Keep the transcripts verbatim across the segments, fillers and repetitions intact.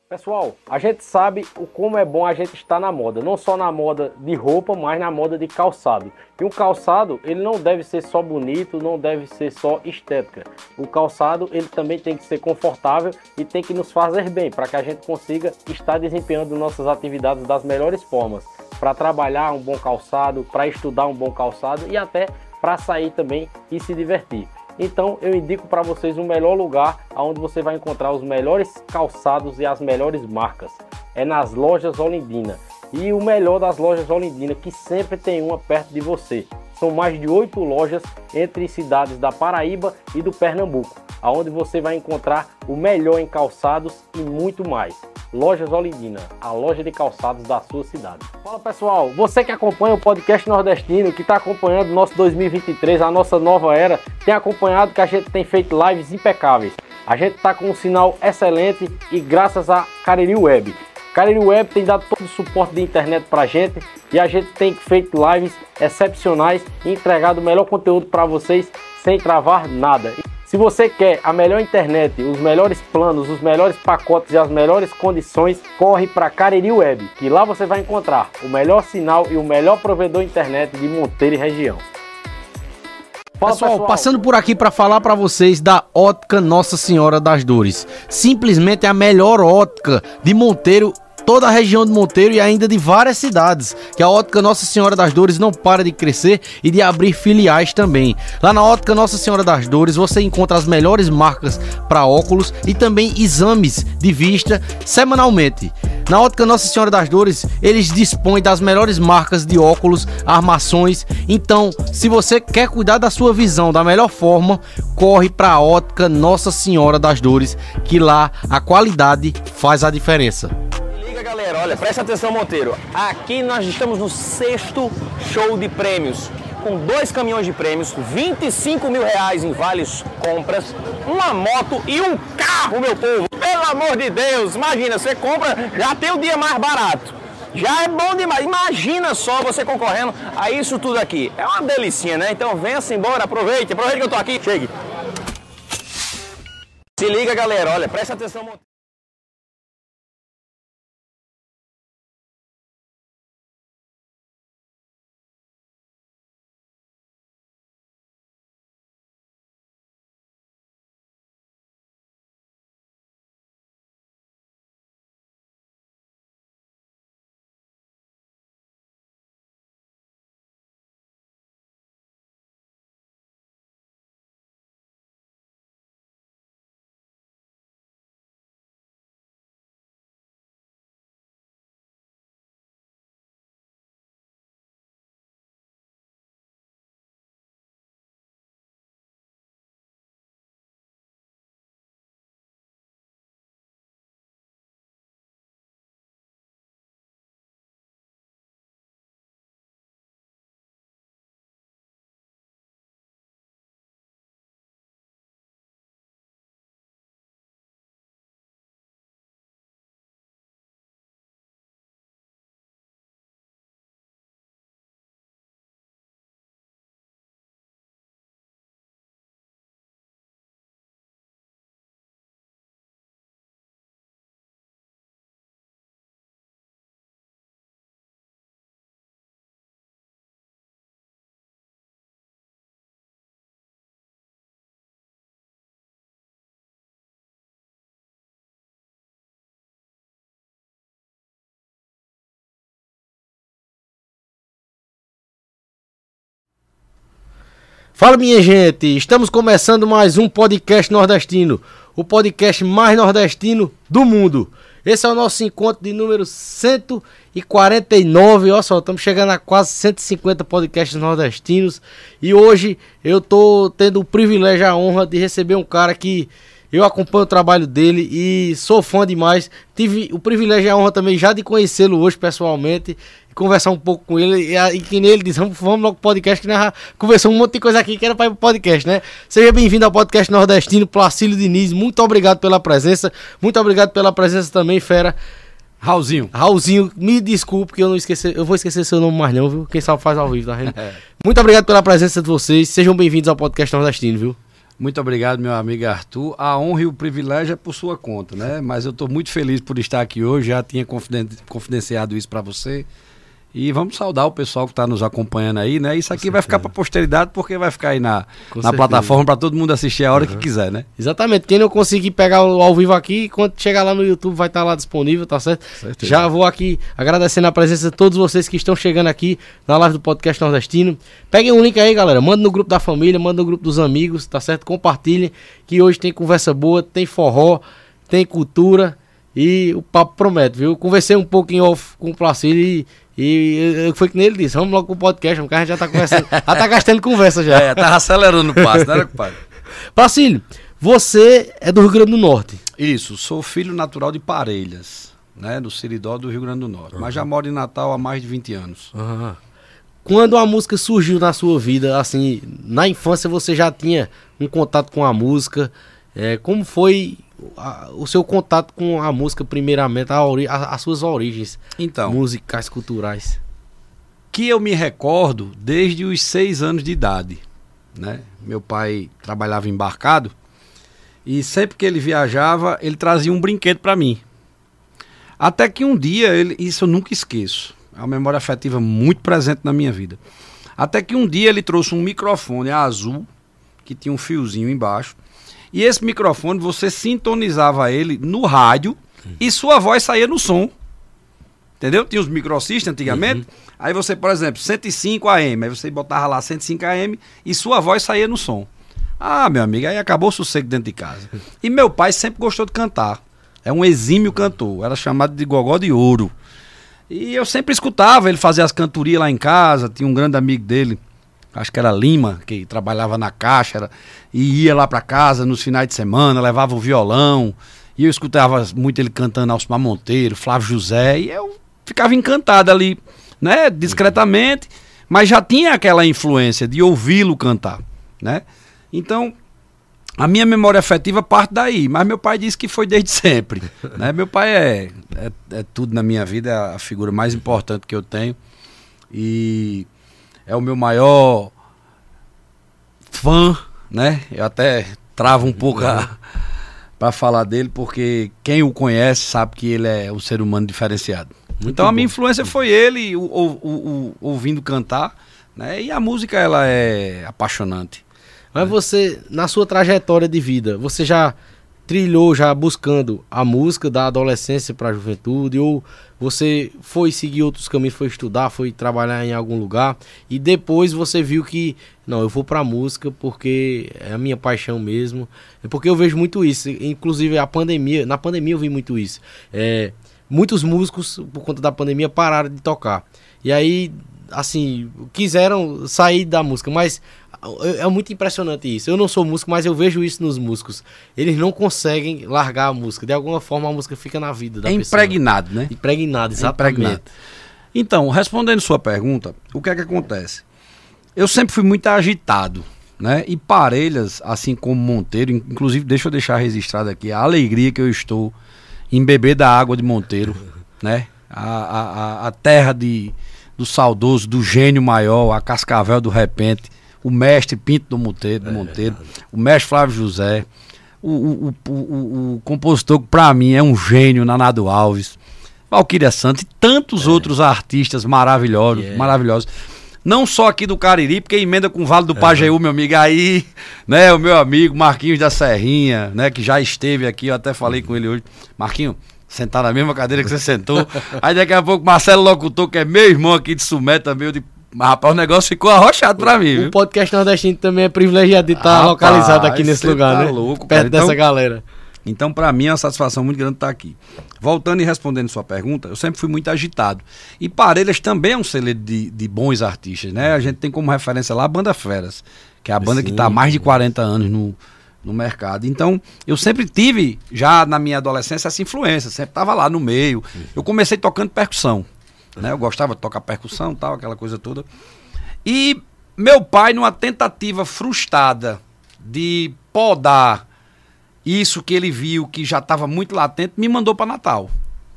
Pessoal, a gente sabe o como é bom a gente estar na moda, não só na moda de roupa, mas na moda de calçado. E um calçado, ele não deve ser só bonito, não deve ser só estética. O calçado, ele também tem que ser confortável e tem que nos fazer bem, para que a gente consiga estar desempenhando nossas atividades das melhores formas. Para trabalhar um bom calçado, para estudar um bom calçado e até para sair também e se divertir. Então eu indico para vocês o melhor lugar onde você vai encontrar os melhores calçados e as melhores marcas. É nas lojas Olindina. E o melhor das lojas Olindina, que sempre tem uma perto de você. São mais de oito lojas entre cidades da Paraíba e do Pernambuco, onde você vai encontrar o melhor em calçados e muito mais. Lojas Olindina, a loja de calçados da sua cidade. Fala pessoal, você que acompanha o podcast nordestino, que está acompanhando o nosso dois mil e vinte e três, a nossa nova era, tem acompanhado que a gente tem feito lives impecáveis. A gente está com um sinal excelente e graças a Cariri Web. Cariri Web tem dado todo o suporte de internet para a gente e a gente tem feito lives excepcionais e entregado o melhor conteúdo para vocês sem travar nada. Se você quer a melhor internet, os melhores planos, os melhores pacotes e as melhores condições, corre para Cariri Web, que lá você vai encontrar o melhor sinal e o melhor provedor de internet de Monteiro e região. Fala, pessoal, pessoal, passando por aqui para falar para vocês da Ótica Nossa Senhora das Dores. Simplesmente a melhor ótica de Monteiro, toda a região de Monteiro e ainda de várias cidades, que a Ótica Nossa Senhora das Dores não para de crescer e de abrir filiais também. Lá na Ótica Nossa Senhora das Dores você encontra as melhores marcas para óculos e também exames de vista semanalmente. Na Ótica Nossa Senhora das Dores eles dispõem das melhores marcas de óculos, armações. Então, se você quer cuidar da sua visão da melhor forma, corre para a Ótica Nossa Senhora das Dores, que lá a qualidade faz a diferença. Galera, olha, presta atenção, Monteiro. Aqui nós estamos no sexto show de prêmios, com dois caminhões de prêmios, vinte e cinco mil reais em vales compras, uma moto e um carro, meu povo. Pelo amor de Deus, imagina, você compra, já tem o dia mais barato. Já é bom demais. Imagina só você concorrendo a isso tudo aqui. É uma delicinha, né? Então venha-se embora, aproveite, aproveite que eu tô aqui. Chegue. Se liga, galera, olha, presta atenção, Monteiro. Fala, minha gente, estamos começando mais um podcast nordestino, o podcast mais nordestino do mundo. Esse é o nosso encontro de número cento e quarenta e nove, olha só, estamos chegando a quase cento e cinquenta podcasts nordestinos. E hoje eu tô tendo o privilégio, a honra de receber um cara que eu acompanho o trabalho dele e sou fã demais. Tive o privilégio e a honra também já de conhecê-lo hoje pessoalmente, conversar um pouco com ele, e, e que nele diz, vamos, vamos logo pro podcast, que nós já conversamos um monte de coisa aqui que era para ir pro podcast, né? Seja bem-vindo ao podcast nordestino, Placílio Diniz, muito obrigado pela presença, muito obrigado pela presença também, fera. Raulzinho. Raulzinho, me desculpe que eu não esqueci, eu vou esquecer seu nome mais não, viu? Quem sabe faz ao vivo, tá vendo? É. Muito obrigado pela presença de vocês, sejam bem-vindos ao podcast nordestino, viu? Muito obrigado, meu amigo Arthur. A honra e o privilégio é por sua conta, né? Mas eu estou muito feliz por estar aqui hoje, já tinha confiden- confidenciado isso para você. E vamos saudar o pessoal que está nos acompanhando aí, né? Isso aqui vai ficar para a posteridade, porque vai ficar aí na, na plataforma para todo mundo assistir a hora uhum. que quiser, né? Exatamente. Quem não conseguir pegar o ao vivo aqui, quando chegar lá no YouTube vai estar tá lá disponível, tá certo? Certeza. Já vou aqui agradecendo a presença de todos vocês que estão chegando aqui na live do Podcast Nordestino. Peguem um link aí, galera. Manda no grupo da família, manda no grupo dos amigos, tá certo? Compartilhem, que hoje tem conversa boa, tem forró, tem cultura e o papo promete, viu? Conversei um pouco em off com o Placílio e E foi que nem ele disse, vamos logo pro podcast, porque a gente já tá conversando, já tá gastando conversa já. É, tá acelerando o passo, né, compadre? Placílio, você é do Rio Grande do Norte. Isso, sou filho natural de Parelhas, né, do Seridó do Rio Grande do Norte, uhum. mas já moro em Natal há mais de vinte anos. Uhum. Quando a música surgiu na sua vida, assim, na infância você já tinha um contato com a música, é, como foi a, o seu contato com a música primeiramente, a ori- a, as suas origens então, musicais, culturais? Que eu me recordo desde os seis anos de idade, né? Meu pai trabalhava embarcado e sempre que ele viajava, ele trazia um brinquedo para mim. Até que um dia, ele, isso eu nunca esqueço, é uma memória afetiva muito presente na minha vida. Até que um dia ele trouxe um microfone azul, que tinha um fiozinho embaixo, e esse microfone, você sintonizava ele no rádio e sua voz saía no som. Entendeu? Tinha os microsystem antigamente. Uhum. Aí você, por exemplo, cento e cinco A M. Aí você botava lá cento e cinco A M e sua voz saía no som. Ah, meu amigo, aí acabou o sossego dentro de casa. E meu pai sempre gostou de cantar. É um exímio cantor. Era chamado de Gogó de Ouro. E eu sempre escutava ele fazer as cantorias lá em casa. Tinha um grande amigo dele, acho que era Lima, que trabalhava na Caixa, era, e ia lá pra casa nos finais de semana, levava o violão, e eu escutava muito ele cantando Alcimar Monteiro, Flávio José, e eu ficava encantado ali, né, discretamente, mas já tinha aquela influência de ouvi-lo cantar, né? Então, a minha memória afetiva parte daí, mas meu pai disse que foi desde sempre, né? Meu pai é, é, é tudo na minha vida, é a figura mais importante que eu tenho, e é o meu maior fã, né? Eu até travo um pouco para falar dele, porque quem o conhece sabe que ele é um ser humano diferenciado. Muito então bom. A minha influência foi ele, o, o, o, o, ouvindo cantar, né? E a música, ela é apaixonante. Mas você, na sua trajetória de vida, você já trilhou, já buscando a música da adolescência para a juventude, ou você foi seguir outros caminhos, foi estudar, foi trabalhar em algum lugar, e depois você viu que, não, eu vou para a música porque é a minha paixão mesmo, é porque eu vejo muito isso, inclusive a pandemia, na pandemia eu vi muito isso, é, muitos músicos, por conta da pandemia, pararam de tocar, e aí, assim, quiseram sair da música, mas é muito impressionante isso. Eu não sou músico, mas eu vejo isso nos músicos. Eles não conseguem largar a música. De alguma forma a música fica na vida da é pessoa. É impregnado, né? Impregnado, exatamente. É impregnado. Então, respondendo sua pergunta, o que é que acontece? Eu sempre fui muito agitado, né? E Parelhas, assim como Monteiro, inclusive deixa eu deixar registrado aqui a alegria que eu estou em beber da água de Monteiro, né? A, a, a terra de, do saudoso, do gênio maior, a Cascavel do Repente, o mestre Pinto do Monteiro, do Monteiro é o mestre Flávio José, o, o, o, o, o compositor que para mim é um gênio, Nanado Alves, Valquíria Santos e tantos é. outros artistas maravilhosos, yeah. maravilhosos. Não só aqui do Cariri, porque emenda com o Vale do Pajeú, é. meu amigo, aí, né, o meu amigo Marquinhos da Serrinha, né, que já esteve aqui, eu até falei com ele hoje. Marquinhos, sentar na mesma cadeira que você sentou. Aí daqui a pouco Marcelo Locutor, que é meu irmão aqui de Sumé também, eu digo, mas, rapaz, o negócio ficou arrochado pra mim, viu? O Podcast Nordestino também é privilegiado de estar localizado aqui nesse lugar, tá né? Louco, perto então, dessa galera. Então, pra mim, é uma satisfação muito grande estar aqui. Voltando e respondendo sua pergunta, eu sempre fui muito agitado. E Parelhas também é um celeiro de, de bons artistas, né? A gente tem como referência lá a Banda Feras, que é a banda Sim, que está há mais de quarenta anos no, no mercado. Então, eu sempre tive, já na minha adolescência, essa influência. Sempre estava lá no meio. Eu comecei tocando percussão. Né? Eu gostava de tocar percussão, tal, aquela coisa toda. E meu pai, numa tentativa frustrada de podar isso que ele viu, que já estava muito latente, me mandou para Natal.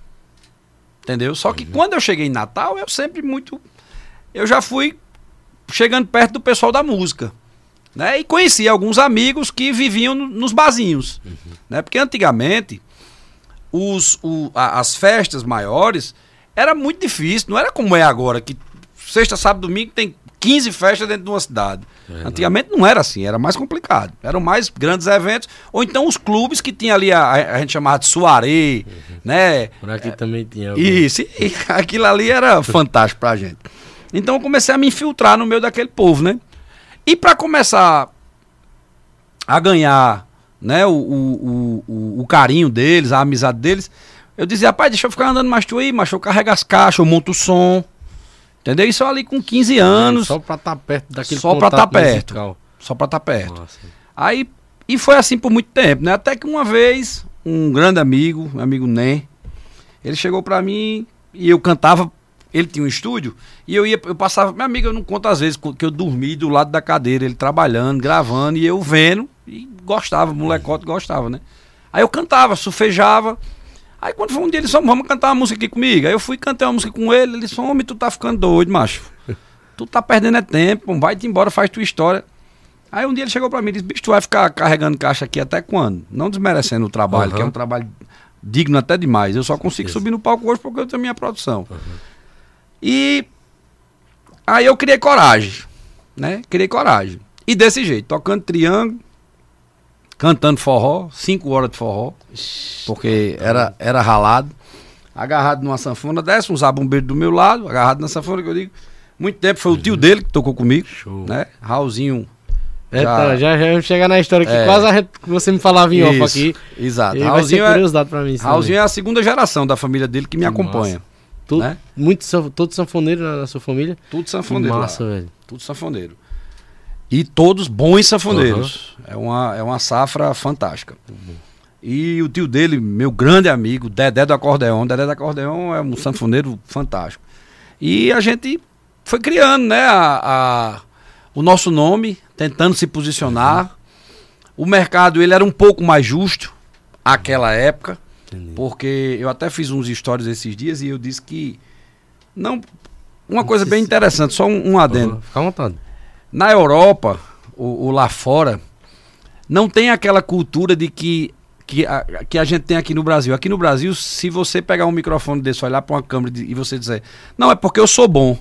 Entendeu? Só que quando eu cheguei em Natal, eu sempre muito... Eu já fui chegando perto do pessoal da música. né? E conheci alguns amigos que viviam no, nos barzinhos, uhum. né? Porque antigamente os, o, a, as festas maiores era muito difícil, não era como é agora, que sexta, sábado, domingo tem quinze festas dentro de uma cidade. É, antigamente não era assim, era mais complicado. Eram mais grandes eventos, ou então os clubes que tinha ali, a, a gente chamava de soirée, uhum. né? Por aqui é, também tinha. Algum... Isso, e aquilo ali era fantástico pra gente. Então eu comecei a me infiltrar no meio daquele povo, né? E pra começar a ganhar, né, o, o, o, o carinho deles, a amizade deles, eu dizia, rapaz, deixa eu ficar andando mais tu aí, mas eu carrego as caixas, eu monto o som. Entendeu? Isso ali com quinze anos. Só pra estar tá perto daquele Só pra estar tá perto. Musical. Só pra estar tá perto. Nossa. Aí, e foi assim por muito tempo, né? Até que uma vez, um grande amigo, meu amigo Nen, ele chegou pra mim e eu cantava, ele tinha um estúdio, e eu ia, eu passava, meu amigo, eu não conto às vezes que eu dormi do lado da cadeira, ele trabalhando, gravando, e eu vendo, e gostava, molecote gostava, né? Aí eu cantava, sufejava. Aí quando foi um dia, ele disse, vamos cantar uma música aqui comigo. Aí eu fui cantar uma música com ele, ele disse, homem, tu tá ficando doido, macho. Tu tá perdendo é tempo, vai-te embora, faz tua história. Aí um dia ele chegou pra mim e disse, bicho, tu vai ficar carregando caixa aqui até quando? Não desmerecendo o trabalho, uhum. que é um trabalho digno até demais. Eu só consigo subir no palco hoje porque eu tenho minha produção. Uhum. E aí eu criei coragem, né? Criei coragem. E desse jeito, tocando triângulo, cantando forró, cinco horas de forró, porque era, era ralado, agarrado numa sanfona, desce um zabumbeiro do meu lado, agarrado na sanfona, que eu digo, muito tempo, foi o tio dele que tocou comigo, show. Né? Raulzinho. É, já, tá, já, já chegar na história que é, quase a gente, você me falava em off aqui. Exato. Raulzinho é curiosidade pra mim. Raulzinho é a segunda geração da família dele que me que acompanha. Tu, né? Muito, todo sanfoneiro na, na sua família? Tudo sanfoneiro. Que massa, lá. Velho. Tudo sanfoneiro. E todos bons sanfoneiros. Uhum. É, uma, é uma safra fantástica. Uhum. E o tio dele, meu grande amigo, Dedé do Acordeão. Dedé do Acordeão é um sanfoneiro fantástico. E a gente foi criando, né, a, a, o nosso nome, tentando se posicionar. Uhum. O mercado, ele era um pouco mais justo àquela época. Entendi. Porque eu até fiz uns stories esses dias e eu disse que... não, uma coisa bem interessante, só um, um adendo. Uhum. Fica à vontade. Na Europa, ou, ou lá fora, não tem aquela cultura de que, que, a, que a gente tem aqui no Brasil. Aqui no Brasil, se você pegar um microfone desse, olhar para uma câmera e você dizer, não, é porque eu sou bom,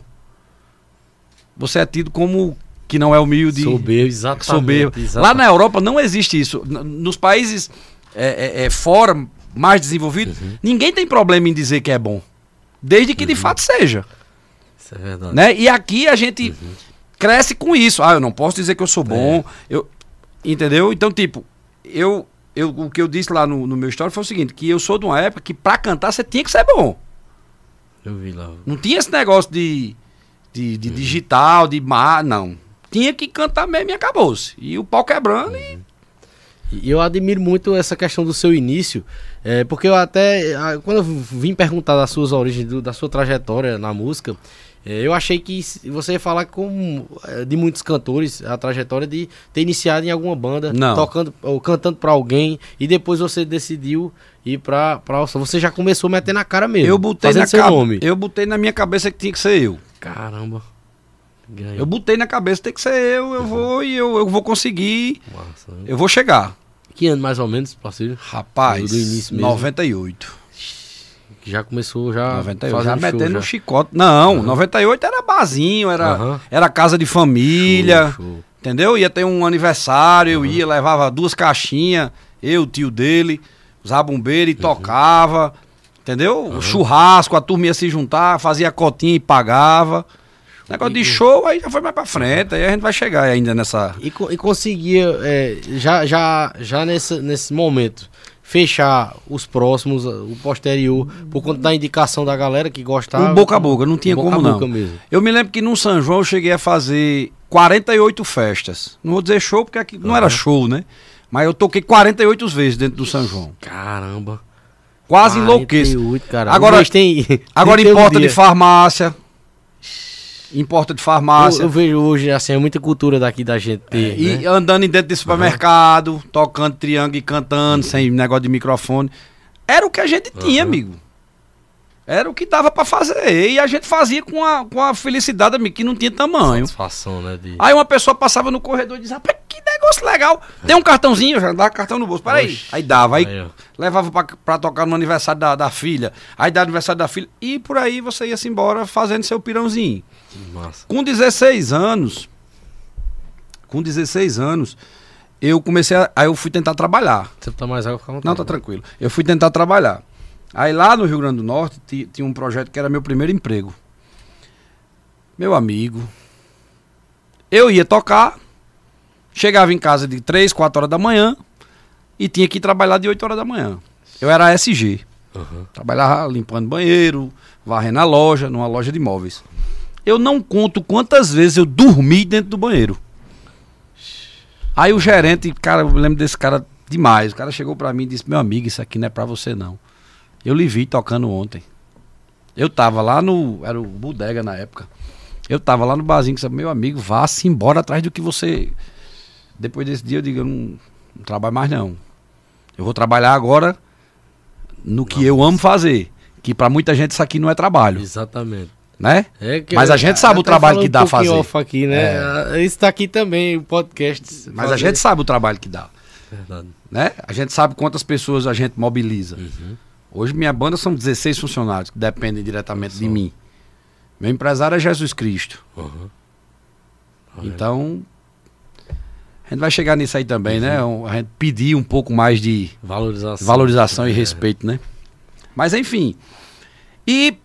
você é tido como que não é humilde. Soberbo, exatamente, soberbo. Exatamente. Lá na Europa não existe isso. Nos países é, é, é, fora, mais desenvolvidos, uhum. ninguém tem problema em dizer que é bom, desde que uhum. de fato seja. Isso é verdade. Né? E aqui a gente... Uhum. cresce com isso. Ah, eu não posso dizer que eu sou bom. É. Eu, entendeu? Então, tipo, eu, eu, o que eu disse lá no, no meu story foi o seguinte, que eu sou de uma época que pra cantar você tinha que ser bom. Eu vi lá. Não tinha esse negócio de, de, de uhum. digital, de mar, não. Tinha que cantar mesmo e acabou-se. E o pau quebrando uhum. e... E eu admiro muito essa questão do seu início, é, porque eu até, quando eu vim perguntar das suas origens, do, da sua trajetória na música, é, eu achei que você ia falar com, de muitos cantores, a trajetória de ter iniciado em alguma banda, Não. tocando ou cantando pra alguém, e depois você decidiu ir pra, pra você já começou metendo a cara mesmo, eu botei fazendo na seu cab... nome. Eu botei na minha cabeça que tinha que ser eu. Caramba. Ganhei. Eu botei na cabeça, tem que ser eu, eu vou e eu, eu vou conseguir, Nossa, eu vou chegar. Que ano mais ou menos, parceiro? Rapaz, do início mesmo. noventa e oito. Que já começou já noventa e oito, já metendo no chicote. Não, uhum. noventa e oito era barzinho, era, uhum. era casa de família, show, show. Entendeu? Ia ter um aniversário, uhum. eu ia, levava duas caixinhas, eu, o tio dele, zabumbeiro e uhum. tocava, entendeu? Uhum. Churrasco, a turma ia se juntar, fazia cotinha e pagava. Negócio de show, aí já foi mais pra frente, aí a gente vai chegar ainda nessa... E, e conseguia, é, já, já, já nesse, nesse momento, fechar os próximos, o posterior, por conta da indicação da galera que gostava? O boca a boca, não tinha boca como a não. Boca mesmo. Eu me lembro que no São João eu cheguei a fazer quarenta e oito festas. Não vou dizer show, porque aqui não uhum. era show, né? Mas eu toquei quarenta e oito vezes dentro do São João. Caramba. Quase enlouqueço. Cara. Agora, tem, agora tem em porta um de farmácia... Em porta de farmácia. Eu, eu vejo hoje, assim, é muita cultura daqui da gente ter, é, e né? andando dentro de supermercado, uhum. tocando triângulo e cantando, uhum. sem negócio de microfone. Era o que a gente tinha, uhum. amigo. Era o que dava pra fazer. E a gente fazia com a, com a felicidade, amigo, que não tinha tamanho. Satisfação, né? De... Aí uma pessoa passava no corredor e dizia, rapaz, que negócio legal. Tem um cartãozinho, já dá cartão no bolso. Peraí. Oxi. Aí dava, aí, Aí, ó. levava pra, pra tocar no aniversário da, da filha. Aí dá aniversário da filha. E por aí você ia-se embora fazendo seu pirãozinho. Que massa. Com dezesseis anos, com dezesseis anos, eu comecei a, aí eu fui tentar trabalhar. Você tá mais água, fica à vontade. Não, tá tranquilo. Eu fui tentar trabalhar. Aí lá no Rio Grande do Norte ti- tinha um projeto que era meu primeiro emprego. Meu amigo, eu ia tocar, chegava em casa de três, quatro horas da manhã e tinha que ir trabalhar de oito horas da manhã. Eu era S G. Uhum. Trabalhava limpando banheiro, varrendo a loja, numa loja de imóveis. Eu não conto quantas vezes eu dormi dentro do banheiro. Aí o gerente, cara, eu lembro desse cara demais. O cara chegou pra mim e disse: meu amigo, isso aqui não é pra você não. Eu lhe vi tocando ontem. Eu tava lá no... Era o Bodega na época. Eu tava lá no barzinho que disse: meu amigo, vá-se embora atrás do que você... Depois desse dia eu digo: eu não, não trabalho mais não. Eu vou trabalhar agora no que eu amo fazer. Que pra muita gente isso aqui não é trabalho. Exatamente. Né? É que Mas eu- a gente sabe o até trabalho falando que dá um pouquinho fazer. off aqui, né? Ah, Isso tá aqui também, o podcast. Mas a gente sabe o trabalho que dá. Verdade. Né? A gente sabe quantas pessoas a gente mobiliza. Uhum. Hoje minha banda são dezesseis funcionários que dependem diretamente de Só. mim. Meu empresário é Jesus Cristo. Uhum. Então, a gente vai chegar nisso aí também, né? Um- A gente pedir um pouco mais de Valorização. valorização e É. respeito, né? Mas enfim. E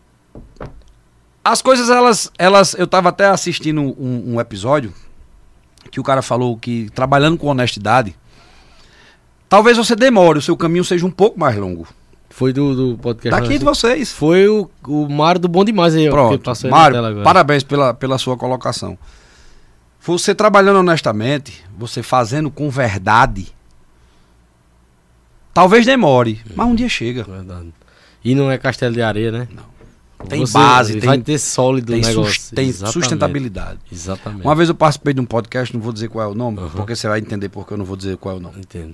as coisas, elas, elas eu tava até assistindo um, um episódio que o cara falou que trabalhando com honestidade, talvez você demore, o seu caminho seja um pouco mais longo. Foi do, do podcast. Daqui de né? vocês. Foi o, o Mário do Bom Demais aí, ó, que Pronto. passou aí na Mário, tela agora. parabéns pela, pela sua colocação. Você trabalhando honestamente, você fazendo com verdade, talvez demore, mas um dia chega. Verdade. E não é castelo de areia, né? Não. Tem Você base, vai tem- ter sólido o Tem, negócio. sus- tem Exatamente. sustentabilidade. Exatamente. Uma vez eu participei de um podcast, não vou dizer qual é o nome, Uhum. porque você vai entender porque eu não vou dizer qual é o nome. Entendo.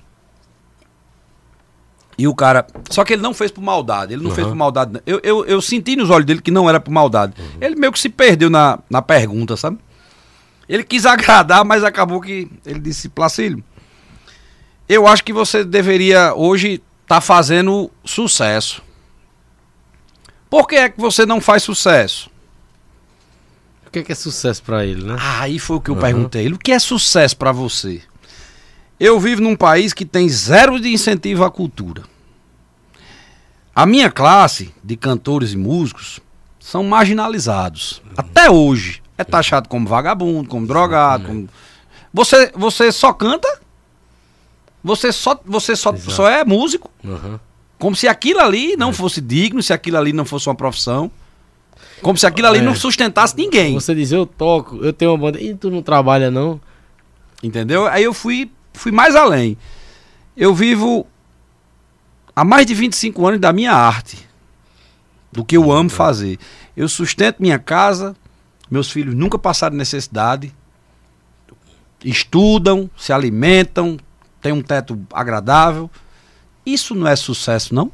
E o cara. Só que ele não fez por maldade. Ele não Uhum. fez por maldade. não. Eu, eu, eu senti nos olhos dele que não era por maldade. Ele meio que se perdeu na, na pergunta, sabe? Ele quis agradar, mas acabou que. Ele disse: Placílio, eu acho que você deveria hoje estar fazendo sucesso. Por que é que você não faz sucesso? O que é, que é sucesso pra ele, né? Ah, aí foi o que eu Uhum. perguntei. Ele, o que é sucesso pra você? Eu vivo num país que tem zero de incentivo à cultura. A minha classe de cantores e músicos são marginalizados. Até hoje. É taxado como vagabundo, como drogado. Como... Você, você só canta? Você só, você só, Exato. só é músico? Uhum. Como se aquilo ali não fosse digno, se aquilo ali não fosse uma profissão. Como se aquilo ali É. não sustentasse ninguém. Você diz, eu toco, eu tenho uma banda. E tu não trabalha, não? Entendeu? Aí eu fui, fui mais além. Eu vivo há mais de vinte e cinco anos da minha arte. Do que eu amo fazer. Eu sustento minha casa, meus filhos nunca passaram necessidade. Estudam, se alimentam, têm um teto agradável. Isso não é sucesso, não?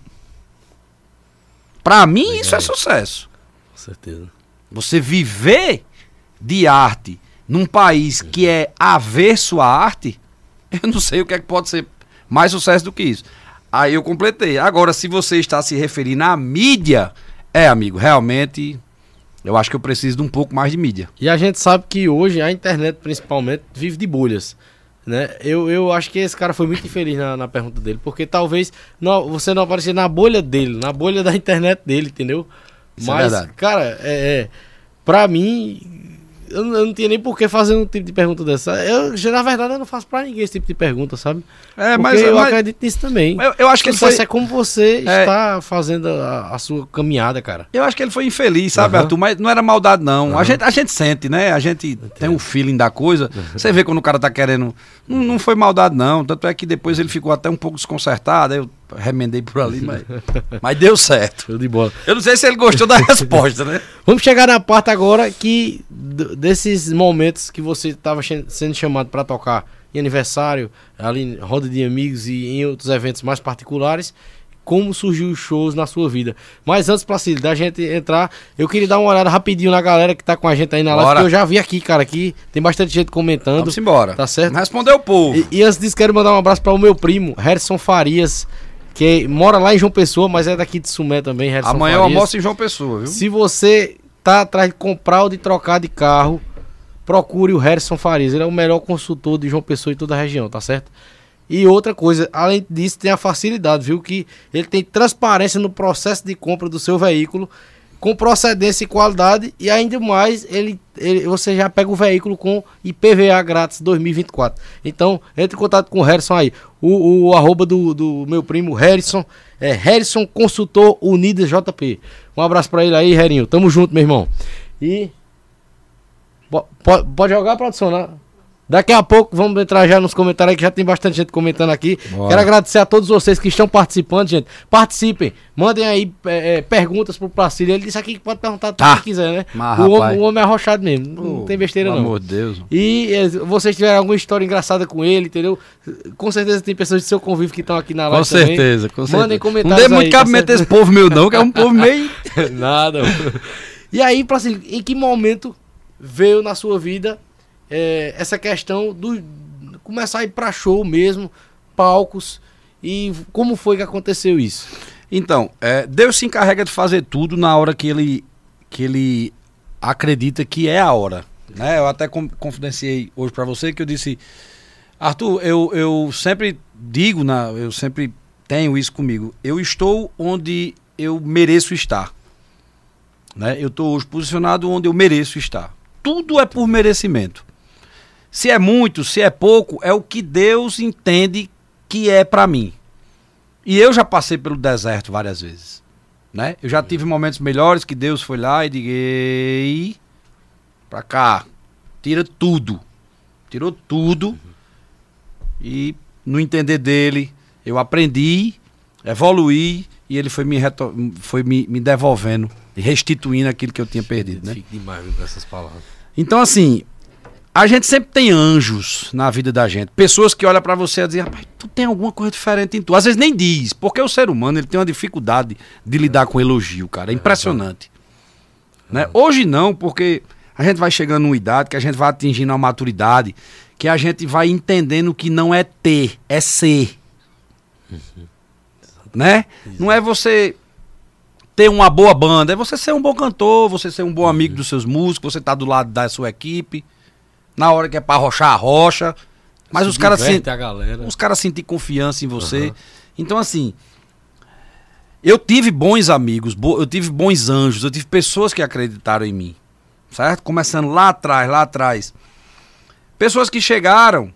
Pra mim, isso é sucesso. Com certeza. Você viver de arte num país que é avesso à arte, eu não sei o que é que pode ser mais sucesso do que isso. Aí eu completei. Agora, se você está se referindo à mídia, é, amigo, realmente, eu acho que eu preciso de um pouco mais de mídia. E a gente sabe que hoje a internet, principalmente, vive de bolhas. Né? Eu, eu acho que esse cara foi muito infeliz na, na pergunta dele, porque talvez não, você não aparecia na bolha dele, na bolha da internet dele, entendeu? Isso é Mas, verdade. cara, é, é, pra mim, eu, não- eu não tinha nem por que fazer um tipo de pergunta dessa. Eu, já, na verdade, eu não faço pra ninguém esse tipo de pergunta, sabe? É, Porque mas, eu mas acredito nisso também. eu, eu acho que ele Sucesso foi, é como você É. está fazendo a, a sua caminhada, cara. eu acho que ele foi infeliz, sabe, Aham. Arthur? Mas não era maldade, não. A, Aham. gente, a gente sente, né? A gente tem um feeling da coisa. Você vê quando o cara tá querendo. Não, não foi maldade, não. Tanto é que depois ele ficou até um pouco desconcertado. Aí eu remendei por ali, mas, mas deu certo. Show de bola. Eu não sei se ele gostou da resposta, né? Vamos chegar na parte agora que d- desses momentos que você estava sendo chamado para tocar em aniversário, ali em roda de amigos e em outros eventos mais particulares, como surgiu os shows na sua vida. Mas antes, Placílio, da gente entrar, eu queria dar uma olhada rapidinho na galera que tá com a gente aí na live, que eu já vi aqui, cara, aqui tem bastante gente comentando. Vamos embora. Tá certo? Respondeu o povo. E, e antes disso, quero mandar um abraço para o meu primo, Herson Farias, que mora lá em João Pessoa, mas é daqui de Sumé também, Herson Amanhã Farias. eu almoço em João Pessoa, viu? Se você tá atrás de comprar ou de trocar de carro, procure o Herson Farias. Ele é o melhor consultor de João Pessoa e toda a região, tá certo? E outra coisa, além disso, tem a facilidade, viu? Que ele tem transparência no processo de compra do seu veículo, com procedência e qualidade, e ainda mais, ele, ele, você já pega o veículo com I P V A grátis dois mil e vinte e quatro. Então, entre em contato com o Harrison aí. O, o arroba do, do meu primo Harrison, é Harrison Consultor Unidas J P. Um abraço pra ele aí, Herinho. Tamo junto, meu irmão. E... Pode, pode jogar, produção, né? Daqui a pouco vamos entrar já nos comentários aí, que já tem bastante gente comentando aqui. Bora. Quero agradecer a todos vocês que estão participando, gente. Participem, mandem aí é, é, perguntas pro Placílio. Ele disse aqui que pode perguntar tudo tá. que quiser, né? Mas, o, homem, o homem é arrochado mesmo, não, não tem besteira não. Pelo amor de Deus. E é, vocês tiverem alguma história engraçada com ele, entendeu? Com certeza tem pessoas de seu convívio que estão aqui na live com certeza, também. Com certeza. Mandem comentários. Não dê muito cabimento a esse povo meu não, que é um povo meio... Nada. E aí, Placílio, em que momento veio na sua vida é, essa questão do começar a ir pra show mesmo, palcos, e como foi que aconteceu isso? Então, é, Deus se encarrega de fazer tudo na hora que ele, que ele acredita que é a hora, né? Eu até confidenciei hoje pra você que eu disse, Arthur, eu, eu sempre digo, na, eu sempre tenho isso comigo, eu estou onde eu mereço estar, né? Eu estou hoje posicionado onde eu mereço estar. Tudo é por merecimento. Se é muito, se é pouco, é o que Deus entende que é pra mim. E eu já passei pelo deserto várias vezes, né? Eu já tive momentos melhores que Deus foi lá e disse, ei, pra cá, tira tudo. Tirou tudo. E no entender dele, eu aprendi, evoluí, e ele foi me, reto- foi me, me devolvendo, restituindo aquilo que eu tinha perdido, né? Fique demais com essas palavras. Então, assim, a gente sempre tem anjos na vida da gente. Pessoas que olham pra você e dizem, rapaz, tu tem alguma coisa diferente em tu. Às vezes nem diz, porque o ser humano ele tem uma dificuldade de lidar com elogio, cara. É impressionante. É. Né? Hoje não, porque a gente vai chegando numa idade, que a gente vai atingindo uma maturidade, que a gente vai entendendo que não é ter, é ser. Uhum. Né? Exato. Não é você ter uma boa banda, é você ser um bom cantor, você ser um bom amigo uhum. dos seus músicos, você tá do lado da sua equipe. Na hora que é pra arrochar, arrocha. Mas se os caras sent... os caras sentem confiança em você. Uhum. Então, assim, eu tive bons amigos, bo... eu tive bons anjos, eu tive pessoas que acreditaram em mim. Certo? Começando lá atrás, lá atrás. Pessoas que chegaram.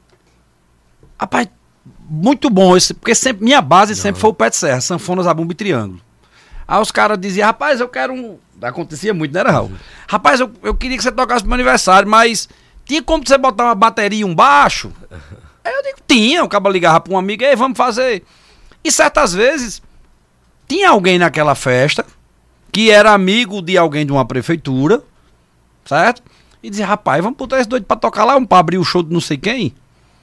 Rapaz, muito bom. Esse... Porque sempre, minha base uhum. sempre foi o pé de serra, sanfona, zabumba e triângulo. Aí os caras diziam, rapaz, eu quero um... Acontecia muito, né, Raul? Uhum. Rapaz, eu, eu queria que você tocasse pro meu aniversário, mas tinha como você botar uma bateria e um baixo? Aí eu digo, tinha. O cara ligava pra um amigo, ei, vamos fazer. E certas vezes, tinha alguém naquela festa que era amigo de alguém de uma prefeitura, certo? E dizia, rapaz, vamos botar esse doido pra tocar lá, vamos pra abrir o show de não sei quem.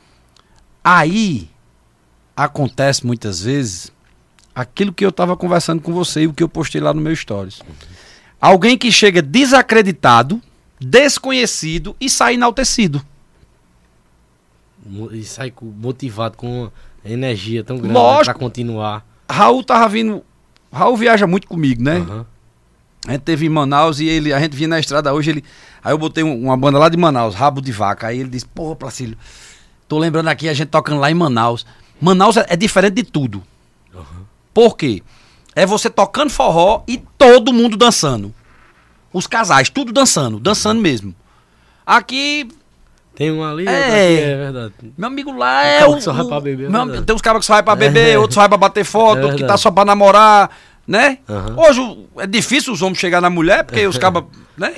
Aí, acontece muitas vezes aquilo que eu tava conversando com você e o que eu postei lá no meu stories. Alguém que chega desacreditado, desconhecido e sai enaltecido. E sai motivado com energia tão grande, né, pra continuar. Raul tava vindo... Raul viaja muito comigo, né? Uhum. A gente teve em Manaus e ele, a gente vinha na estrada hoje, ele... Aí eu botei um, uma banda lá de Manaus, Rabo de Vaca. Aí ele disse, porra, Placílio, tô lembrando aqui a gente tocando lá em Manaus. Manaus é, é diferente de tudo. Uhum. Por quê? É você tocando forró e todo mundo dançando. Os casais, tudo dançando, dançando mesmo. Aqui... Tem um ali, é, aqui, é verdade. Meu amigo lá é o... Que só vai pra beber, meu, é tem uns caras que só vai pra beber, é. outros só vai pra bater foto, é outros que tá só pra namorar, né? Uhum. Hoje é difícil os homens chegar na mulher, porque os cabas, né?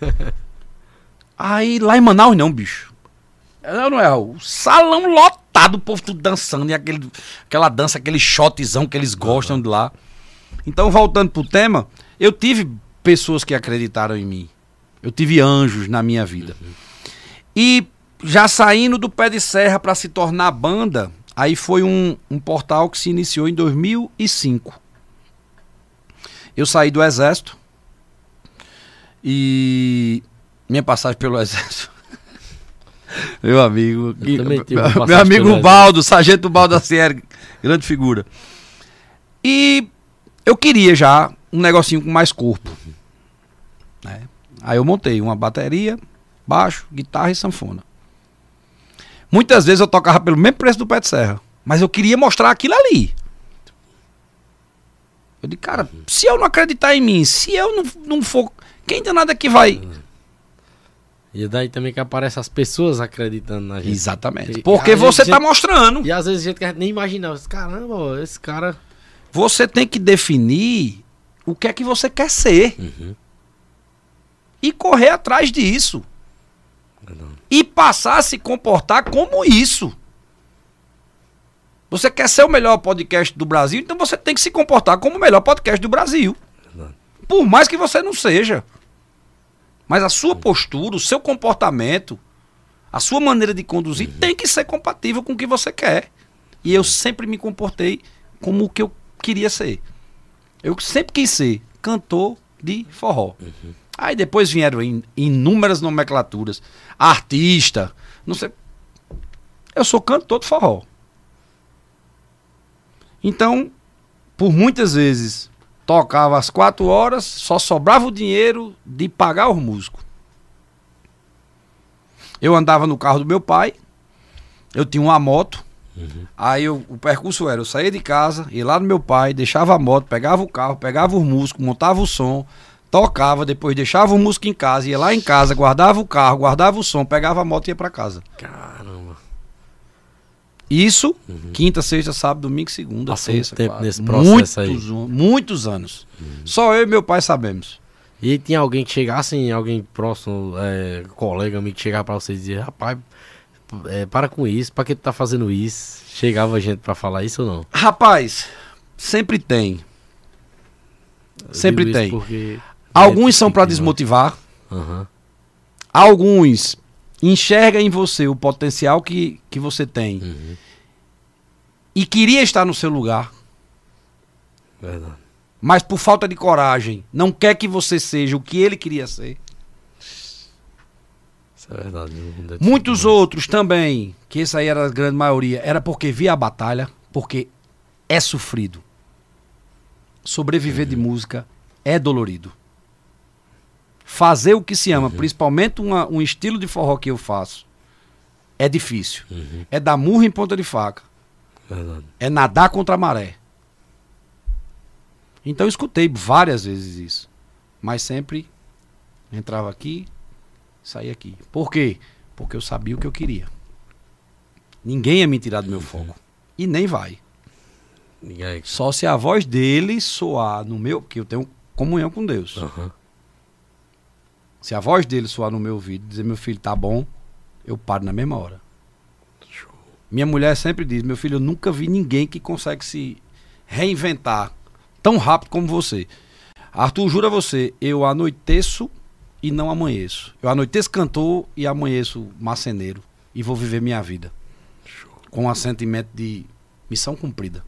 Aí lá em Manaus não, bicho. Não, não é, o salão lotado, o povo tudo dançando, e aquele, aquela dança, aquele shotzão que eles gostam uhum. de lá. Então, voltando pro tema, eu tive pessoas que acreditaram em mim. Eu tive anjos na minha vida. Uhum. E já saindo do pé de serra para se tornar banda, Aí foi um, um portal que se iniciou em dois mil e cinco. Eu saí do Exército e minha passagem pelo Exército. Meu amigo, que, meu, meu amigo Baldo, sargento Baldo Acieri, grande figura. E eu queria já um negocinho com mais corpo, né? Aí eu montei uma bateria, baixo, guitarra e sanfona. Muitas vezes eu tocava pelo mesmo preço do pé de serra, mas eu queria mostrar aquilo ali. Eu disse, cara, se eu não acreditar em mim, se eu não, não for, quem danado é que vai... E daí também que aparece as pessoas acreditando na gente. Exatamente. Porque você está mostrando. E às vezes a gente quer nem imaginar. Caramba, esse cara... Você tem que definir o que é que você quer ser. Uhum. E correr atrás disso. Não. E passar a se comportar como isso. Você quer ser o melhor podcast do Brasil, então você tem que se comportar como o melhor podcast do Brasil. Não. Por mais que você não seja. Mas a sua postura, o seu comportamento, a sua maneira de conduzir uhum. tem que ser compatível com o que você quer. E eu sempre me comportei como o que eu queria ser. Eu sempre quis ser cantor de forró. Uhum. Aí depois vieram in, inúmeras nomenclaturas. Artista, não sei. Eu sou cantor de forró. Então, por muitas vezes... Tocava às quatro horas, só sobrava o dinheiro de pagar os músicos. Eu andava no carro do meu pai, eu tinha uma moto, uhum. aí eu, o percurso era, eu saía de casa, ia lá no meu pai, deixava a moto, pegava o carro, pegava os músicos, montava o som, tocava, depois deixava o músico em casa, ia lá em casa, guardava o carro, guardava o som, pegava a moto e ia pra casa. Caramba. Isso, uhum. quinta, sexta, sábado, domingo, segunda, Passou sexta, tempo quarta. Nesse processo muitos, aí. muitos anos. Uhum. Só eu e meu pai sabemos. E tinha alguém que chegasse, alguém próximo, é, colega, amigo, que chegava pra você e dizia, rapaz, é, para com isso, pra que tu tá fazendo isso? Chegava gente pra falar isso ou não? Rapaz, sempre tem. Eu sempre tem. Alguns é são pra desmotivar. Uhum. Alguns enxergam em você o potencial que, que você tem. Uhum. E queria estar no seu lugar. Verdade. Mas por falta de coragem, não quer que você seja o que ele queria ser. Isso é verdade. Muitos outros também, que essa aí era a grande maioria, era porque via a batalha, porque é sofrido. Sobreviver uhum. de música é dolorido. Fazer o que se ama, uhum. principalmente uma, um estilo de forró que eu faço, é difícil. Uhum. É dar murro em ponta de faca. Verdade. É nadar contra a maré. Então eu escutei várias vezes isso. Mas sempre entrava aqui, saía aqui. Por quê? Porque eu sabia o que eu queria. Ninguém ia me tirar do meu foco. E nem vai. Ninguém. Só se a voz dele soar no meu... Porque eu tenho comunhão com Deus. Uhum. Se a voz dele soar no meu ouvido, dizer, meu filho, tá bom, eu paro na mesma hora. Show. Minha mulher sempre diz, meu filho, eu nunca vi ninguém que consegue se reinventar tão rápido como você. Arthur, jura você, eu anoiteço e não amanheço. Eu anoiteço cantor e amanheço marceneiro. E vou viver minha vida. Show. Com um sentimento de missão cumprida.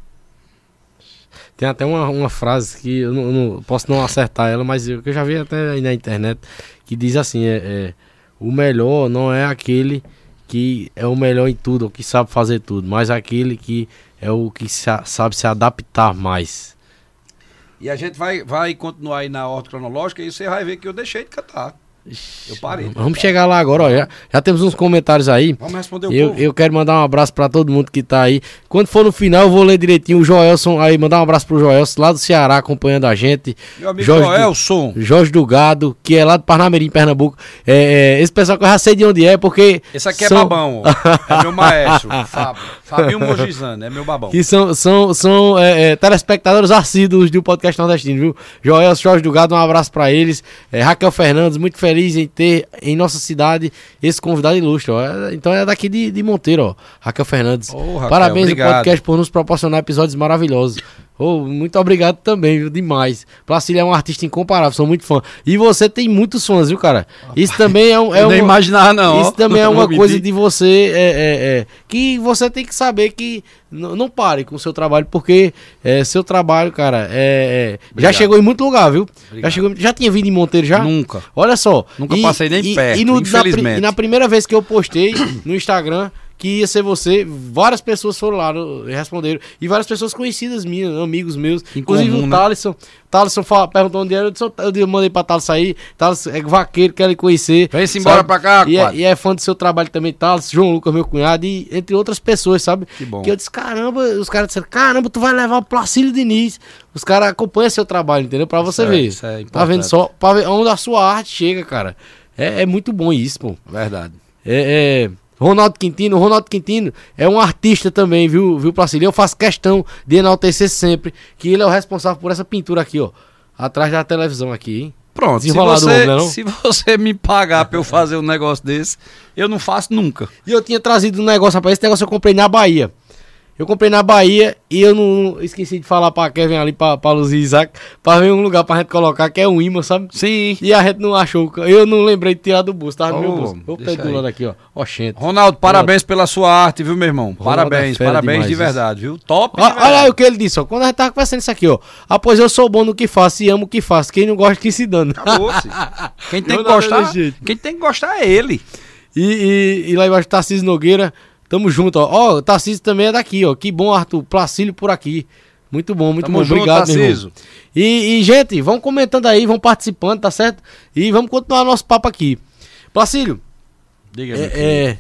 Tem até uma, uma frase que eu não, não posso não acertar ela, mas eu, eu já vi até aí na internet, que diz assim, é, é, o melhor não é aquele que é o melhor em tudo, ou que sabe fazer tudo, mas aquele que é o que se, sabe se adaptar mais. E a gente vai, vai continuar aí na ordem cronológica e você vai ver que eu deixei de cantar. Eu parei. Vamos chegar lá agora, ó. Já, já temos uns comentários aí. Vamos responder o eu, povo. Eu quero mandar um abraço pra todo mundo que tá aí. Quando for no final, eu vou ler direitinho. O Joelson aí, mandar um abraço pro Joelson, lá do Ceará, acompanhando a gente. Meu amigo Jorge Joelson. Do, Jorge do Gado, que é lá do Parnamirim, Pernambuco. É, é, esse pessoal que eu já sei de onde é, porque... Esse aqui são... é babão, ó. É meu maestro, Fábio. Fabinho Mojizano, é meu babão. Que são, são, são é, é, telespectadores assíduos do podcast nordestino, viu? Joelson, Jorge do Gado, um abraço pra eles. É, Raquel Fernandes, muito feliz em ter em nossa cidade esse convidado ilustre, ó. Então é daqui de, de Monteiro, ó. Raquel Fernandes. Oh, Raquel, parabéns obrigado. ao podcast por nos proporcionar episódios maravilhosos. Oh, muito obrigado também, viu? Demais. Placílio é um artista incomparável, sou muito fã. E você tem muitos fãs, viu, cara? Isso também é um. É eu nem uma, imaginar, não. Isso também é uma coisa de você. É, é, é, que você tem que saber que n- não pare com o seu trabalho, porque é, seu trabalho, cara, é, é, já chegou em muito lugar, viu? Já, chegou, já tinha vindo em Monteiro já? Nunca. Olha só. Nunca passei nem e, perto, e no, infelizmente. Na, e na primeira vez que eu postei no Instagram que ia ser você, várias pessoas foram lá no, responderam. E várias pessoas conhecidas minhas, amigos meus. Em Inclusive comum, o né? Thaleson. Thaleson fala, perguntou onde era. Eu, disse, eu mandei pra Thaleson aí. Thaleson é vaqueiro, quer lhe conhecer. Vem-se embora sabe? pra cá, e é, quadro. e é fã do seu trabalho também, Thaleson, João Lucas, meu cunhado, e entre outras pessoas, sabe? Que bom. Que eu disse, caramba, os caras disseram, caramba, tu vai levar o Placílio Diniz. Os caras acompanham seu trabalho, entendeu? Pra você Isso é- ver. isso é tá vendo importante. só? Pra ver onde a sua arte chega, cara. É, é muito bom isso, pô. Verdade. É, é, Ronaldo Quintino, Ronaldo Quintino é um artista também, viu, viu, Placílio? Eu faço questão de enaltecer sempre que ele é o responsável por essa pintura aqui, ó, atrás da televisão aqui, hein? Pronto, se Desenrolado você, homem, né, não? se você me pagar pra eu fazer um negócio desse, eu não faço nunca. E eu tinha trazido um negócio, rapaz, esse negócio eu comprei na Bahia. Eu comprei na Bahia e eu não esqueci de falar pra Kevin ali, pra, pra Luzia e Isaac, pra ver um lugar pra gente colocar, que é um imã, sabe? Sim. E a gente não achou, eu não lembrei de tirar do bolso, tava no meu Oh, bolso. Vou deixa pegar do aí. lado aqui, ó, oxente. Ronaldo, parabéns pela sua arte, viu, meu irmão? Ronaldo Parabéns, é fera parabéns demais, de isso. verdade, viu? Top de Ó, verdade. olha aí o que ele disse, ó. Quando a gente tava conversando isso aqui, ó. Ah, pois eu sou bom no que faço e amo o que faço. Quem não gosta que se dane. Acabou-se. Quem tem que Eu não gostar, desse jeito. quem tem que gostar é ele. E, e, e lá embaixo, Tarcísio Nogueira, tamo junto, ó. Ó, o Tarcísio também é daqui, ó. Que bom, Arthur. Placílio por aqui. Muito bom, muito Tamo bom. junto, Obrigado, meu irmão. Tarcísio. E, e, gente, vão comentando aí, vão participando, tá certo? E vamos continuar nosso papo aqui. Placílio, Diga, é, meu querido. é,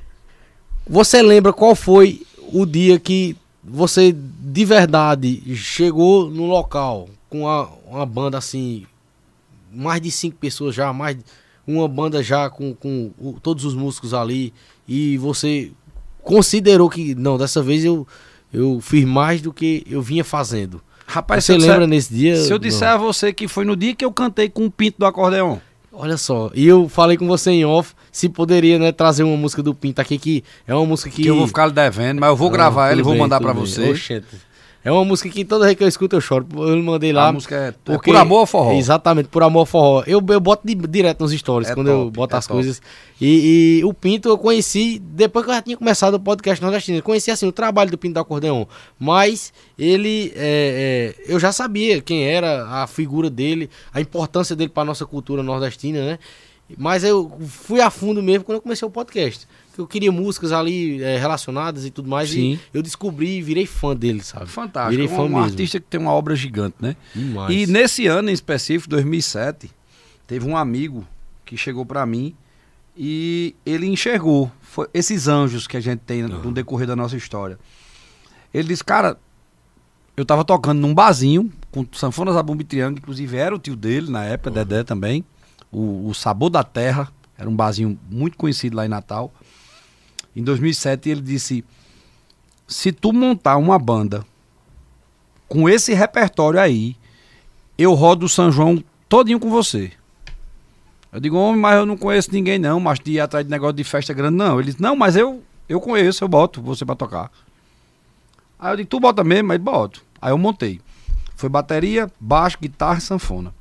você lembra qual foi o dia que você de verdade chegou no local com uma, uma banda assim, mais de cinco pessoas já, mais uma banda já com, com o- todos os músicos ali, e você considerou que, não, dessa vez eu, eu fiz mais do que eu vinha fazendo. Rapaz, Você se eu lembra disser- nesse dia? Se eu Não. disser a você que foi no dia que eu cantei com o Pinto do acordeon. Olha só, e eu falei com você em off se poderia, né, trazer uma música do Pinto aqui, que é uma música que... Que eu vou ficar lhe devendo, mas eu vou Não, gravar ela e tudo vou bem, mandar tudo pra bem. você. Oxente. É uma música que toda vez que eu escuto eu choro. Eu mandei lá. A música é, é por amor ao forró. Exatamente, por amor ao forró. Eu, eu boto di- direto nos stories, É quando eu top, boto é as top. coisas. E, e o Pinto eu conheci, depois que eu já tinha começado o podcast nordestino, eu conheci assim o trabalho do Pinto do Acordeon. Mas ele, é, é, eu já sabia quem era, a figura dele, a importância dele para nossa cultura nordestina, né? Mas eu fui a fundo mesmo quando eu comecei o podcast. Eu queria músicas ali é, relacionadas e tudo mais. Sim. E eu descobri e virei fã dele, sabe? Fantástico. Virei É fã um, um mesmo. artista que tem uma obra gigante, né? Demais. E nesse ano em específico, dois mil e sete, teve um amigo que chegou pra mim e ele enxergou foi esses anjos que a gente tem no decorrer da nossa história. Ele disse, cara, eu tava tocando num barzinho com sanfonas Zabumba e Triângulo, inclusive era o tio dele na época, Uhum. Dedé também, o, o Sabor da Terra, era um barzinho muito conhecido lá em Natal. Em dois mil e sete ele disse, se tu montar uma banda com esse repertório aí, eu rodo o São João todinho com você. Eu digo, homem, mas eu não conheço ninguém não, mas de ir atrás de negócio de festa grande não. Ele disse, não, mas eu, eu conheço, eu boto você pra tocar. Aí eu digo, tu bota mesmo? Aí ele, boto. Aí eu montei. Foi bateria, baixo, guitarra e sanfona.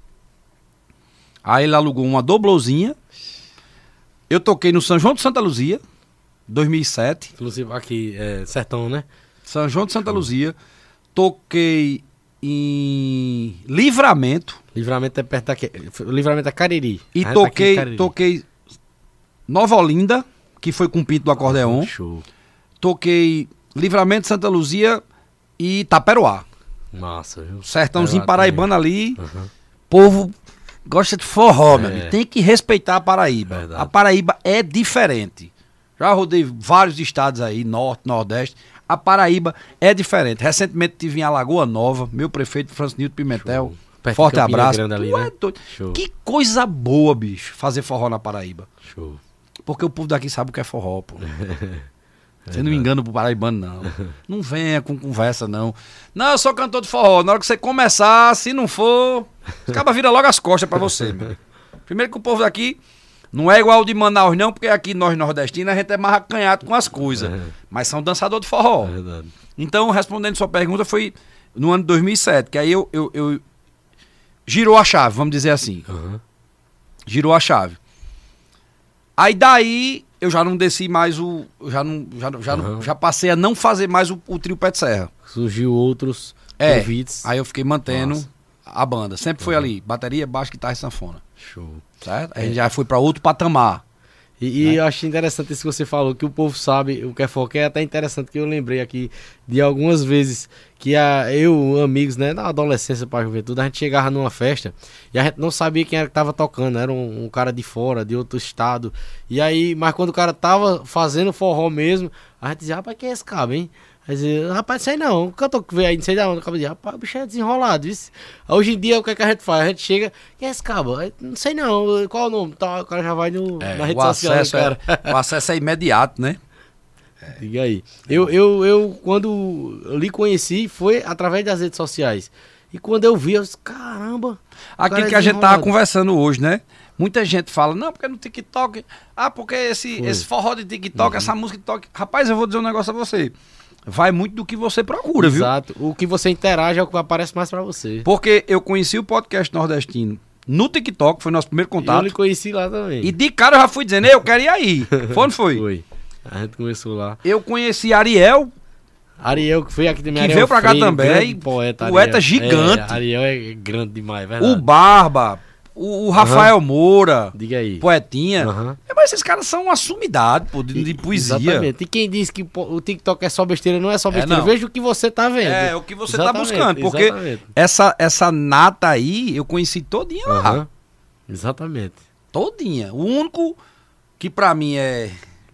Aí ele alugou uma doblozinha. Eu toquei no São João de Santa Luzia, dois mil e sete. Inclusive aqui, é, Sertão, né? São João de Santa Luzia. Toquei em Livramento. Livramento é perto daqui. Livramento é Cariri. E A gente tá aqui em toquei, Cariri. toquei Nova Olinda, que foi com o Pinto do acordeon. Show. Toquei Livramento de Santa Luzia e Taperoá. Massa, viu? Sertãozinho Taperoá paraibano ali. Uhum. Povo gosta de forró, meu É. amigo. Tem que respeitar a Paraíba. Verdade. A Paraíba é diferente. Já rodei vários estados aí, norte, nordeste. A Paraíba é diferente. Recentemente tive em Alagoa Nova, meu prefeito Francinildo Pimentel. Show. Perto de Forte Campina abraço. Grande ali, Tu né? é doido. Show. Que coisa boa, bicho, fazer forró na Paraíba. Show. Porque o povo daqui sabe o que é forró, pô. Você não engana pro paraibano, não. Não venha com conversa, não. Não, eu sou cantor de forró. Na hora que você começar, se não for, acaba vira logo as costas pra você, meu. Primeiro que o povo daqui não é igual o de Manaus, não, porque aqui nós nordestinos a gente é mais acanhado com as coisas. Mas são dançador de forró. É verdade. Então, respondendo sua pergunta, foi no ano de dois mil e sete, que aí eu, eu, eu girou a chave, vamos dizer assim. Uhum. Girou a chave. Aí daí eu já não desci mais o... Já, não, já, já, uhum. não, já passei a não fazer mais o, o trio Pé de Serra. Surgiu outros é, convites. Aí eu fiquei mantendo Nossa. a banda. Sempre foi uhum. ali, bateria, baixo, guitarra e sanfona. Show. Certo? Aí é. a gente já foi pra outro patamar. E, e né? eu acho interessante isso que você falou, que o povo sabe o que é folk. É até interessante que eu lembrei aqui de algumas vezes que a, eu, amigos, né, na adolescência para a juventude, a gente chegava numa festa e a gente não sabia quem era que tava tocando, era um, um cara de fora, de outro estado. E aí, mas quando o cara tava fazendo forró mesmo, a gente dizia, rapaz, quem é esse cara, hein? Aí dizia, rapaz, sei não, o cantor que veio aí, não sei de onde, acaba de rapaz, o bicho é desenrolado, isso. Hoje em dia, o que, é que a gente faz? A gente chega, quem é esse cara? Não sei não, qual é o nome? Tá, o cara já vai no, é, na rede o social, acesso cara. É, o acesso é imediato, né? É. Diga aí. Eu, eu, eu, quando eu lhe conheci, foi através das redes sociais. E quando eu vi, eu disse, caramba. Aquilo que a gente tava conversando hoje, né? Muita gente fala, não, porque no TikTok... Ah, porque esse, esse forró de TikTok, uhum. essa música de TikTok... Rapaz, eu vou dizer um negócio a você. Vai muito do que você procura, Exato. viu? Exato. O que você interage é o que aparece mais pra você. Porque eu conheci o podcast nordestino no TikTok, foi nosso primeiro contato. Eu lhe conheci lá também. E de cara eu já fui dizendo, eu quero ir aí. Foi onde foi? Foi. A gente começou lá. Eu conheci Ariel... Ariel, que foi aqui também. Que Ariel veio pra cá Freire, também. Poeta, poeta Ariel. gigante. É, Ariel é grande demais, verdade. O Barba, o, o Rafael uhum. Moura. Diga aí. Poetinha. Uhum. É, mas esses caras são uma sumidade, pô, de, de poesia. Exatamente. E quem diz que o TikTok é só besteira, não é só besteira. É, Veja o que você tá vendo. É, o que você exatamente, tá buscando. Porque essa, essa nata aí, eu conheci todinha uhum. lá. Exatamente. Todinha. O único que pra mim é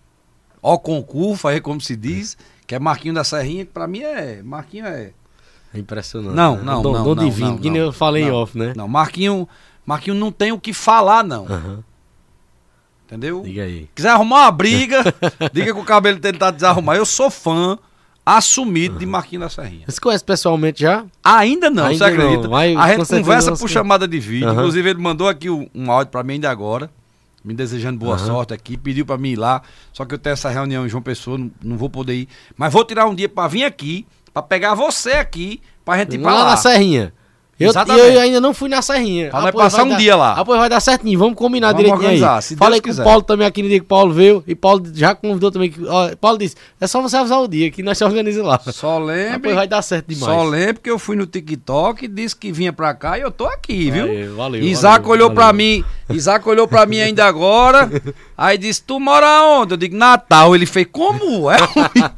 ó concurso, aí como se diz... Que é Marquinho da Serrinha, que pra mim é... Marquinho é... É impressionante. Não, né? não, Dom, não. Dom não, divino, não, que não, nem eu falei não, em off, né? Não, Marquinho... Marquinho não tem o que falar, não. Uhum. Entendeu? Diga aí. Quiser arrumar uma briga, diga que o cabelo dele tá desarrumado. Eu sou fã assumido uhum. de Marquinho da Serrinha. Você conhece pessoalmente já? Ainda não, ainda você acredita? Não, mas a gente conversa por que... chamada de vídeo. Uhum. Inclusive ele mandou aqui um, um áudio pra mim ainda agora. Me desejando boa uhum. sorte aqui, pediu pra mim ir lá, só que eu tenho essa reunião em João Pessoa, não, não vou poder ir, mas vou tirar um dia pra vir aqui, pra pegar você aqui, pra gente ir pra lá. Lá na Serrinha. Eu, eu ainda não fui na Serrinha. Pra passar um dar, dia lá. Depois vai dar certinho, vamos combinar vamos direitinho organizar, aí. Se Falei Deus com quiser. o Paulo também aqui no dia que o Paulo veio, e Paulo já convidou também. Que, ó, Paulo disse, é só você avisar o dia, que nós se organiza lá. Só lembre. Depois vai dar certo demais. Só lembro que eu fui no TikTok, disse que vinha pra cá e eu tô aqui, viu? Aí, valeu, Isaac valeu, olhou valeu. pra mim, Isaac olhou pra mim ainda agora, aí disse, tu mora onde? Eu digo, Natal. Ele fez, como é?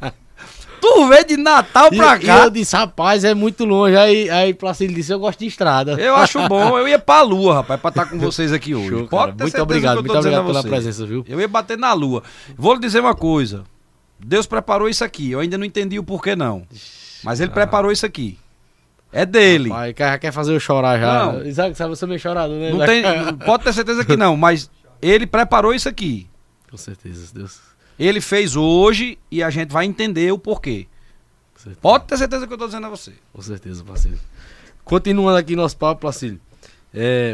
Tu veio de Natal pra e, cá. E eu disse, rapaz, é muito longe. Aí, aí Placílio disse, eu gosto de estrada. Eu acho bom, eu ia pra lua, rapaz, pra estar com vocês aqui hoje. Show, Pode ter muito obrigado, que eu tô muito obrigado pela vocês. presença, viu? Eu ia bater na lua. Vou lhe dizer uma coisa. Deus preparou isso aqui. Eu ainda não entendi o porquê, não. Mas ele ah. preparou isso aqui. É dele. Rapaz, quer, quer fazer eu chorar já. Não. Isaac, sabe, você é meio chorado, né? Não tem, pode ter certeza que não, mas ele preparou isso aqui. Com certeza, Deus. Ele fez hoje e a gente vai entender o porquê. Pode ter certeza que eu tô dizendo a você. Com certeza, Placílio. Continuando aqui nosso papo, Placílio. É,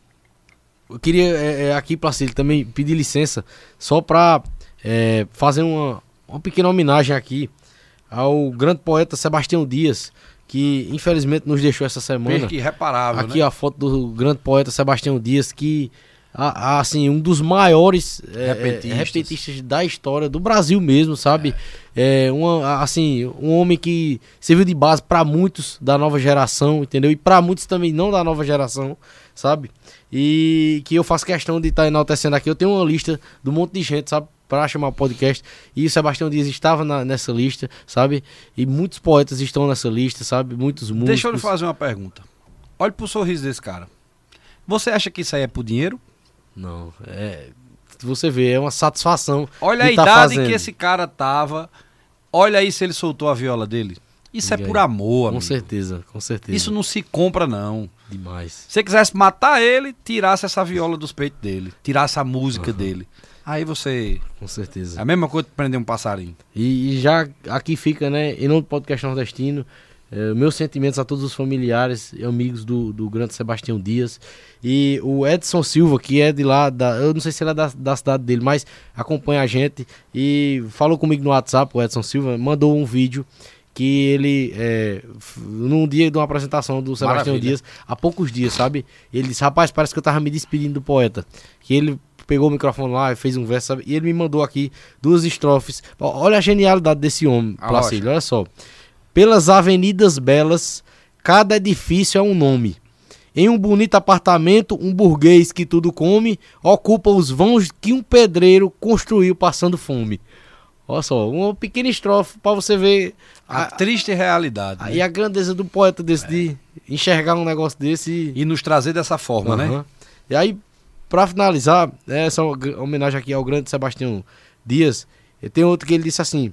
eu queria é, é, aqui, Placílio, também pedir licença só para é, fazer uma, uma pequena homenagem aqui ao grande poeta Sebastião Dias, que infelizmente nos deixou essa semana. Perca irreparável, aqui né? a foto do grande poeta Sebastião Dias, que a, a, assim, um dos maiores é, repentistas. repentistas da história do Brasil mesmo, sabe? É. É, uma, assim, um homem que serviu de base para muitos da nova geração, entendeu? E para muitos também não da nova geração, sabe? E que eu faço questão de estar tá enaltecendo aqui. Eu tenho uma lista de um monte de gente, sabe? Para chamar o podcast. E o Sebastião Dias estava na, nessa lista, sabe? E muitos poetas estão nessa lista, sabe? Muitos músicos. Deixa eu lhe fazer uma pergunta. Olhe pro sorriso desse cara. Você acha que isso aí é por dinheiro? Não, é... Você vê, é uma satisfação. Olha a idade tá que esse cara tava. Olha aí se ele soltou a viola dele. Isso é por amor, amigo. Com certeza, com certeza. Isso não se compra, não. Demais. Se você quisesse matar ele, tirasse essa viola dos peitos dele. Tirasse a música uhum. dele. Aí você... Com certeza. É a mesma coisa que prender um passarinho. E, e já aqui fica, né, em nome do podcast nordestino, é, meus sentimentos a todos os familiares e amigos do, do grande Sebastião Dias. E o Edson Silva, que é de lá, da, eu não sei se ele é da, da cidade dele, mas acompanha a gente e falou comigo no WhatsApp, o Edson Silva, mandou um vídeo que ele, é, num dia de uma apresentação do Sebastião Maravilha. Dias, há poucos dias, sabe? Ele disse, rapaz, parece que eu tava me despedindo do poeta. Que ele pegou o microfone lá e fez um verso, sabe? E ele me mandou aqui duas estrofes. Olha a genialidade desse homem, ah, Placílio, olha só. Pelas avenidas belas, cada edifício é um nome. Em um bonito apartamento, um burguês que tudo come, ocupa os vãos que um pedreiro construiu passando fome. Olha só, uma pequena estrofe para você ver a, a triste realidade. A, né? E a grandeza do poeta desse, é. de enxergar um negócio desse. E, e nos trazer dessa forma, uhum. né? E aí, para finalizar, essa homenagem aqui ao grande Sebastião Dias, tem outro que ele disse assim,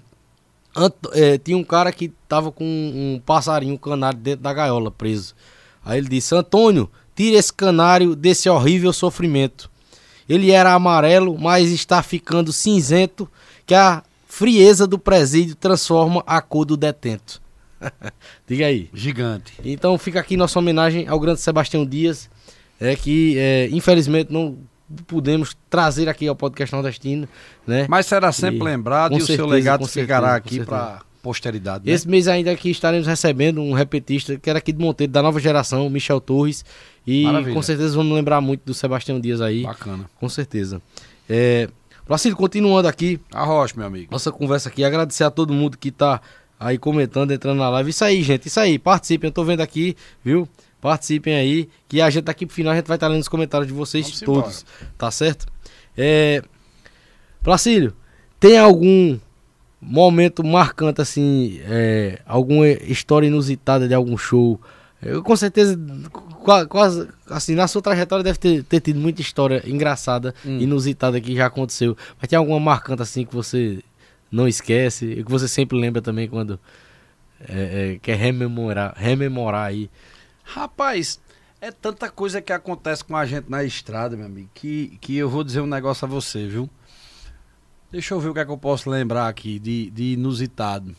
é, tinha um cara que tava com um passarinho, um canário dentro da gaiola, preso. Aí ele disse, Antônio, tira esse canário desse horrível sofrimento. Ele era amarelo, mas está ficando cinzento, que a frieza do presídio transforma a cor do detento. Diga aí. Gigante. Então fica aqui nossa homenagem ao grande Sebastião Dias, é que é, infelizmente não pudemos trazer aqui ao podcast nordestino, né? Mas será sempre e, lembrado e certeza, o seu legado ficará aqui para posteridade. Né? Esse mês ainda aqui estaremos recebendo um repetista que era aqui de Monteiro, da nova geração, Michel Torres, e Maravilha. Com certeza vamos lembrar muito do Sebastião Dias aí. Bacana. Com certeza. É... Placílio, continuando aqui. Arrocha, meu amigo. Nossa conversa aqui. Agradecer a todo mundo que tá aí comentando, entrando na live. Isso aí, gente. Isso aí. Participem. Eu tô vendo aqui, viu? Participem aí. Que a gente daqui pro final a gente vai estar lendo os comentários de vocês Vamos todos. Embora. Tá certo? É... Placílio, tem algum momento marcante, assim, é... alguma história inusitada de algum show? Eu com certeza, quase, assim, na sua trajetória deve ter, ter tido muita história engraçada, hum. inusitada que já aconteceu. Mas tem alguma marcante assim que você não esquece e que você sempre lembra também quando é, é, quer rememorar, rememorar aí? Rapaz, é tanta coisa que acontece com a gente na estrada, meu amigo, que, que eu vou dizer um negócio a você, viu? Deixa eu ver o que é que eu posso lembrar aqui de, de inusitado.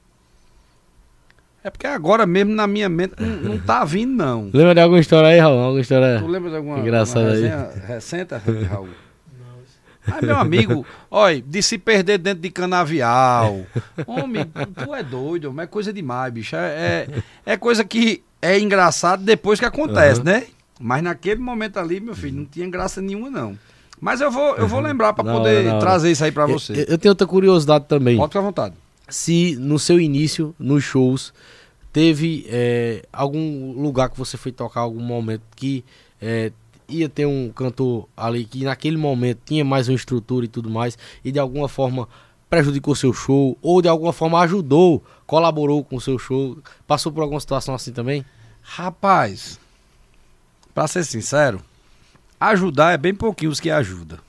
É porque agora mesmo na minha mente não, não tá vindo, não. Lembra de alguma história aí, Raul? Alguma história tu lembra de alguma engraçada aí? Recente, Raul? Não. Ai, meu amigo, olha, de se perder dentro de canavial. Homem, tu é doido, mas é coisa demais, bicho. É, é, é coisa que é engraçado depois que acontece, uhum. né? Mas naquele momento ali, meu filho, não tinha graça nenhuma, não. Mas eu vou, eu vou lembrar pra não, poder não, trazer não. isso aí pra você. Eu, eu tenho outra curiosidade também. Pode ficar à vontade. Se no seu início, nos shows, teve é, algum lugar que você foi tocar, algum momento que é, ia ter um cantor ali que naquele momento tinha mais uma estrutura e tudo mais, e de alguma forma prejudicou seu show, ou de alguma forma ajudou, colaborou com o seu show, passou por alguma situação assim também? Rapaz, pra ser sincero, ajudar é bem pouquinho os que ajudam.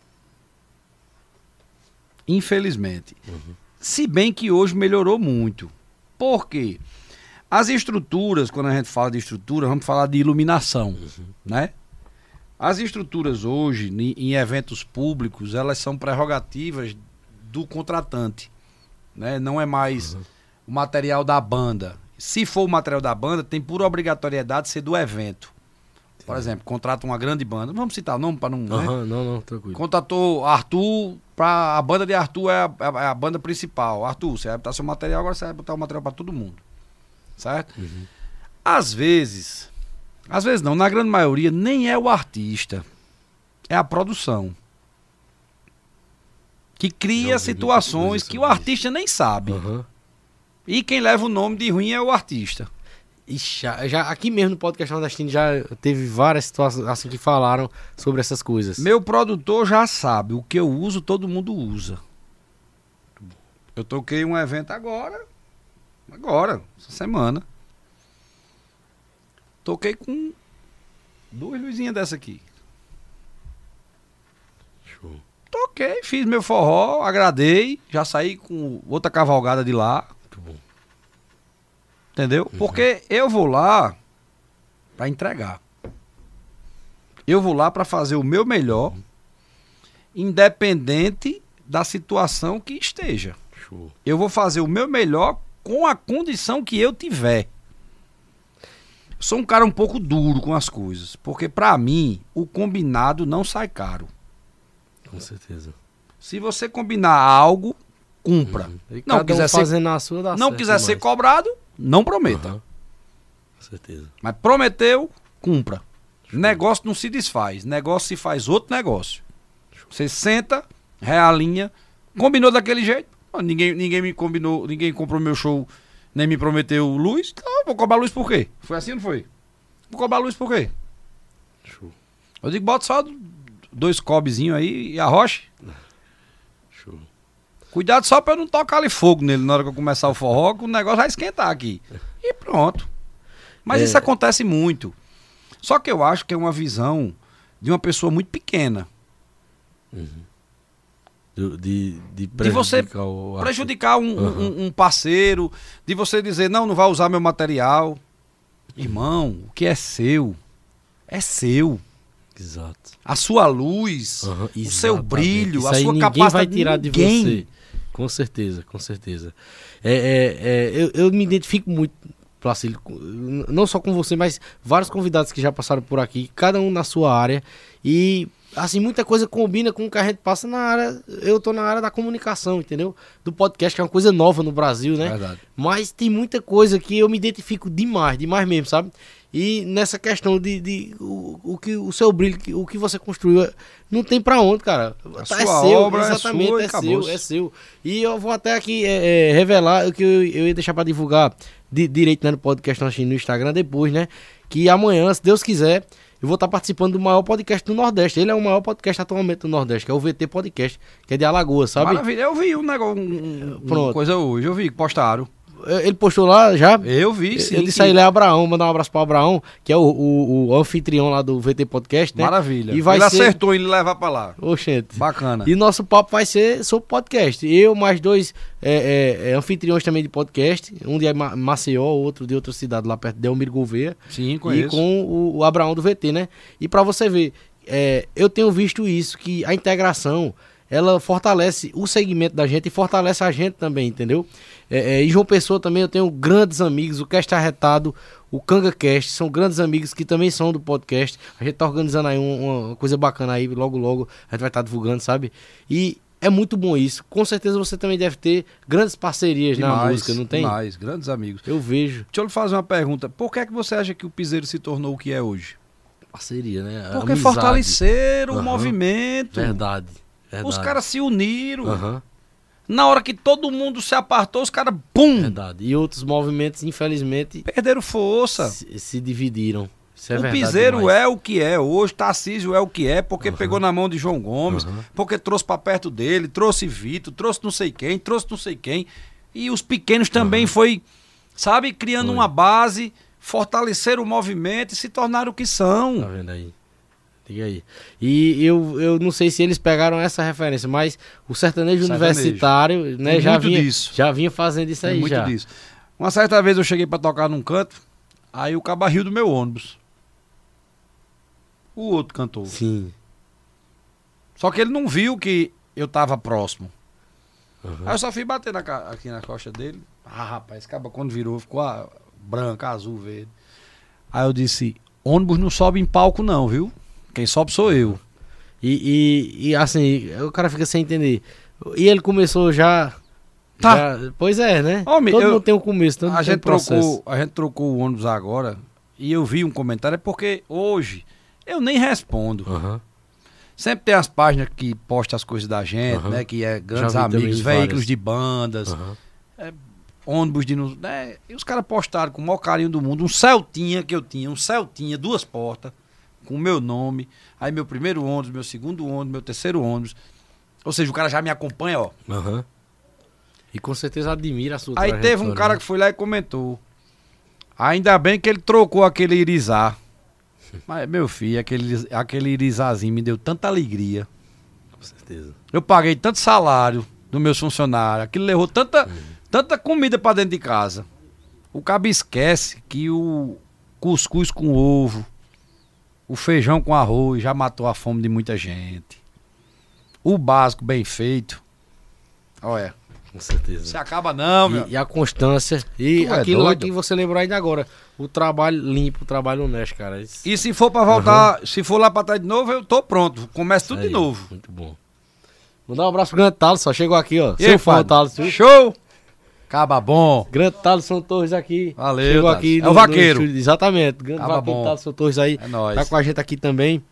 Infelizmente. Uhum. Se bem que hoje melhorou muito. Por quê? As estruturas, quando a gente fala de estrutura, vamos falar de iluminação, uhum. né? As estruturas hoje, em, em eventos públicos, elas são prerrogativas do contratante, né? Não é mais uhum. o material da banda. Se for o material da banda, tem por obrigatoriedade ser do evento. Por exemplo, contrata uma grande banda. Vamos citar o nome para não... Uhum, né? Não, não, tranquilo. Contratou Arthur, pra, a banda de Arthur é a, é a banda principal. Arthur, você vai botar seu material, agora você vai botar o material para todo mundo. Certo? Uhum. Às vezes, às vezes não, na grande maioria, nem é o artista. É a produção. Que cria situações que o artista nem sabe. Uhum. E quem leva o nome de ruim é o artista. Ixi, já, aqui mesmo no podcast Nordestino já teve várias situações assim que falaram sobre essas coisas. Meu produtor já sabe, o que eu uso, todo mundo usa. Eu toquei um evento agora, agora, essa semana. Toquei com duas luzinhas dessa aqui. Show. Toquei, fiz meu forró, agradei, já saí com outra cavalgada de lá. Muito bom. Entendeu? Uhum. Porque eu vou lá para entregar. Eu vou lá para fazer o meu melhor, uhum. independente da situação que esteja. Show. Eu vou fazer o meu melhor com a condição que eu tiver. Sou um cara um pouco duro com as coisas, porque para mim o combinado não sai caro. Com certeza. Se você combinar algo, cumpra. Uhum. Não quiser, um ser, na sua, dá não certo quiser ser demais. cobrado, não prometa. Uhum. Com certeza. Mas prometeu, cumpra. Negócio não se desfaz, negócio se faz outro negócio. Você senta, realinha, combinou daquele jeito. Ninguém, ninguém me combinou, ninguém comprou meu show, nem me prometeu luz. Então, vou cobrar luz por quê? Foi assim ou não foi? Vou cobrar luz por quê? Show. Eu digo, bota só dois cobezinhos aí e arroche. Show. Cuidado só pra eu não tocar ali fogo nele na hora que eu começar o forró, que o negócio vai esquentar aqui. E pronto. Mas é... isso acontece muito. Só que eu acho que é uma visão de uma pessoa muito pequena. Uhum. De, de, de, de você o... prejudicar um, uhum. um, um parceiro, de você dizer, não, não vai usar meu material. Irmão, o que é seu, é seu. Exato. A sua luz, uhum. o seu brilho, Isso a aí sua ninguém capacidade. vai tirar de ninguém. você. Com certeza, com certeza. É, é, é, eu, eu me identifico muito, Placílio, não só com você, mas vários convidados que já passaram por aqui, cada um na sua área. E assim, muita coisa combina com o que a gente passa na área. Eu tô na área da comunicação, entendeu? Do podcast, que é uma coisa nova no Brasil, né? Verdade. Mas tem muita coisa que eu me identifico demais, demais mesmo, sabe? E nessa questão de, de o, o que o seu brilho, o que você construiu, não tem pra onde, cara. A tá, sua é seu, obra exatamente, é, sua, é seu, é seu. E eu vou até aqui é, é, revelar o que eu, eu ia deixar pra divulgar de, direito, né, no podcast no Instagram depois, né? Que amanhã, se Deus quiser, eu vou estar participando do maior podcast do Nordeste. Ele é o maior podcast atualmente do Nordeste, que é o V T Podcast, que é de Alagoas, sabe? Maravilha, eu vi um negócio, um, uma coisa hoje, eu vi que postaram. Ele postou lá já? Eu vi, sim. Ele saiu lá, Abraão, mandar um abraço para Abraão, que é o, o, o anfitrião lá do V T Podcast, né? Maravilha. E vai ele ser... acertou em levar para lá. Oxente. Bacana. E nosso papo vai ser sobre podcast. Eu, mais dois é, é, é, anfitriões também de podcast. Um de Maceió, outro de outra cidade lá perto de Elmiro Gouveia. Sim, conheço. E com o, o Abraão do V T, né? E para você ver, é, eu tenho visto isso, que a integração, ela fortalece o segmento da gente e fortalece a gente também, entendeu? É, é, e João Pessoa também, eu tenho grandes amigos, o Cast Arretado, o CangaCast, são grandes amigos que também são do podcast. A gente tá organizando aí um, uma coisa bacana aí, logo logo a gente vai estar tá divulgando, sabe? E é muito bom isso. Com certeza você também deve ter grandes parcerias demais, na música, não tem? Demais, grandes amigos. Eu vejo. Deixa eu lhe fazer uma pergunta. Por que é que você acha que o Piseiro se tornou o que é hoje? Parceria, né? Porque Amizade. Fortaleceram uhum. o movimento. Verdade. Verdade. Os caras se uniram. Uhum. Na hora que todo mundo se apartou, os caras, pum! Verdade. E outros movimentos, infelizmente, perderam força. Se, se dividiram. Isso é o verdade Piseiro demais. é o que é hoje, Tarcísio é o que é, porque uhum. pegou na mão de João Gomes, uhum. porque trouxe pra perto dele, trouxe Vitor, trouxe não sei quem, trouxe não sei quem. E os pequenos também uhum. foi, sabe, criando foi. uma base, fortaleceram o movimento e se tornaram o que são. Tá vendo aí? Diga aí. E eu, eu não sei se eles pegaram essa referência, mas o sertanejo, sertanejo. universitário, né, Tem já muito vinha, disso. já vinha fazendo isso Tem aí muito já. disso. Uma certa vez eu cheguei pra tocar num canto, aí o caba riu do meu ônibus. O outro cantor. Sim. Só que ele não viu que eu tava próximo. Uhum. Aí eu só fui bater na, aqui na costa dele. Ah, rapaz, esse caba quando virou ficou ah, branco, azul, verde. Aí eu disse, ônibus não sobe em palco não, viu? Quem sobe sou eu. E, e, e assim, o cara fica sem entender. E ele começou já... Tá. já pois é, né? Homem, todo eu, mundo tem um começo, todo a mundo gente tem um processo. trocou, a gente trocou o ônibus agora e eu vi um comentário, é porque hoje eu nem respondo. Uhum. Sempre tem as páginas que postam as coisas da gente, uhum. né? Que é grandes amigos, veículos várias. de bandas, uhum. é, ônibus de... Né, e os caras postaram com o maior carinho do mundo um Celtinha que eu tinha, um Celtinha, duas portas, com o meu nome, aí meu primeiro ônibus, meu segundo ônibus, meu terceiro ônibus. Ou seja, o cara já me acompanha, ó. Uhum. E com certeza admira a sua Aí teve um cara que foi lá e comentou. Ainda bem que ele trocou aquele irizar. Mas, meu filho, aquele, aquele irizazinho me deu tanta alegria. Com certeza. Eu paguei tanto salário dos meus funcionários. Aquilo levou tanta, uhum. tanta comida pra dentro de casa. O cabo esquece que o cuscuz com ovo, o feijão com arroz já matou a fome de muita gente. O básico bem feito. Olha. Com certeza. Você acaba não, meu. E, e a constância. E tu aquilo é lá que você lembrou ainda agora. O trabalho limpo, o trabalho honesto, cara. Isso... E se for pra voltar, uhum. se for lá pra trás de novo, eu tô pronto. Começa tudo aí, de novo. Muito bom. Mandar um abraço pro grande Thaleson, chegou aqui, ó. E seu fã, Thaleson. Show! Caba bom. Grande Thaleson Torres aqui. Valeu, chegou aqui. É no, o vaqueiro. No, exatamente. Grande Caba vaqueiro bom. Thaleson Torres aí. É nóis. Tá com a gente aqui também.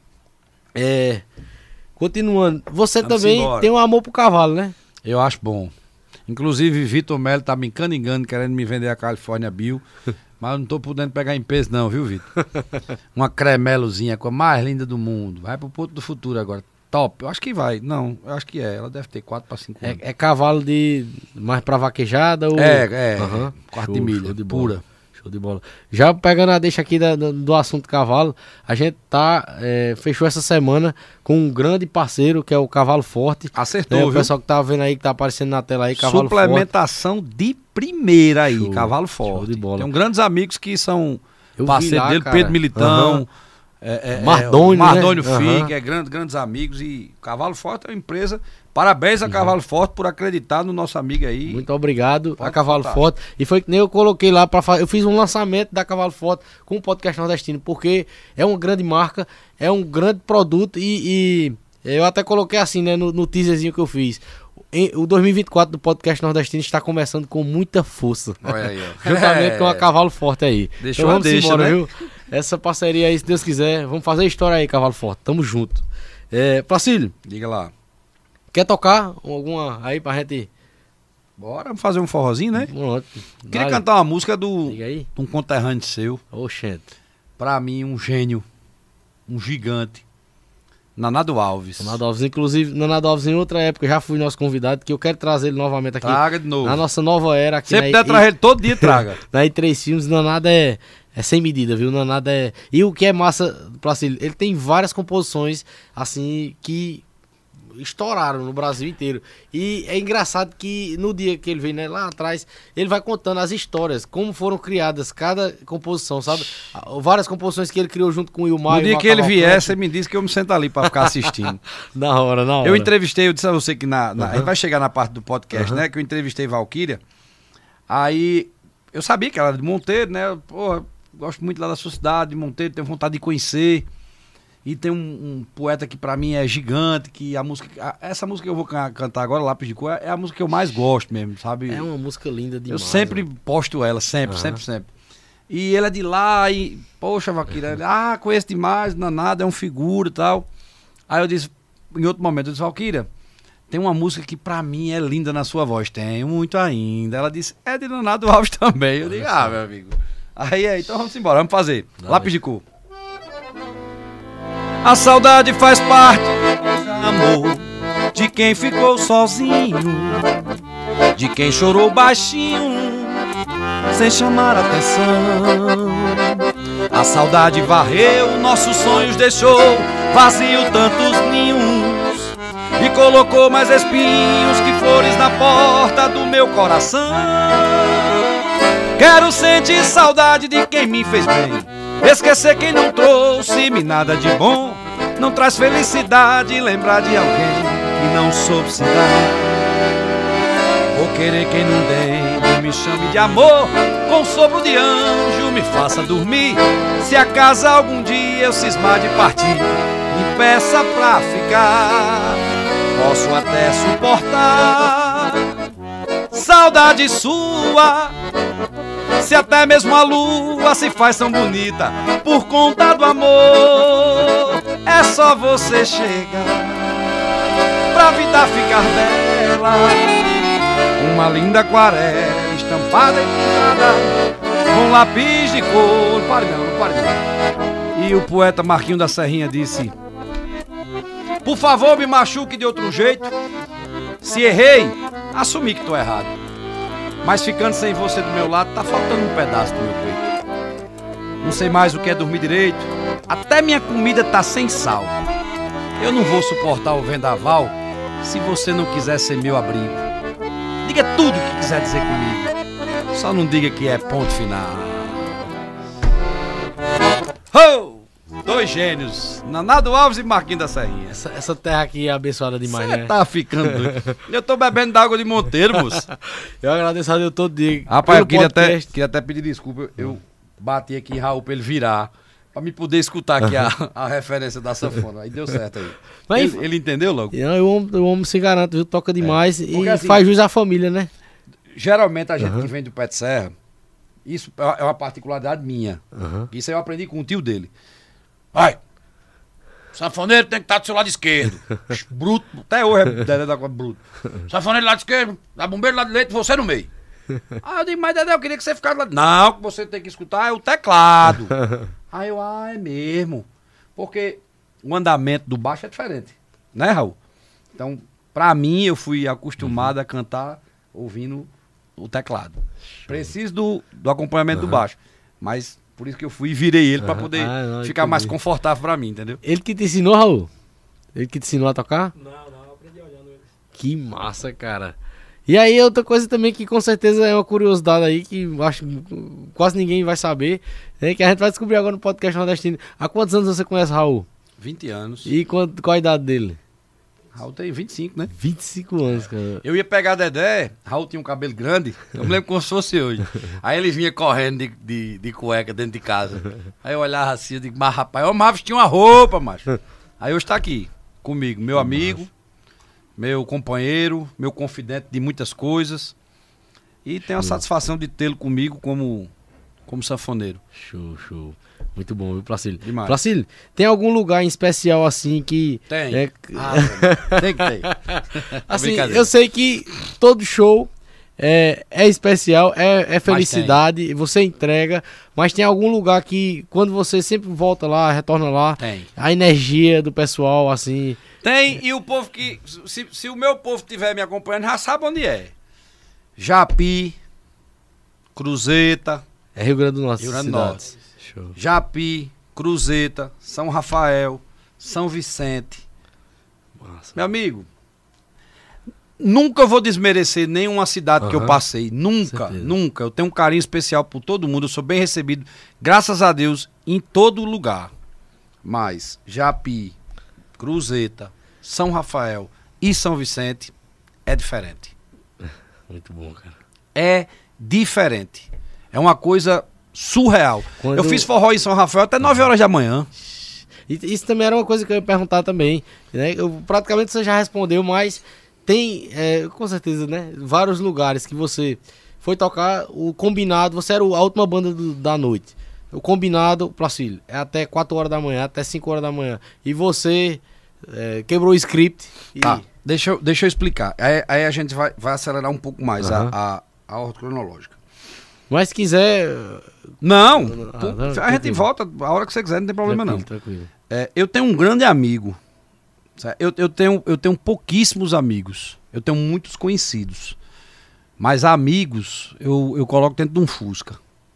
É... Continuando. Você Vamos também embora. tem um amor pro cavalo, né? Eu acho bom. Inclusive, Vitor Melo tá me encanigando, querendo me vender a California Bill. Mas eu não tô podendo pegar em peso não, viu, Vitor? Uma cremelozinha com a mais linda do mundo. Vai pro Ponto do Futuro agora. Top. Eu acho que vai. Não, eu acho que é. Ela deve ter quatro para cinco anos. É, é cavalo de... mais pra vaquejada ou... É, é. Uhum. Quarto Show, de milha, show de pura. bola. Show de bola. Já pegando a deixa aqui da, do, do assunto cavalo, a gente tá... É, fechou essa semana com um grande parceiro, que é o Cavalo Forte. Acertou, né? viu? O pessoal que tá vendo aí, que tá aparecendo na tela aí, Cavalo Suplementação Forte. de primeira aí, Show, Cavalo show Forte. de bola. Tem um grandes amigos que são Eu vi parceiros lá, dele, cara. Pedro Militão, Uhum. é, é, Mardônio, é, o Mardônio né? Figue, Uhum. é grandes, grandes amigos. E Cavalo Forte é uma empresa. Parabéns a Uhum. Cavalo Forte por acreditar no nosso amigo aí. Muito obrigado Pode a Cavalo soltar. Forte. E foi que nem eu coloquei lá para fazer. Eu fiz um lançamento da Cavalo Forte com o podcast nordestino, porque é uma grande marca, é um grande produto e, e eu até coloquei assim, né, no, no teaserzinho que eu fiz. Em- o dois mil e vinte e quatro do podcast nordestino está começando com muita força. Olha aí, ó. Juntamente com a Cavalo Forte aí. Deixou então a vamos deixa, embora, né? viu? Essa parceria aí, se Deus quiser, vamos fazer história aí, Cavalo Forte. Tamo junto. É, Placílio, Diga lá. quer tocar alguma aí pra gente? Bora fazer um forrozinho, né? Pronto. Queria Dale. cantar uma música do, Diga aí. de um conterrâneo seu. Oxente. Pra mim, um gênio. Um gigante. Nanado Alves. Nanado Alves, inclusive, Nanado Alves em outra época já fui nosso convidado, que eu quero trazer ele novamente aqui. Traga de novo. Na nossa nova era aqui. Sempre na der trazer ele todo dia, traga. Na I três Filmes, Nanado é, é sem medida, viu? Nanado é... E o que é massa, Placílio, ele tem várias composições, assim, que estouraram no Brasil inteiro. E é engraçado que no dia que ele veio, né, lá atrás, ele vai contando as histórias, como foram criadas cada composição, sabe? Várias composições que ele criou junto com o Ilmar. No dia Ilmar que ele Cavalcante. vier, você me disse que eu me sento ali pra ficar assistindo. Na hora, na hora. Eu entrevistei, eu disse a você que na, na- Uhum. a gente vai chegar na parte do podcast, Uhum. né? Que eu entrevistei Valquíria. Aí eu sabia que ela era de Monteiro, né? Porra, gosto muito lá da sua cidade, de Monteiro, tenho vontade de conhecer. E tem um, um poeta que pra mim é gigante, que a música. a- essa música que eu vou ca- cantar agora, Lápis de Cor, é a música que eu mais gosto mesmo, sabe? É uma música linda Eu demais. sempre né? posto ela, sempre, Aham. sempre, sempre. E ele é de lá e, poxa, Valquíria, ele, ah, conheço demais, não é nada, é um figura e tal. Aí eu disse, em outro momento, eu disse, Valquíria, tem uma música que pra mim é linda na sua voz. Tenho muito ainda. Ela disse, é de Nanado Alves também. Eu digo, ah, meu amigo. Aí, aí, então vamos embora, vamos fazer. Dá Lápis bem. de cor. A saudade faz parte do amor de quem ficou sozinho, de quem chorou baixinho, sem chamar atenção. A saudade varreu, nossos sonhos deixou vazio tantos ninhos e colocou mais espinhos que flores na porta do meu coração. Quero sentir saudade de quem me fez bem, esquecer quem não trouxe-me nada de bom. Não traz felicidade lembrar de alguém que não soube se dar. Vou querer quem não tem, me chame de amor, com sopro de anjo me faça dormir. Se acaso algum dia eu cismar de partir, me peça pra ficar, posso até suportar saudade sua. Se até mesmo a lua se faz tão bonita por conta do amor, é só você chegar pra vida ficar bela. Uma linda aquarela estampada e pintada com lápis de cor. Pare não, não pare não. E o poeta Marquinho da Serrinha disse: por favor, me machuque de outro jeito. Se errei, assumi que tô errado. Mas ficando sem você do meu lado, tá faltando um pedaço do meu peito. Não sei mais o que é dormir direito, até minha comida tá sem sal. Eu não vou suportar o vendaval se você não quiser ser meu abrigo. Diga tudo o que quiser dizer comigo, só não diga que é ponto final. Ho! Dois gênios, Nanado Alves e Marquinhos da Serrinha. Essa, essa terra aqui é abençoada demais, Você né? tá ficando doido. Eu tô bebendo d'água de Monteiro, moço. Eu agradeço a Deus todo dia. Rapaz, pelo eu queria até, podcast. queria até pedir desculpa. Eu, eu bati aqui em Raul pra ele virar. Pra me poder escutar aqui a, a referência da sanfona. Aí deu certo aí. Mas, ele, ele entendeu logo? Não, o homem, o homem se garante, viu? Toca demais é. e assim, faz jus à família, né? Geralmente a gente uhum. que vem do pé de serra, isso é uma particularidade minha. Uhum. Isso aí eu aprendi com o tio dele. Vai! Sanfoneiro tem que estar do seu lado esquerdo. Bruto, até hoje é Dedé da Copa bruto. Sanfoneiro do lado esquerdo, da bombeiro do lado direito, você no meio. Ah, eu digo, mas Dedé, eu queria que você ficasse do lado. Não, que você tem que escutar é o teclado. Aí eu, ah, é mesmo. Porque o andamento do baixo é diferente. Né, Raul? Então, pra mim, eu fui acostumado uhum. a cantar ouvindo o teclado. Show. Preciso do, do acompanhamento uhum. do baixo. Mas por isso que eu fui e virei ele uhum. pra poder ah, não, ficar mais confortável pra mim, entendeu? Ele que te ensinou, Raul? Ele que te ensinou a tocar? Não, não, eu aprendi olhando ele. Que massa, cara. E aí outra coisa também que com certeza é uma curiosidade aí que eu acho que quase ninguém vai saber, né, que a gente vai descobrir agora no podcast nordestino. Há quantos anos você conhece Raul? vinte anos. E qual, qual a idade dele? Raul tem vinte e cinco, né? vinte e cinco anos, cara. Eu ia pegar Dedé, Raul tinha um cabelo grande, eu me lembro como se fosse hoje. Aí ele vinha correndo de, de, de cueca dentro de casa. Aí eu olhava assim, eu digo, mas rapaz, ô Marvis tinha uma roupa, macho. Aí hoje tá aqui, comigo, meu amigo, meu companheiro, meu confidente de muitas coisas. E tenho a satisfação de tê-lo comigo como, como sanfoneiro. Show, show. Muito bom, viu, Placílio? Demais. Placílio, tem algum lugar em especial assim que... Tem. É... Ah, tem que ter. Assim, eu sei que todo show é, é especial, é, é felicidade, você entrega, mas tem algum lugar que quando você sempre volta lá, retorna lá, tem. A energia do pessoal, assim... Tem, e o povo que... Se, se o meu povo estiver me acompanhando, já sabe onde é. Japi, Cruzeta... É Rio Grande do Norte. Rio Grande do Norte. Show. Japi, Cruzeta, São Rafael, São Vicente. Nossa. Meu amigo, nunca vou desmerecer nenhuma cidade uhum. que eu passei. Nunca, nunca. Eu tenho um carinho especial por todo mundo. Eu sou bem recebido, graças a Deus, em todo lugar. Mas Japi, Cruzeta, São Rafael e São Vicente é diferente. Muito bom, cara. É diferente. É uma coisa surreal. Quando... Eu fiz forró em São Rafael até nove horas da manhã. Isso também era uma coisa que eu ia perguntar também, né? Eu, praticamente você já respondeu, mas tem, é, com certeza, né? Vários lugares que você foi tocar, o combinado, você era a última banda do, da noite. O combinado, Placílio, é até quatro horas da manhã, até cinco horas da manhã. E você é, quebrou o script. E... Tá, deixa eu, deixa eu explicar. Aí, aí a gente vai, vai acelerar um pouco mais uhum. a, a, a ordem cronológica. Mas se quiser... Não, ah, tu, não, a tranquilo. gente volta a hora que você quiser, não tem problema tranquilo, não. Tranquilo. É, eu tenho um grande amigo. Eu, eu, tenho, eu tenho pouquíssimos amigos. Eu tenho muitos conhecidos. Mas amigos, eu, eu coloco dentro de um Fusca.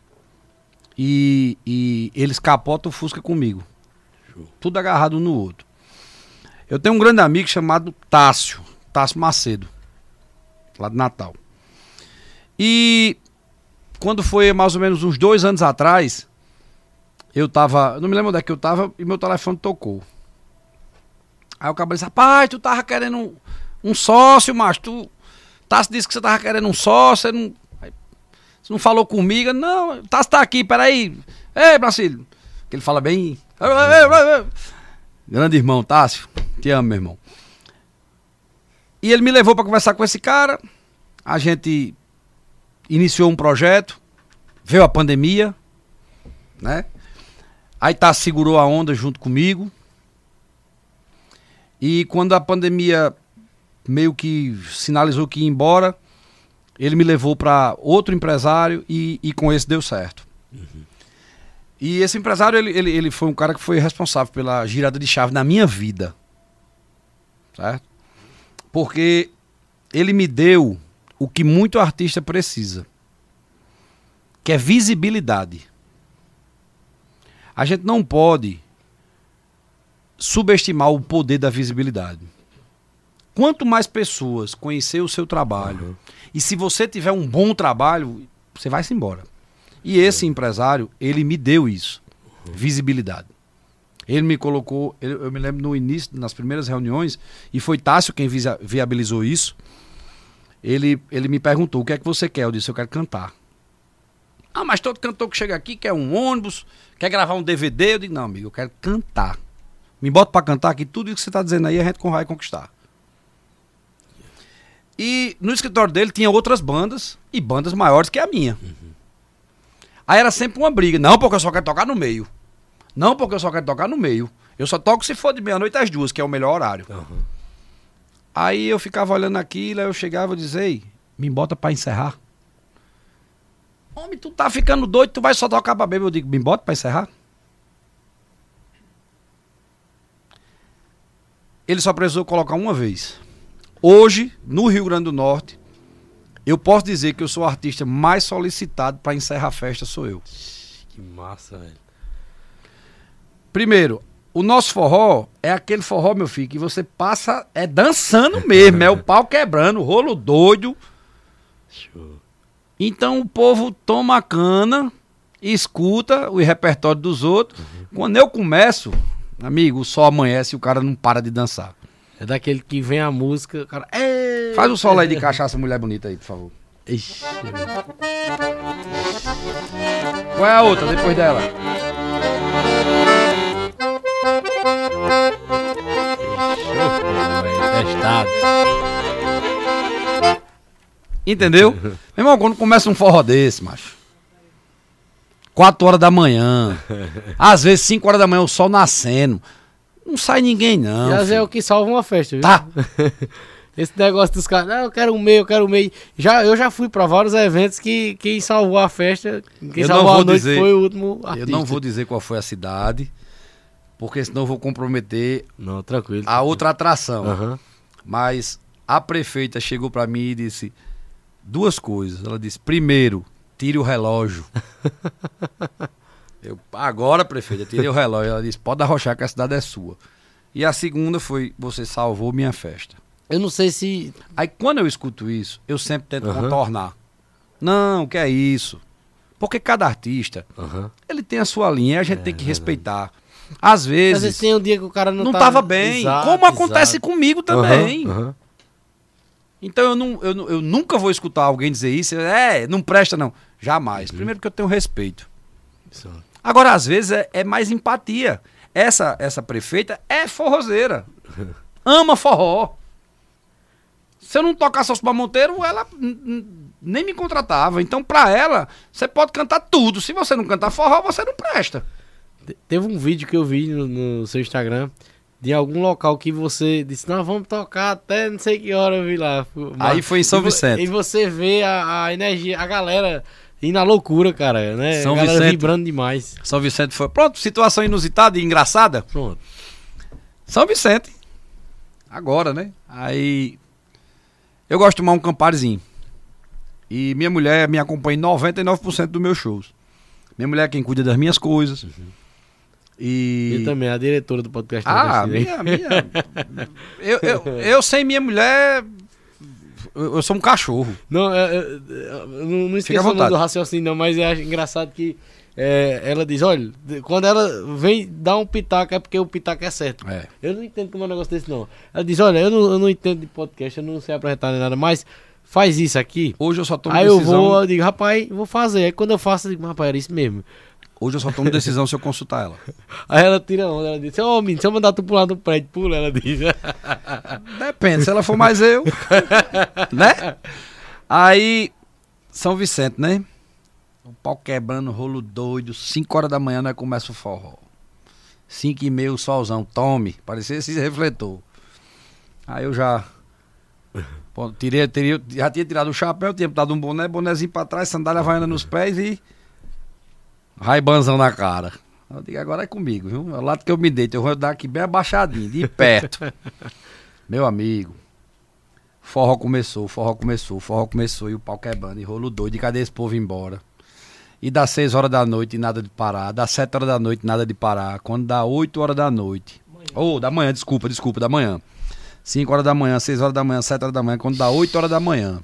E, e eles capotam o Fusca comigo. Show. Tudo agarrado um no outro. Eu tenho um grande amigo chamado Tássio. Tássio Macedo. Lá de Natal. E... Quando foi mais ou menos uns dois anos atrás, eu tava, não me lembro onde é que eu tava, e meu telefone tocou. Aí o cabelo disse, rapaz, tu tava querendo um, um sócio, macho, tu, Tássio disse que você tava querendo um sócio, você não, você não falou comigo, não, Tássio tá aqui, peraí, ei, Brasílio, que ele fala bem, grande irmão, Tássio, te amo, meu irmão. E ele me levou pra conversar com esse cara, a gente... Iniciou um projeto, veio a pandemia, né? Aí tá, segurou a onda junto comigo. E quando a pandemia meio que sinalizou que ia embora, ele me levou para outro empresário e, e com esse deu certo. Uhum. E esse empresário, ele, ele, ele foi um cara que foi responsável pela girada de chave na minha vida. Certo? Porque ele me deu... o que muito artista precisa, que é visibilidade. A gente não pode subestimar o poder da visibilidade. Quanto mais pessoas conhecer o seu trabalho, uhum. e se você tiver um bom trabalho, você vai-se embora. E esse uhum. empresário, ele me deu isso, uhum. visibilidade. Ele me colocou, eu, eu me lembro no início, nas primeiras reuniões, e foi Tássio quem via, viabilizou isso. Ele, ele me perguntou, o que é que você quer? Eu disse, eu quero cantar. Ah, mas todo cantor que chega aqui quer um ônibus, quer gravar um D V D. Eu digo, não, amigo, eu quero cantar. Me bota pra cantar que tudo isso que você tá dizendo aí a gente vai conquistar. E no escritório dele tinha outras bandas, e bandas maiores que a minha. Uhum. Aí era sempre uma briga. Não, porque eu só quero tocar no meio. Não, porque eu só quero tocar no meio. Eu só toco se for de meia-noite às duas, que é o melhor horário. Uhum. Aí eu ficava olhando aquilo, aí eu chegava e dizia, ei, me bota pra encerrar. Homem, tu tá ficando doido, tu vai só tocar pra beber. Eu digo, me bota pra encerrar. Ele só precisou colocar uma vez. Hoje, no Rio Grande do Norte, eu posso dizer que eu sou o artista mais solicitado para encerrar a festa, sou eu. Que massa, velho. Primeiro, o nosso forró é aquele forró, meu filho, que você passa, é dançando mesmo, é o pau quebrando, o rolo doido. Show. Então o povo toma a cana, escuta o repertório dos outros. Uhum. Quando eu começo, amigo, o sol amanhece e o cara não para de dançar. É daquele que vem a música, o cara... Ei, faz o solo aí de Cachaça Mulher Bonita aí, por favor. Ixi. Qual é a outra depois dela? Testado. Entendeu? Meu irmão, quando começa um forró desse, macho, quatro horas da manhã, às vezes cinco horas da manhã, o sol nascendo, não sai ninguém não. E às vezes é o que salva uma festa, viu? Tá. Esse negócio dos caras, não, eu quero um meio, eu quero um meio. Já, eu já fui pra vários eventos que quem salvou a festa, quem eu salvou não vou a noite dizer, foi o último artista. Eu não vou dizer qual foi a cidade, porque senão eu vou comprometer não, tranquilo, a outra atração. Uhum. Mas a prefeita chegou pra mim e disse duas coisas. Ela disse, primeiro, tire o relógio. Eu, agora, prefeita, tirei o relógio. Ela disse, pode arrochar que a cidade é sua. E a segunda foi, você salvou minha festa. Eu não sei se... Aí quando eu escuto isso, eu sempre tento uhum. contornar. Não, que é isso? Porque cada artista, uhum. ele tem a sua linha, a gente é, tem que respeitar. Às vezes... Às vezes tem um dia que o cara não, não tá... tava bem, exato, como acontece exato. comigo também. Uhum, uhum. Então eu, não, eu, eu nunca vou escutar alguém dizer isso, é, não presta não. Jamais. Uhum. Primeiro porque eu tenho respeito. Isso. Agora, às vezes, é, é mais empatia. Essa, essa prefeita é forrozeira. Ama forró. Se eu não tocasse Osmar Monteiro, ela nem me contratava. Então, pra ela, você pode cantar tudo. Se você não cantar forró, você não presta. Teve um vídeo que eu vi no, no seu Instagram de algum local que você disse, não, vamos tocar até não sei que hora eu vi lá. Aí foi em São e Vicente. E você vê a, a energia, a galera indo na loucura, cara, né? São a galera Vicente, vibrando demais. São Vicente foi, pronto, situação inusitada e engraçada. Pronto. São Vicente. Agora, né? Aí... Eu gosto de tomar um Camparizinho. E minha mulher me acompanha em noventa e nove por cento dos meus shows. Minha mulher é quem cuida das minhas coisas. Uhum. E... e também, a diretora do podcast. Ah, minha, minha... eu, eu, eu sem minha mulher... Eu, eu sou um cachorro. Não, eu, eu, eu não, não esqueça o nome do raciocínio, não, mas é engraçado que é, ela diz, olha, quando ela vem dar um pitaco é porque o pitaco é certo. É. Eu não entendo como é um negócio desse, não. Ela diz, olha, eu não, eu não entendo de podcast, eu não sei apresentar nem nada, mas faz isso aqui. Hoje eu só tomo aí decisão... Aí eu vou, eu digo, rapaz, vou fazer. Aí quando eu faço, eu digo, rapaz, era isso mesmo. Hoje eu só tomo decisão se eu consultar ela. Aí ela tira onda, ela diz, ô, oh, menino, se eu mandar tu pular do prédio, pula, ela diz. Depende, se ela for mais eu, né? Aí, São Vicente, né? O pau quebrando, rolo doido, cinco horas da manhã nós começa o forró. cinco e meia o solzão, tome, parecia esse refletor. Aí eu já... Pô, tirei, tirei, já tinha tirado o chapéu, tinha dado um boné, bonézinho pra trás, sandália havaiana nos pés e... raibanzão na cara. Eu digo, agora é comigo, viu? É o lado que eu me deito, eu vou dar aqui bem abaixadinho, de perto. Meu amigo, forró começou, forró começou, forró começou e o pau quebrando, e rolo doido, e cadê esse povo embora? E dá seis horas da noite e nada de parar, dá sete horas da noite nada de parar, quando dá oito horas da noite, ou oh, da manhã, desculpa, desculpa, da manhã, cinco horas da manhã, seis horas da manhã, sete horas da manhã, quando dá oito horas da manhã,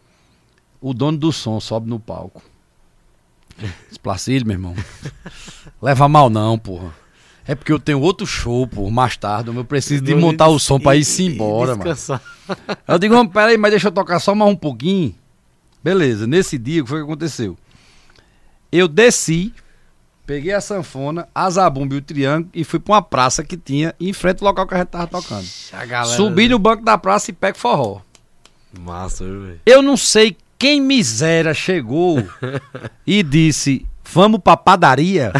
o dono do som sobe no palco. Placílio, meu irmão. Leva mal não, porra. É porque eu tenho outro show, porra, mais tarde. Eu preciso de montar o som pra ir-se embora, mano. Eu digo, peraí, mas deixa eu tocar só mais um pouquinho. Beleza, nesse dia, o que foi que aconteceu? eu desci, peguei a sanfona, a zabumba e o triângulo e fui pra uma praça que tinha em frente ao local que a gente tava tocando. A galera... Subi no banco da praça e pego forró. Massa, velho. Eu não sei quem miséria chegou e disse, vamos pra padaria.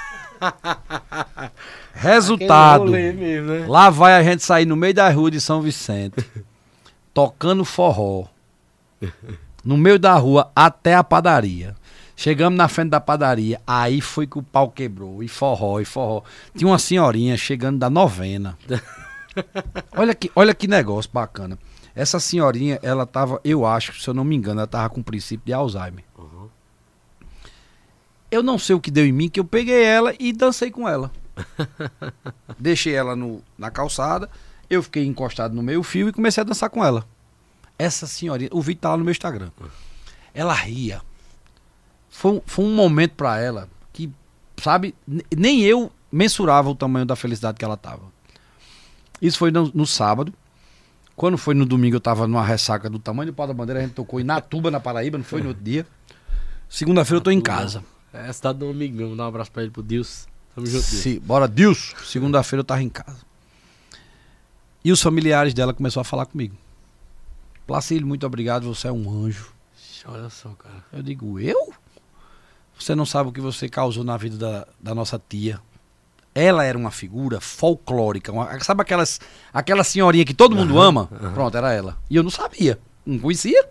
Resultado, mesmo, né? Lá vai a gente sair no meio da rua de São Vicente, tocando forró, no meio da rua até a padaria. Chegamos na frente da padaria, aí foi que o pau quebrou, e forró, e forró. Tinha uma senhorinha chegando da novena. Olha que, olha que negócio bacana. Essa senhorinha, ela tava, eu acho, se eu não me engano, ela tava com o princípio de Alzheimer. Uhum. Eu não sei o que deu em mim, que eu peguei ela e dancei com ela. Deixei ela no, na calçada, eu fiquei encostado no meio fio e comecei a dançar com ela. Essa senhorinha, o vídeo tá lá no meu Instagram. Ela ria. Foi, foi um momento pra ela que, sabe, nem eu mensurava o tamanho da felicidade que ela tava. Isso foi no, no sábado. Quando foi no domingo, eu tava numa ressaca do tamanho do pau da bandeira, a gente tocou em Natuba, na Paraíba, não foi no outro dia. Segunda-feira eu tô em casa. É a cidade de um amigo meu, vou dar um abraço pra ele, pro Deus. Tamo junto. Se, bora, Deus! Segunda-feira eu tava em casa. E os familiares dela começaram a falar comigo. Placílio, muito obrigado, você é um anjo. Olha só, cara. Eu digo, eu? Você não sabe o que você causou na vida da, da nossa tia. Ela era uma figura folclórica. Uma, sabe aquelas, aquela senhorinha que todo mundo uhum, ama? Uhum. Pronto, era ela. E eu não sabia. Não conhecia.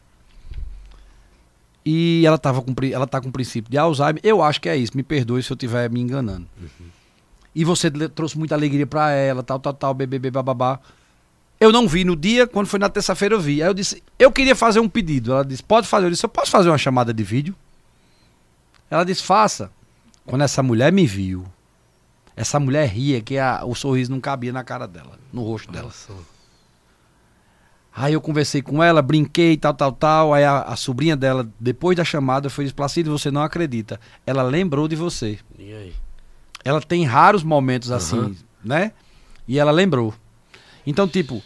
E ela, tava com, ela tá com o princípio de Alzheimer. Eu acho que é isso. Me perdoe se eu estiver me enganando. Uhum. E você trouxe muita alegria pra ela, tal, tal, tal, bebê, bababá. Eu não vi no dia, quando foi na terça-feira eu vi. Aí eu disse, eu queria fazer um pedido. Ela disse, pode fazer. Eu disse, eu posso fazer uma chamada de vídeo? Ela disse, faça. Quando essa mulher me viu, essa mulher ria que a, o sorriso não cabia na cara dela, no rosto dela. Nossa. Aí eu conversei com ela, brinquei, tal, tal, tal. Aí a, a sobrinha dela, depois da chamada, foi disse, Placílio, você não acredita. Ela lembrou de você. E aí? Ela tem raros momentos assim, uhum, né? E ela lembrou. Então, tipo,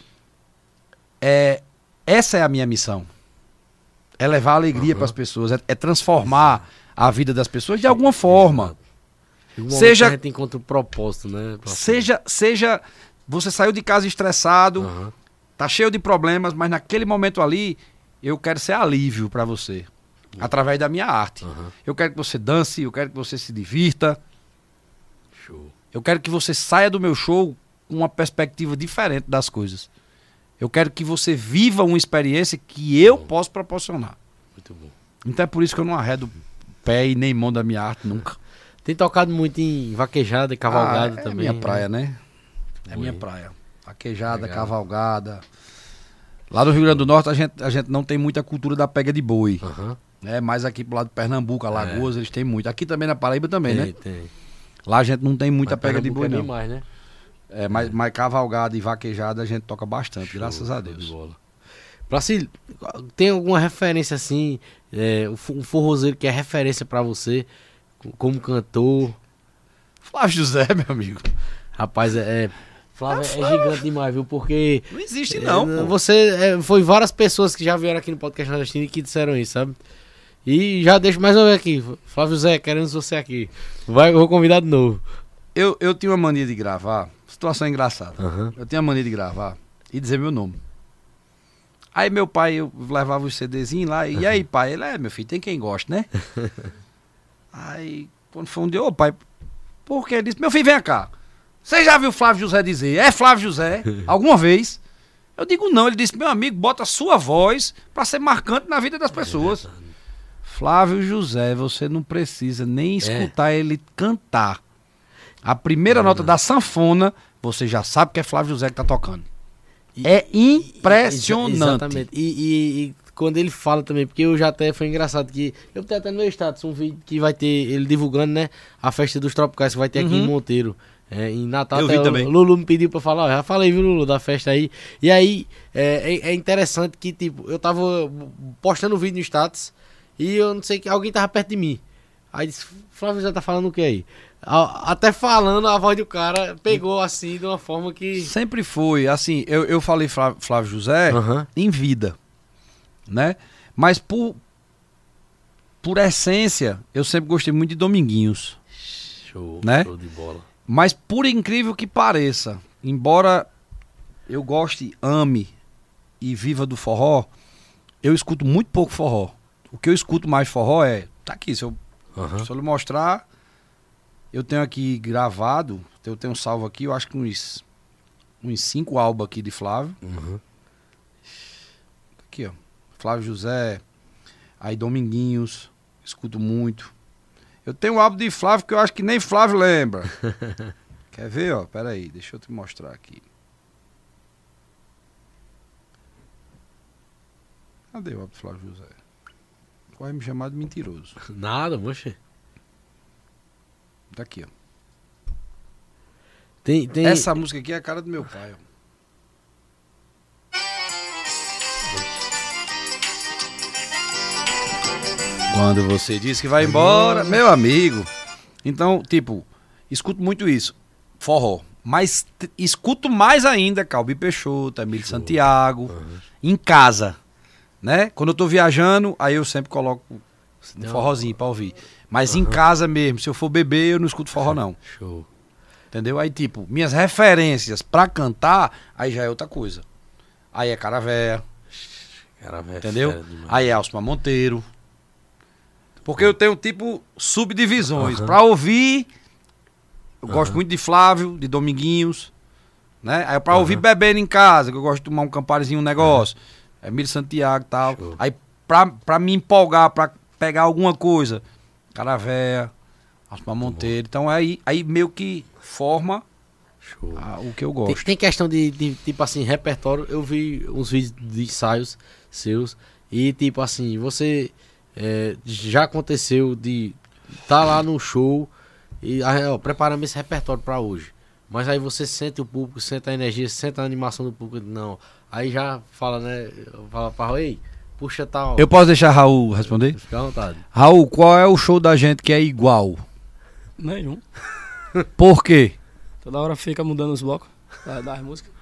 é, essa é a minha missão. É levar alegria uhum para as pessoas, é, é transformar a vida das pessoas de alguma forma. Seja a gente encontra o propósito, né? Seja, seja, você saiu de casa estressado, uhum, tá cheio de problemas, mas naquele momento ali, eu quero ser alívio para você, uhum, através da minha arte. Uhum. Eu quero que você dance, eu quero que você se divirta. Show. Eu quero que você saia do meu show com uma perspectiva diferente das coisas. Eu quero que você viva uma experiência que eu posso proporcionar. Muito bom. Então é por isso que eu não arredo pé e nem mão da minha arte nunca. Tem tocado muito em vaquejada e cavalgada ah, é também. É minha praia, né? É minha praia. Vaquejada, legal, cavalgada. Lá no Rio Grande do Norte a gente, a gente não tem muita cultura da pega de boi. Uhum. Né? Mas aqui pro lado de Pernambuco, Alagoas, é, eles têm muito. Aqui também na Paraíba também, tem, né? Tem. Lá a gente não tem muita mas pega de boi, é não. Mais, né? É, mas, é. mas cavalgada e vaquejada a gente toca bastante, show, graças a Deus. Placílio, tem alguma referência assim, é, um forrozeiro que é referência pra você, como cantor? Flávio José, meu amigo. Rapaz, é... é Flávio é, é gigante demais, viu? Porque... Não existe não, é, Você... É, foi várias pessoas que já vieram aqui no podcast nordestino e que disseram isso, sabe? E já deixo mais uma vez aqui. Flávio José, queremos você aqui. Vai, eu vou convidar de novo. Eu, eu tinha uma mania de gravar, situação engraçada. Uhum. Eu tinha uma mania de gravar e dizer meu nome. Aí meu pai, eu levava os CDzinhos lá, e uhum, aí pai? Ele, é meu filho, tem quem gosta, né? Aí, quando foi um dia, ô pai, por que? Ele disse, meu filho, vem cá. Você já viu Flávio José dizer, é Flávio José, alguma vez? Eu digo não, ele disse, meu amigo, bota a sua voz pra ser marcante na vida das pessoas. É Flávio José, você não precisa nem escutar é. ele cantar. A primeira não, nota não. da sanfona, você já sabe que é Flávio José que tá tocando. E, é impressionante. Exatamente. E, e, e quando ele fala também, porque eu já até, foi engraçado que, eu tenho até no meu status um vídeo que vai ter, ele divulgando, né, a festa dos Tropicais que vai ter aqui uhum. em Monteiro. É, em Natal, eu vi também. O Lulu me pediu pra falar, ó, já falei, viu, Lulu, da festa aí. E aí, é, é, é interessante que, tipo, eu tava postando o vídeo no status e eu não sei, que alguém tava perto de mim. Aí disse, Flávio já tá falando o que aí? Até falando, a voz do cara pegou assim, de uma forma que... Sempre foi, assim, eu, eu falei Flávio, Flávio José uhum. em vida, né? Mas por... por essência, eu sempre gostei muito de Dominguinhos. Show, né? show de bola. Mas por incrível que pareça, embora eu goste, ame e viva do forró, eu escuto muito pouco forró. O que eu escuto mais forró é... Tá aqui, se eu, uhum. se eu lhe mostrar, eu tenho aqui gravado, eu tenho um salvo aqui, eu acho que uns, uns cinco álbuns aqui de Flávio. Uhum. Aqui, ó. Flávio José, aí Dominguinhos, escuto muito. Eu tenho um álbum de Flávio que eu acho que nem Flávio lembra. Quer ver, ó? Pera aí, deixa eu te mostrar aqui. Cadê o álbum de Flávio José? Vai me chamar de mentiroso. Nada, moxa. Tá aqui, ó. Tem, tem... Essa música aqui é a cara do meu pai, ó. Quando você diz que vai embora, meu amigo. Então, tipo, escuto muito isso. Forró. Mas t- escuto mais ainda Calbi Peixoto, Emílio Show. Santiago. Uhum. Em casa. Né? Quando eu tô viajando, aí eu sempre coloco um forrozinho pra ouvir. Mas uhum. em casa mesmo, se eu for beber, eu não escuto forró, não. Show. Entendeu? Aí, tipo, minhas referências pra cantar, aí já é outra coisa. Aí é Caravéia. Caravéia. Entendeu? Aí é Alcimar Monteiro. Porque eu tenho, tipo, subdivisões. Uhum. Pra ouvir, eu uhum. gosto muito de Flávio, de Dominguinhos. Né? Aí pra uhum. ouvir bebendo em casa, que eu gosto de tomar um camparezinho, um negócio. Uhum. Emílio Santiago e tal. Show. Aí pra, pra me empolgar, pra pegar alguma coisa, Caravéia, Alcimar Monteiro. Então aí, aí meio que forma a, o que eu gosto. Tem, tem questão de, de, tipo assim, repertório. Eu vi uns vídeos de ensaios seus e, tipo assim, você é, já aconteceu de tá lá no show e ó, preparamos esse repertório pra hoje. Mas aí você sente o público, sente a energia, sente a animação do público. Não. Aí já fala, né? Fala pra Raul, ei, puxa tal. Eu posso deixar Raul responder? Fica à vontade. Raul, qual é o show da gente que é igual? Nenhum. Por quê? Toda hora fica mudando os blocos das músicas.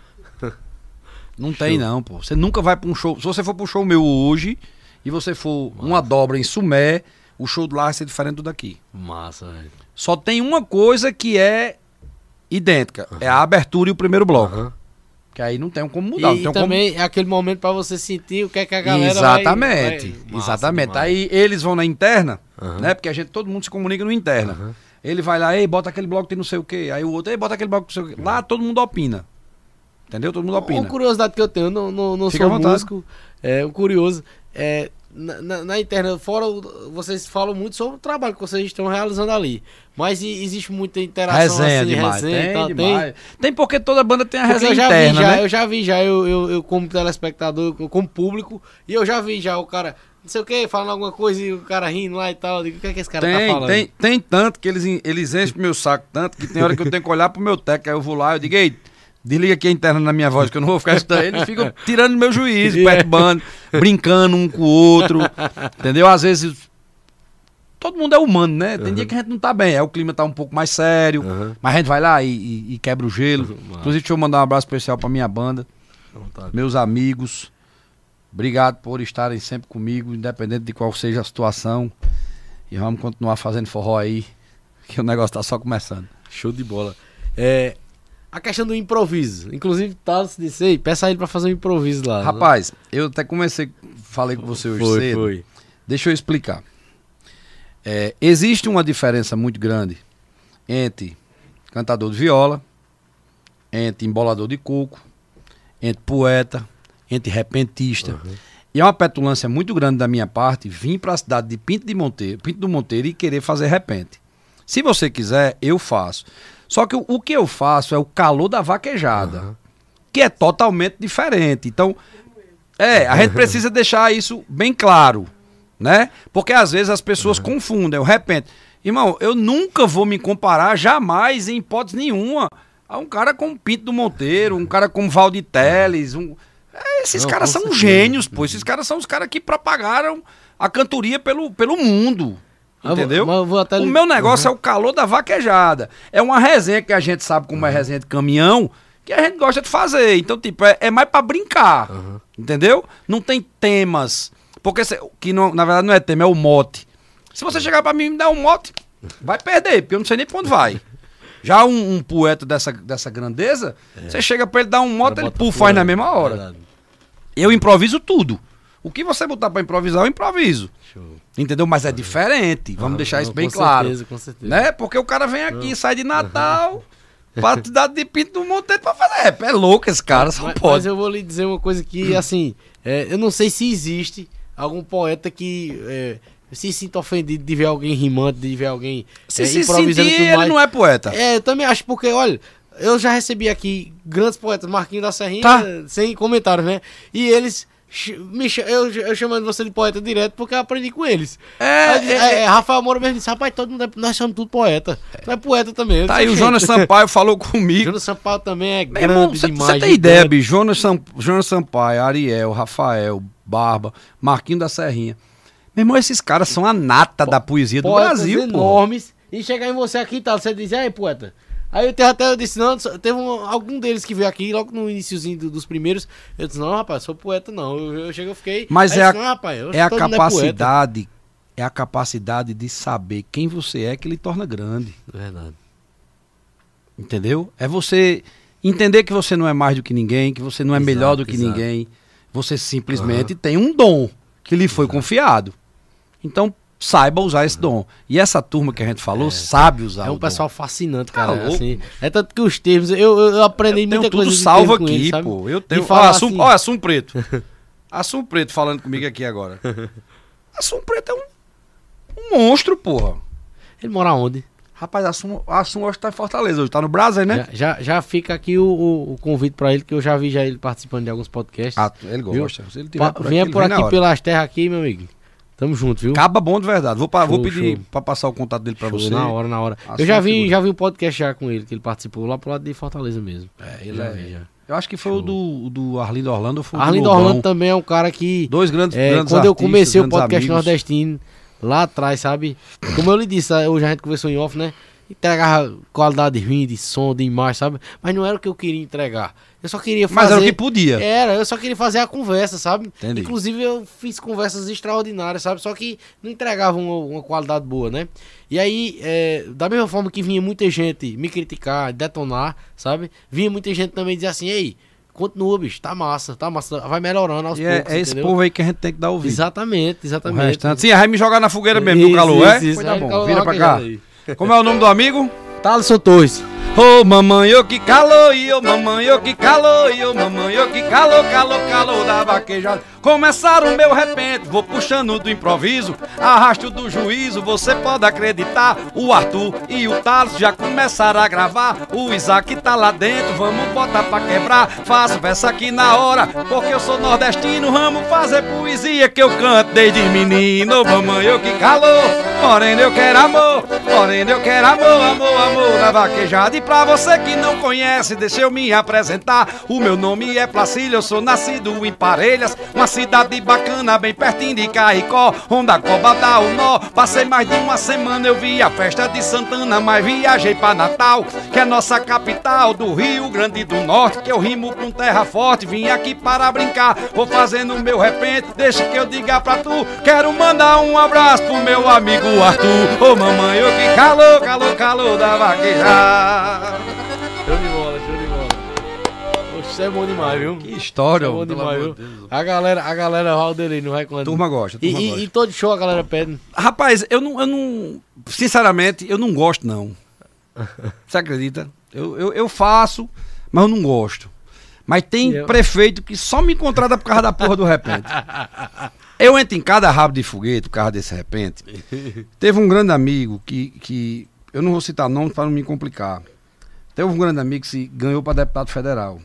Não show. Tem não, pô. Você nunca vai pra um show. Se você for pro show meu hoje e você for Massa. Uma dobra em Sumé, o show do lá vai ser diferente do daqui. Massa, velho. Só tem uma coisa que é idêntica. Uhum. É a abertura e o primeiro bloco. Uhum. Que aí não tem como mudar. E, não tem e também como... é aquele momento pra você sentir o que é que a galera Exatamente. vai... vai... Exatamente. Massa, aí eles vão na interna, uhum. né? Porque a gente, todo mundo se comunica no interna. Uhum. Ele vai lá, ei, bota aquele bloco que tem não sei o quê. Aí o outro, ei, bota aquele bloco que não sei o quê. Lá todo mundo opina. Entendeu? Todo mundo opina. Uma curiosidade que eu tenho, eu não, não, não sou músico, é um curioso. É, na, na, na interna, fora, vocês falam muito sobre o trabalho que vocês estão realizando ali. Mas e, existe muita interação resenha assim, demais. resenha, Tem, tá, demais. Tem? Tem porque toda banda tem a porque resenha eu já interna, vi já, né? Eu já vi já, eu, eu, eu como telespectador, eu, como público, e eu já vi já o cara, não sei o que, falando alguma coisa e o cara rindo lá e tal. Eu digo, o que é que esse cara tem, tá falando? Tem, tem tanto que eles, eles enchem o meu saco tanto que tem hora que eu tenho que olhar pro meu técnico, aí eu vou lá e digo, ei, desliga aqui a interna na minha voz, que eu não vou ficar escutando. Eles ficam tirando meu juízo, perturbando, brincando um com o outro, entendeu? Às vezes, todo mundo é humano, né? Tem uhum. dia que a gente não tá bem, aí o clima tá um pouco mais sério, uhum. mas a gente vai lá e, e, e quebra o gelo. Uhum. Inclusive, deixa eu mandar um abraço especial pra minha banda, Vontade. meus amigos. Obrigado por estarem sempre comigo, independente de qual seja a situação. E vamos continuar fazendo forró aí, que o negócio tá só começando. Show de bola. É... A questão do improviso. Inclusive, Thales disse, ei, peça a ele pra fazer um improviso lá. Rapaz, né? eu até comecei, falei com você hoje foi, cedo. Foi. Deixa eu explicar. É, existe uma diferença muito grande entre cantador de viola, entre embolador de coco, entre poeta, entre repentista. Uhum. E é uma petulância muito grande da minha parte vir para a cidade de Pinto de Monteiro, Pinto do Monteiro e querer fazer repente. Se você quiser, eu faço. Só que o, o que eu faço é o calor da vaquejada, uhum. que é totalmente diferente. Então, é, a gente precisa deixar isso bem claro, né? Porque às vezes as pessoas uhum. confundem, de repente. Irmão, eu nunca vou me comparar, jamais, em hipótese nenhuma, a um cara como Pinto do Monteiro, um cara como Valdir Teles, um... é, esses Não, caras são certeza. gênios, pô. Esses caras são os caras que propagaram a cantoria pelo, pelo mundo. Entendeu? Vou, vou até... O meu negócio uhum. é o calor da vaquejada. É uma resenha que a gente sabe como uhum. é resenha de caminhão, que a gente gosta de fazer. Então, tipo, é, é mais pra brincar. Uhum. Entendeu? Não tem temas. Porque, que não, na verdade, não é tema, é o mote. Se você chegar pra mim e me dar um mote, vai perder, porque eu não sei nem pra onde vai. Já um, um poeta dessa, dessa grandeza, é. você chega pra ele dar um mote, ele puf, faz na mesma hora. Verdade. Eu improviso tudo. O que você botar pra improvisar, eu improviso. Show. Entendeu? Mas é diferente. Vamos ah, deixar isso bem com claro. Com certeza, com certeza. Né? Porque o cara vem aqui, não. sai de Natal, pra te dar de pinto do monteiro pra fazer. É, é louco esse cara, só mas, pode. Mas eu vou lhe dizer uma coisa que, assim, é, eu não sei se existe algum poeta que... É, se sinta ofendido de ver alguém rimando, de ver alguém se é, se improvisando sentir, tudo mais. Ele não é poeta. É, eu também acho, porque, olha, eu já recebi aqui grandes poetas, Marquinhos da Serrinha, tá. sem comentários, né? E eles, me, eu, eu chamando você de poeta direto porque eu aprendi com eles. É, Aí, é, é Rafael Moura mesmo disse, rapaz, todo mundo é, nós somos tudo poeta. Tu é poeta também. Tá aí, o Jonas Sampaio falou comigo. Jonas Sampaio também é grande irmão, demais. Você tem ideia, bicho? Jonas, Sam, Jonas Sampaio, Ariel, Rafael, Barba, Marquinhos da Serrinha. Meu irmão, esses caras são a nata po da poesia do Brasil, enormes. Pô. E chegar em você aqui e tal, você diz, aí, poeta. Aí eu teve até, eu disse, não, teve um, algum deles que veio aqui, logo no iniciozinho do, dos primeiros, eu disse, não, rapaz, sou poeta não. Eu, eu cheguei, eu fiquei... Mas é, disse, a, rapaz, é a capacidade, é, é a capacidade de saber quem você é que lhe torna grande. Verdade. Entendeu? É você entender que você não é mais do que ninguém, que você não é exato, melhor do que exato. ninguém. Você simplesmente uhum. tem um dom que lhe foi exato. confiado. Então, saiba usar esse dom. E essa turma que a gente falou, é, sabe usar É um o pessoal dom. fascinante, cara. Tá assim, é tanto que os termos, eu, eu aprendi eu muita coisa. Tudo salvo aqui, eles, pô. Eu tenho. Ó, assim... Assum, ó, Assum Preto. Assum Preto falando comigo aqui agora. Assum Preto é um, um monstro, porra. Ele mora onde? Rapaz, Assum, Assum hoje tá em Fortaleza, hoje tá no Brasil, né? Já, já, já fica aqui o, o, o convite pra ele, que eu já vi já ele participando de alguns podcasts. Ah, ele gosta. Se ele tiver por aqui, venha por aqui, aqui pelas terras aqui, meu amigo. Tamo junto, viu? Acaba bom de verdade. Vou, pra, show, vou pedir show. pra passar o contato dele pra show, você. Na hora, na hora. Assum eu já vi, já vi um podcast já com ele, que ele participou lá pro lado de Fortaleza mesmo. É, ele já é. Vi, já. Eu acho que foi show. o do, do Arlindo Orlando. Foi Arlindo Orlando também é um cara que... Dois grandes, é, grandes quando artistas, eu comecei o podcast amigos. nordestino, lá atrás, sabe? Como eu lhe disse, hoje a gente conversou em off, né? Entregava qualidade ruim de som, de imagem, sabe? Mas não era o que eu queria entregar. Eu só queria fazer... Mas era o que podia. Era, eu só queria fazer a conversa, sabe? Entendi. Inclusive eu fiz conversas extraordinárias, sabe? Só que não entregavam uma, uma qualidade boa, né? E aí, é, da mesma forma que vinha muita gente me criticar, detonar, sabe? Vinha muita gente também dizer assim, ei, continua, bicho, tá massa, tá massa, vai melhorando aos e poucos, é, é esse povo aí que a gente tem que dar ouvido. Exatamente, exatamente. Sim, vai me jogar na fogueira mesmo, isso, do calor, isso, é? Isso, Foi, tá bom, vira pra cá. Aí. Como é o nome do amigo? Thaleson Torres. Ô oh, mamãe, ô que calor, e ô oh, mamãe, ô que calor, e ô oh, mamãe, ô que calor, calor, calor da vaquejada. Começaram o meu repente, vou puxando do improviso, arrasto do juízo, você pode acreditar. O Arthur e o Thales já começaram a gravar, o Isaac tá lá dentro, vamos botar pra quebrar. Faço verso aqui na hora, porque eu sou nordestino, vamos fazer poesia que eu canto desde menino. Ô mamãe, ô que calor, morena eu quero amor, morena eu quero amor, amor, amor da vaquejada. E pra você que não conhece, deixa eu me apresentar. O meu nome é Placílio, eu sou nascido em Parelhas, uma cidade bacana, bem pertinho de Caicó, onde a cobra dá o nó. Passei mais de uma semana, eu vi a festa de Santana, mas viajei pra Natal, que é nossa capital do Rio Grande do Norte, que eu rimo com terra forte, vim aqui para brincar, vou fazendo o meu repente, deixa que eu diga pra tu, quero mandar um abraço pro meu amigo Arthur. Ô oh, mamãe, ô que calor, calor, calor da vaquejada. Show de bola, show de bola. Isso é bom demais, viu? Que história, é bom demais, viu? A galera, a galera Valdelei não vai quando. Turma gosta, turma e, gosta. E, e todo show a galera pede. Rapaz, eu não, eu não. Sinceramente, eu não gosto, não. Você acredita? Eu, eu, eu faço, mas eu não gosto. Mas tem eu... prefeito que só me contrata por causa da porra do repente. Eu entro em cada rabo de foguete por causa desse repente. Teve um grande amigo que, que eu não vou citar nome para não me complicar. Teve um grande amigo que se ganhou para deputado federal.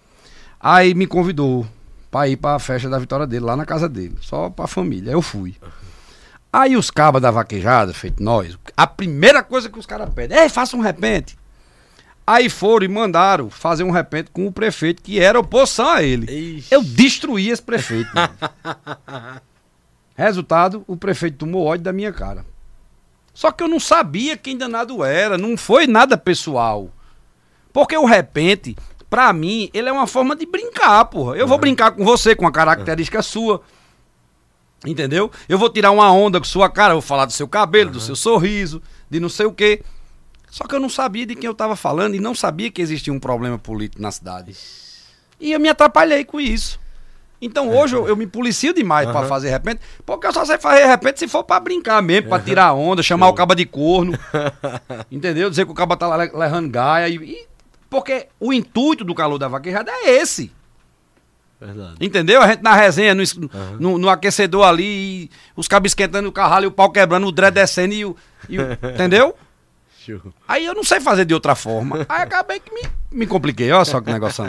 Aí me convidou para ir para a festa da vitória dele, lá na casa dele, só para a família. Aí eu fui. Aí os cabas da vaquejada, feito nós, a primeira coisa que os caras pedem, é, faça um repente. Aí foram e mandaram fazer um repente com o prefeito, que era oposição a ele. Ixi. Eu destruí esse prefeito. Resultado, o prefeito tomou ódio da minha cara. Só que eu não sabia quem danado era, não foi nada pessoal. Porque o repente, pra mim, ele é uma forma de brincar, porra. Eu vou brincar com você, com a característica sua. Entendeu? Eu vou tirar uma onda com sua cara, eu vou falar do seu cabelo, uhum. do seu sorriso, de não sei o quê. Só que eu não sabia de quem eu tava falando e não sabia que existia um problema político na cidade. E eu me atrapalhei com isso. Então hoje eu, eu me policio demais uhum. pra fazer repente, porque eu só sei fazer repente se for pra brincar mesmo, pra tirar onda, chamar o caba de corno. Entendeu? Dizer que o caba tá levando gaia. E, e, porque o intuito do Calor da Vaquejada é esse. Verdade. Entendeu? A gente na resenha, no, uhum. no, no aquecedor ali, os cabos esquentando o carralho, o pau quebrando, o dread descendo e o... E o entendeu? Show. Aí eu não sei fazer de outra forma. Aí acabei que me, me compliquei. Olha só que negócio.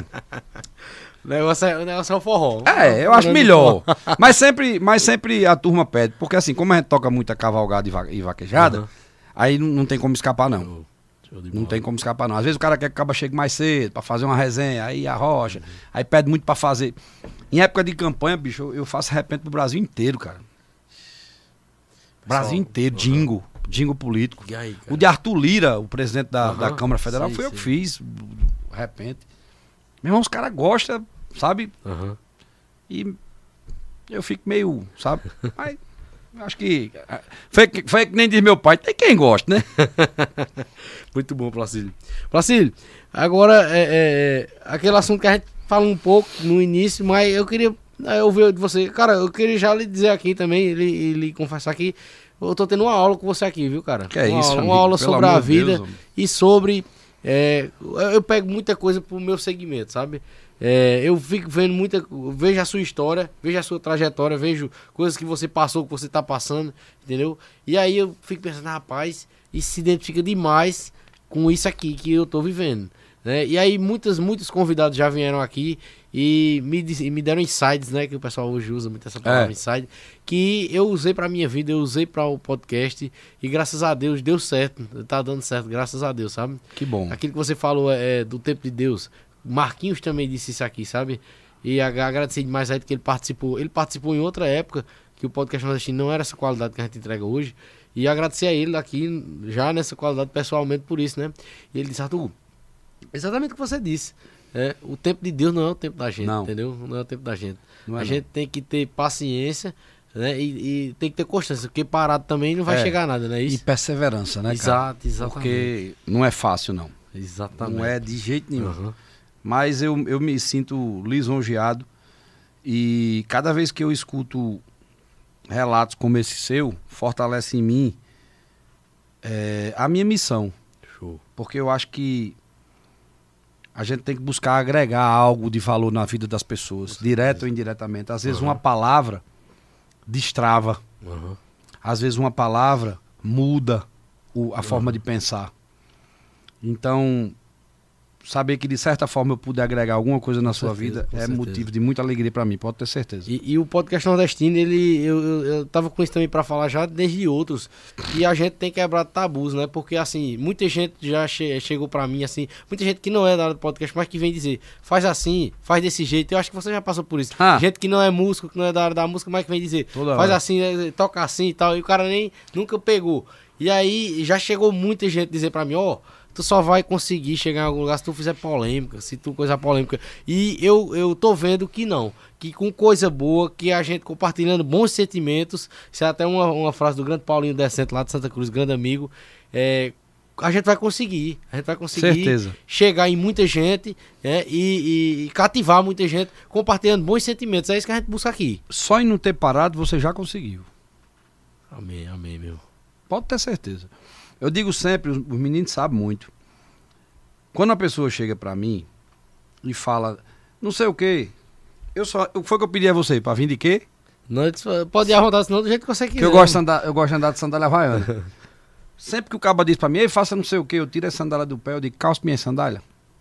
O negócio é, o negócio é o forró. É, eu acho melhor. Mas sempre, mas sempre a turma pede. Porque assim, como a gente toca muita cavalgada e, va e vaquejada, uhum. aí não, não tem como escapar, não. Não tem como escapar, não. Às vezes o cara quer que o caba chegue mais cedo pra fazer uma resenha, aí arrocha, uhum. aí pede muito pra fazer. Em época de campanha, bicho, eu, eu faço repente pro Brasil inteiro, cara. Brasil Só, inteiro, uhum. jingo, jingo político. E aí, o de Arthur Lira, o presidente da, uhum. da Câmara Federal, sim, foi sim. eu que fiz, de repente. Meu irmão, os caras gostam, sabe? Uhum. E eu fico meio, sabe? Mas... acho que foi, foi que nem diz meu pai, tem quem gosta, né? Muito bom, Placílio. Placílio, agora é, é aquele assunto que a gente fala um pouco no início, mas eu queria ouvir de você. Cara, eu queria já lhe dizer aqui também, lhe, lhe confessar aqui, eu tô tendo uma aula com você aqui, viu, cara? Que é uma isso, aula, amigo, uma aula sobre a vida Deus, e sobre... É, eu pego muita coisa pro meu segmento, sabe? É, eu fico vendo muita... Vejo a sua história, vejo a sua trajetória, vejo coisas que você passou, que você tá passando, entendeu? E aí eu fico pensando, rapaz, isso se identifica demais com isso aqui que eu tô vivendo, né? E aí muitas, muitos convidados já vieram aqui e me, me deram insights, né? Que o pessoal hoje usa muito essa palavra, é. insight, que eu usei pra minha vida, eu usei para o podcast e graças a Deus deu certo, tá dando certo, graças a Deus, sabe? Que bom. Aquilo que você falou é do tempo de Deus. Marquinhos também disse isso aqui, sabe? E agradecer demais a ele que ele participou. Ele participou em outra época, que o podcast nordestino não era essa qualidade que a gente entrega hoje. E agradecer a ele aqui, já nessa qualidade, pessoalmente, por isso, né? E ele disse, Arthur, exatamente o que você disse. É, o tempo de Deus não é o tempo da gente, não. Entendeu? Não é o tempo da gente. Não é a não. gente tem que ter paciência, né? E, e tem que ter constância, porque parado também não vai é. chegar a nada, não é isso? E perseverança, né, Exato, cara? Exatamente. Porque não é fácil, não. Exatamente. Não é de jeito nenhum. Uhum. Mas eu, eu me sinto lisonjeado e cada vez que eu escuto relatos como esse seu, fortalece em mim é, a minha missão. Show. Porque eu acho que a gente tem que buscar agregar algo de valor na vida das pessoas, direto ou indiretamente. Às vezes uhum. uma palavra destrava. Uhum. Às vezes uma palavra muda o, a uhum. forma de pensar. Então... saber que de certa forma eu pude agregar alguma coisa na com sua certeza, vida é certeza. motivo de muita alegria pra mim, pode ter certeza. E, e o podcast nordestino, ele, eu, eu, eu tava com isso também pra falar já desde outros, e a gente tem quebrado tabus, né? Porque assim, muita gente já che chegou pra mim, assim, muita gente que não é da área do podcast, mas que vem dizer, faz assim, faz desse jeito. Eu acho que você já passou por isso. Ah. Gente que não é músico, que não é da área da música, mas que vem dizer, Toda faz hora. assim, toca assim e tal, e o cara nem nunca pegou. E aí já chegou muita gente dizer pra mim, ó, oh, tu só vai conseguir chegar em algum lugar se tu fizer polêmica, se tu coisa polêmica. E eu, eu tô vendo que não. Que com coisa boa, que a gente compartilhando bons sentimentos, isso é até uma, uma frase do grande Paulinho Decente lá de Santa Cruz, grande amigo, é, a gente vai conseguir. A gente vai conseguir Certeza. chegar em muita gente é, e, e, e cativar muita gente compartilhando bons sentimentos. É isso que a gente busca aqui. Só em não ter parado você já conseguiu. Amém, amém, meu. Pode ter certeza. Eu digo sempre, os, os meninos sabem muito. Quando a pessoa chega pra mim e fala, não sei o que, eu só, o que foi que eu pedi a você? Pra vir de quê? Não, pode ir à vontade, senão do jeito que você quiser. Que eu gosto de andar, eu gosto de andar de sandália havaiana. Sempre que o caba diz pra mim, ei, faça não sei o que, eu tiro a sandália do pé, eu digo, calça minha sandália.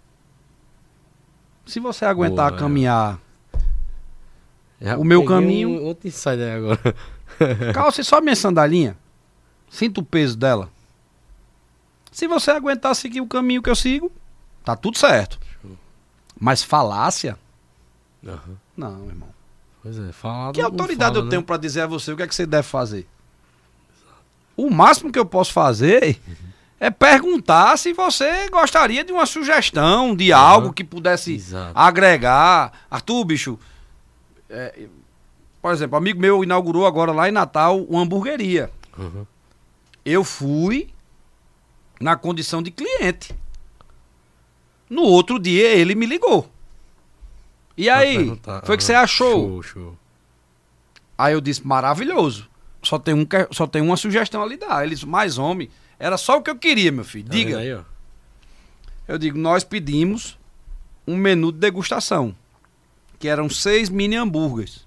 Se você aguentar Boa, caminhar é. o meu caminho... Um, outro insight aí agora. Calce só minha sandalinha. Sinta o peso dela. Se você aguentar seguir o caminho que eu sigo, tá tudo certo. Mas falácia? Uhum. Não, irmão. Pois é, falado. Que autoridade fala, eu tenho né? pra dizer a você o que é que você deve fazer? O máximo que eu posso fazer uhum. é perguntar se você gostaria de uma sugestão, de uhum. algo que pudesse Exato. agregar. Arthur, bicho, é, por exemplo, um amigo meu inaugurou agora lá em Natal uma hamburgueria. Uhum. Eu fui na condição de cliente. No outro dia ele me ligou. E aí, foi que você achou? Show, show. Aí eu disse, maravilhoso. Só tem, um, só tem uma sugestão ali dar. Eles, mais homem, era só o que eu queria, meu filho. Tá Diga. aí, ó. Eu digo, nós pedimos um menu de degustação, que eram seis mini hambúrgueres.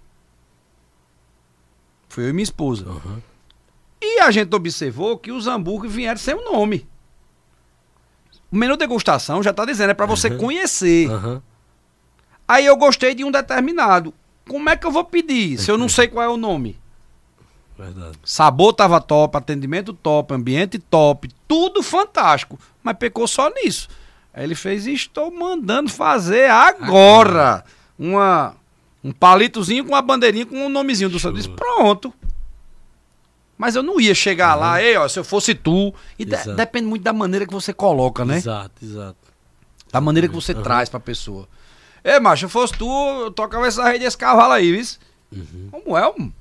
Foi eu e minha esposa. Uhum. E a gente observou que os hambúrgueres vieram sem o nome. O menu de degustação já tá dizendo, é para você Uhum. conhecer. Uhum. Aí eu gostei de um determinado. Como é que eu vou pedir se eu não sei qual é o nome? Verdade. Sabor tava top, atendimento top, ambiente top, tudo fantástico. Mas pecou só nisso. Aí ele fez, estou mandando fazer agora uma, um palitozinho com uma bandeirinha com um nomezinho do seu. Disse, pronto. Mas eu não ia chegar Uhum. lá, ei, ó, se eu fosse tu. E de- Exato. depende muito da maneira que você coloca, né? Exato, exato. Da maneira que você Uhum. traz pra pessoa. Ei, macho, se eu fosse tu, eu tocava essa rede desse cavalo aí, viu? Uhum. Como é, mano?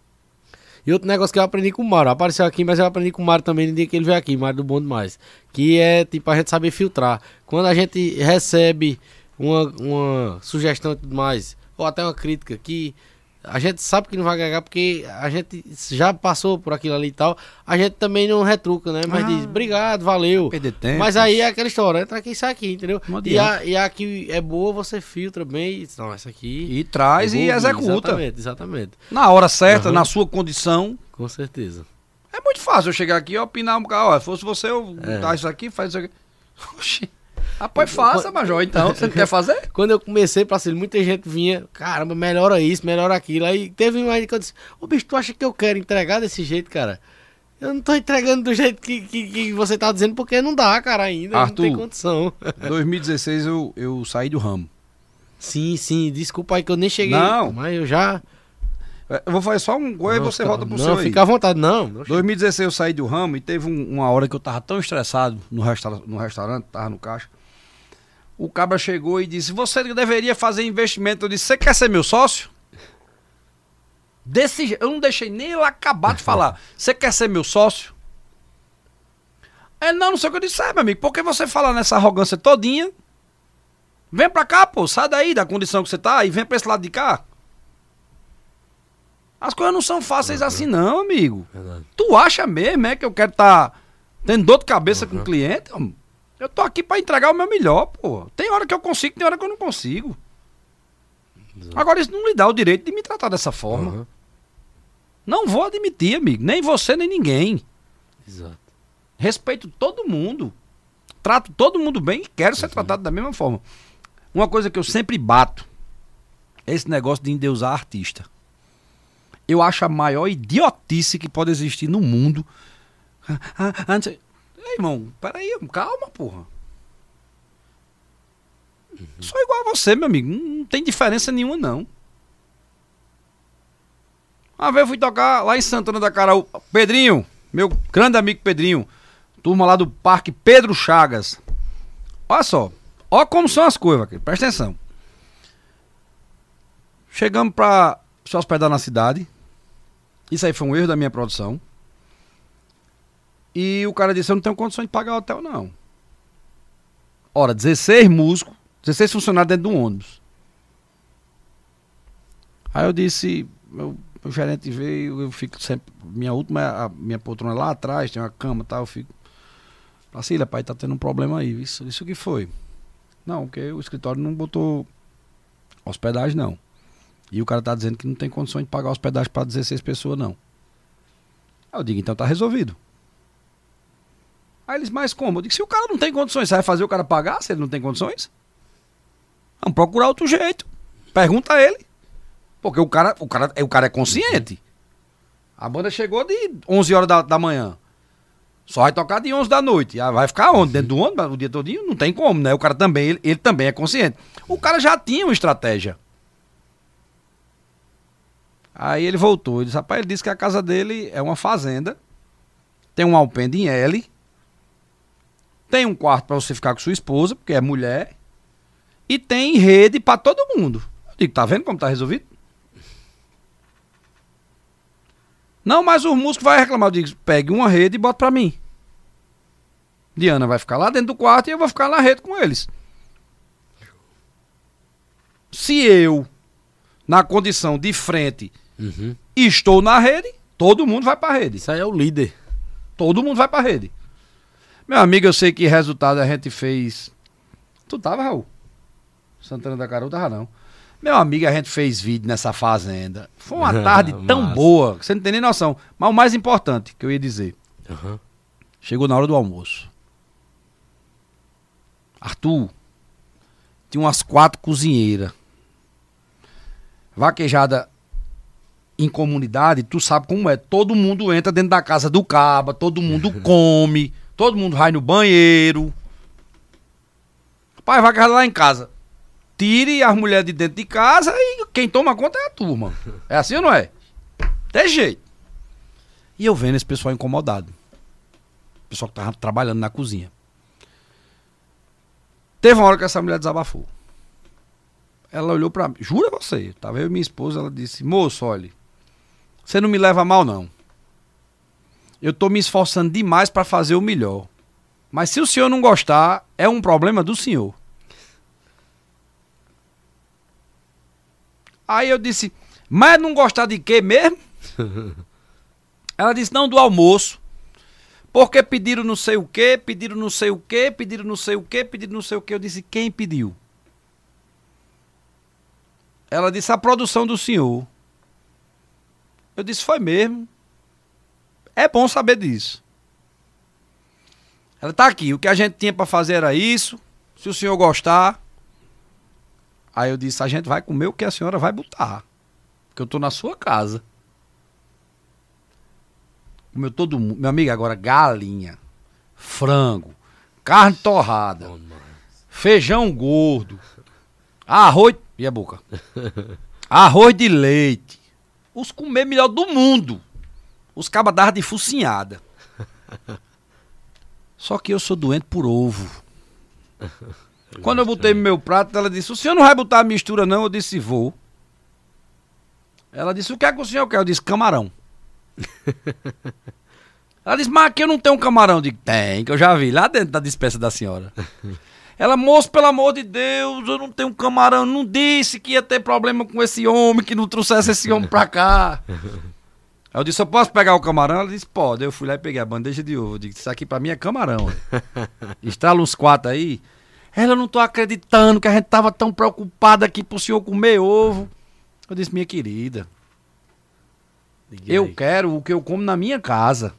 E outro negócio que eu aprendi com o Mário, apareceu aqui, mas eu aprendi com o Mário também no dia que ele veio aqui, Mário do Bom Demais. Que é, tipo, a gente saber filtrar. Quando a gente recebe uma, uma sugestão e tudo mais, ou até uma crítica, que a gente sabe que não vai agregar, porque a gente já passou por aquilo ali e tal, a gente também não retruca, né? Mas Ah. diz, obrigado, valeu. Perder tempo. Mas aí é aquela história, entra aqui, sai aqui, entendeu? Não E adianta. a, e a que é boa, você filtra bem e diz, não, essa aqui... E traz eu e vou ouvir. executa. Exatamente, exatamente. Na hora certa, Uhum. na sua condição. Com certeza. É muito fácil eu chegar aqui e opinar um bocado. Ó, se fosse você, eu É. dar isso aqui, faz isso aqui. Oxi. Rapaz, faça, Major, então. Você não quer fazer? Quando eu comecei pra ser, muita gente vinha, caramba, melhora isso, melhora aquilo. Aí teve um aí que eu disse, ô bicho, tu acha que eu quero entregar desse jeito, cara? Eu não tô entregando do jeito que, que, que você tá dizendo, porque não dá, cara, ainda. Arthur. Não tem condição. dois mil e dezesseis eu, eu saí do ramo. Sim, sim, desculpa aí que eu nem cheguei. Não. Mas eu já... Eu vou fazer só um gol e Não, você fica- volta pro não, seu aí. fica à vontade, não. não dois mil e dezesseis eu saí do ramo e teve um- uma hora que eu tava tão estressado no, restaura- no restaurante, tava no caixa. O cabra chegou e disse, você deveria fazer investimento. Eu disse, você quer ser meu sócio? Desse jeito, eu não deixei nem ele acabar de falar. Você quer ser meu sócio? Ele, não, não sei o que eu disse, é, meu amigo, por que você fala nessa arrogância todinha? Vem pra cá, pô, sai daí da condição que você tá e vem pra esse lado de cá. As coisas não são fáceis assim não, amigo. Verdade. Tu acha mesmo, é, que eu quero estar tá tendo dor de cabeça com o cliente? Homem? Eu tô aqui pra entregar o meu melhor, pô. Tem hora que eu consigo, tem hora que eu não consigo. Exato. Agora isso não lhe dá o direito de me tratar dessa forma. Uhum. Não vou admitir, amigo. Nem você, nem ninguém. Exato. Respeito todo mundo. Trato todo mundo bem e quero ser Uhum. tratado da mesma forma. Uma coisa que eu sempre bato é esse negócio de endeusar artista. Eu acho a maior idiotice que pode existir no mundo. Ah, ah, antes... Ei, irmão, peraí, calma, porra. Uhum. Sou igual a você, meu amigo. Não, não tem diferença nenhuma, não. Uma vez eu fui tocar lá em Santana da Caraú. Pedrinho, meu grande amigo Pedrinho. Turma lá do Parque Pedro Chagas. Olha só. Olha como são as coisas, aqui. Presta atenção. Chegamos pra se hospedar na cidade. Isso aí foi um erro da minha produção. E o cara disse, eu não tenho condições de pagar o hotel, não. Ora, dezesseis músicos, dezesseis funcionários dentro de um ônibus. Aí eu disse, meu, meu gerente veio, eu fico sempre, minha última, a minha poltrona é lá atrás, tem uma cama e tal, eu fico, Placília, pai, tá tendo um problema aí, isso, isso que foi? Não, porque o escritório não botou hospedagem, não. E o cara tá dizendo que não tem condições de pagar hospedagem para dezesseis pessoas, não. Aí eu digo, então tá resolvido. Aí eles, mas como? Eu digo, se o cara não tem condições, você vai fazer o cara pagar se ele não tem condições? Vamos procurar outro jeito. Pergunta a ele. Porque o cara, o cara, o cara é consciente. A banda chegou de onze horas da, da manhã. Só vai tocar de onze da noite. Ah, vai ficar onde? Dentro do ônibus o dia todinho? Não tem como, né? O cara também, ele, ele também é consciente. O cara já tinha uma estratégia. Aí ele voltou. Ele disse, rapaz, ele disse que a casa dele é uma fazenda. Tem um alpendre em L. Tem um quarto pra você ficar com sua esposa, porque é mulher. E tem rede pra todo mundo. Eu digo, tá vendo como tá resolvido? Não, mas os músicos vão reclamar. Eu digo, pegue uma rede e bota pra mim. Diana vai ficar lá dentro do quarto e eu vou ficar na rede com eles. Se eu, na condição de frente, uhum. estou na rede, todo mundo vai pra rede. Isso aí é o líder. Todo mundo vai pra rede. Meu amigo, eu sei que resultado a gente fez... Tu tava, Raul? Santana da Caru tava não. Meu amigo, a gente fez vídeo nessa fazenda. Foi uma tarde tão boa, que você não tem nem noção. Mas o mais importante que eu ia dizer. Uhum. Chegou na hora do almoço. Arthur, tinha umas quatro cozinheiras. Vaquejada em comunidade, tu sabe como é. Todo mundo entra dentro da casa do caba, todo mundo come, todo mundo vai no banheiro. Pai, vaquejada lá em casa. Tire as mulheres de dentro de casa e quem toma conta é a turma. É assim ou não é? Tem jeito. E eu vendo esse pessoal incomodado. O pessoal que tava trabalhando na cozinha. Teve uma hora que essa mulher desabafou. Ela olhou pra mim. Jura você? Tava eu e minha esposa, ela disse, moço, olha, você não me leva mal não. Eu tô me esforçando demais pra fazer o melhor. Mas se o senhor não gostar, é um problema do senhor. Aí eu disse, mas não gostar de quê mesmo? Ela disse, não, do almoço. Porque pediram não sei o quê, pediram não sei o quê, pediram não sei o quê, pediram não sei o quê. Eu disse, quem pediu? Ela disse, a produção do senhor. Eu disse, foi mesmo. É bom saber disso. Ela tá aqui, o que a gente tinha pra fazer era isso. Se o senhor gostar. Aí eu disse, a gente vai comer o que a senhora vai botar. Porque eu tô na sua casa. Comeu todo mundo. Meu amigo, agora galinha, frango, carne torrada, oh, feijão gordo, arroz... E a boca? Arroz de leite. Os comer melhor do mundo. Os cabas davam de focinhada. Só que eu sou doente por ovo. Quando eu botei no meu prato, ela disse, o senhor não vai botar a mistura não? Eu disse, vou. Ela disse, o que é que o senhor quer? Eu disse, camarão. Ela disse, mas aqui eu não tenho um camarão. Eu digo, tem, que eu já vi lá dentro da despensa da senhora. Ela, moço, pelo amor de Deus, eu não tenho um camarão. Não disse que ia ter problema com esse homem, que não trouxesse esse homem pra cá. Aí eu disse, eu posso pegar o camarão? Ela disse, pode. Eu fui lá e peguei a bandeja de ovo. Eu disse, isso aqui pra mim é camarão. Estrala uns quatro aí. Ela, não tô acreditando que a gente tava tão preocupada aqui pro senhor comer ovo. Eu disse, minha querida, eu quero o que eu como na minha casa.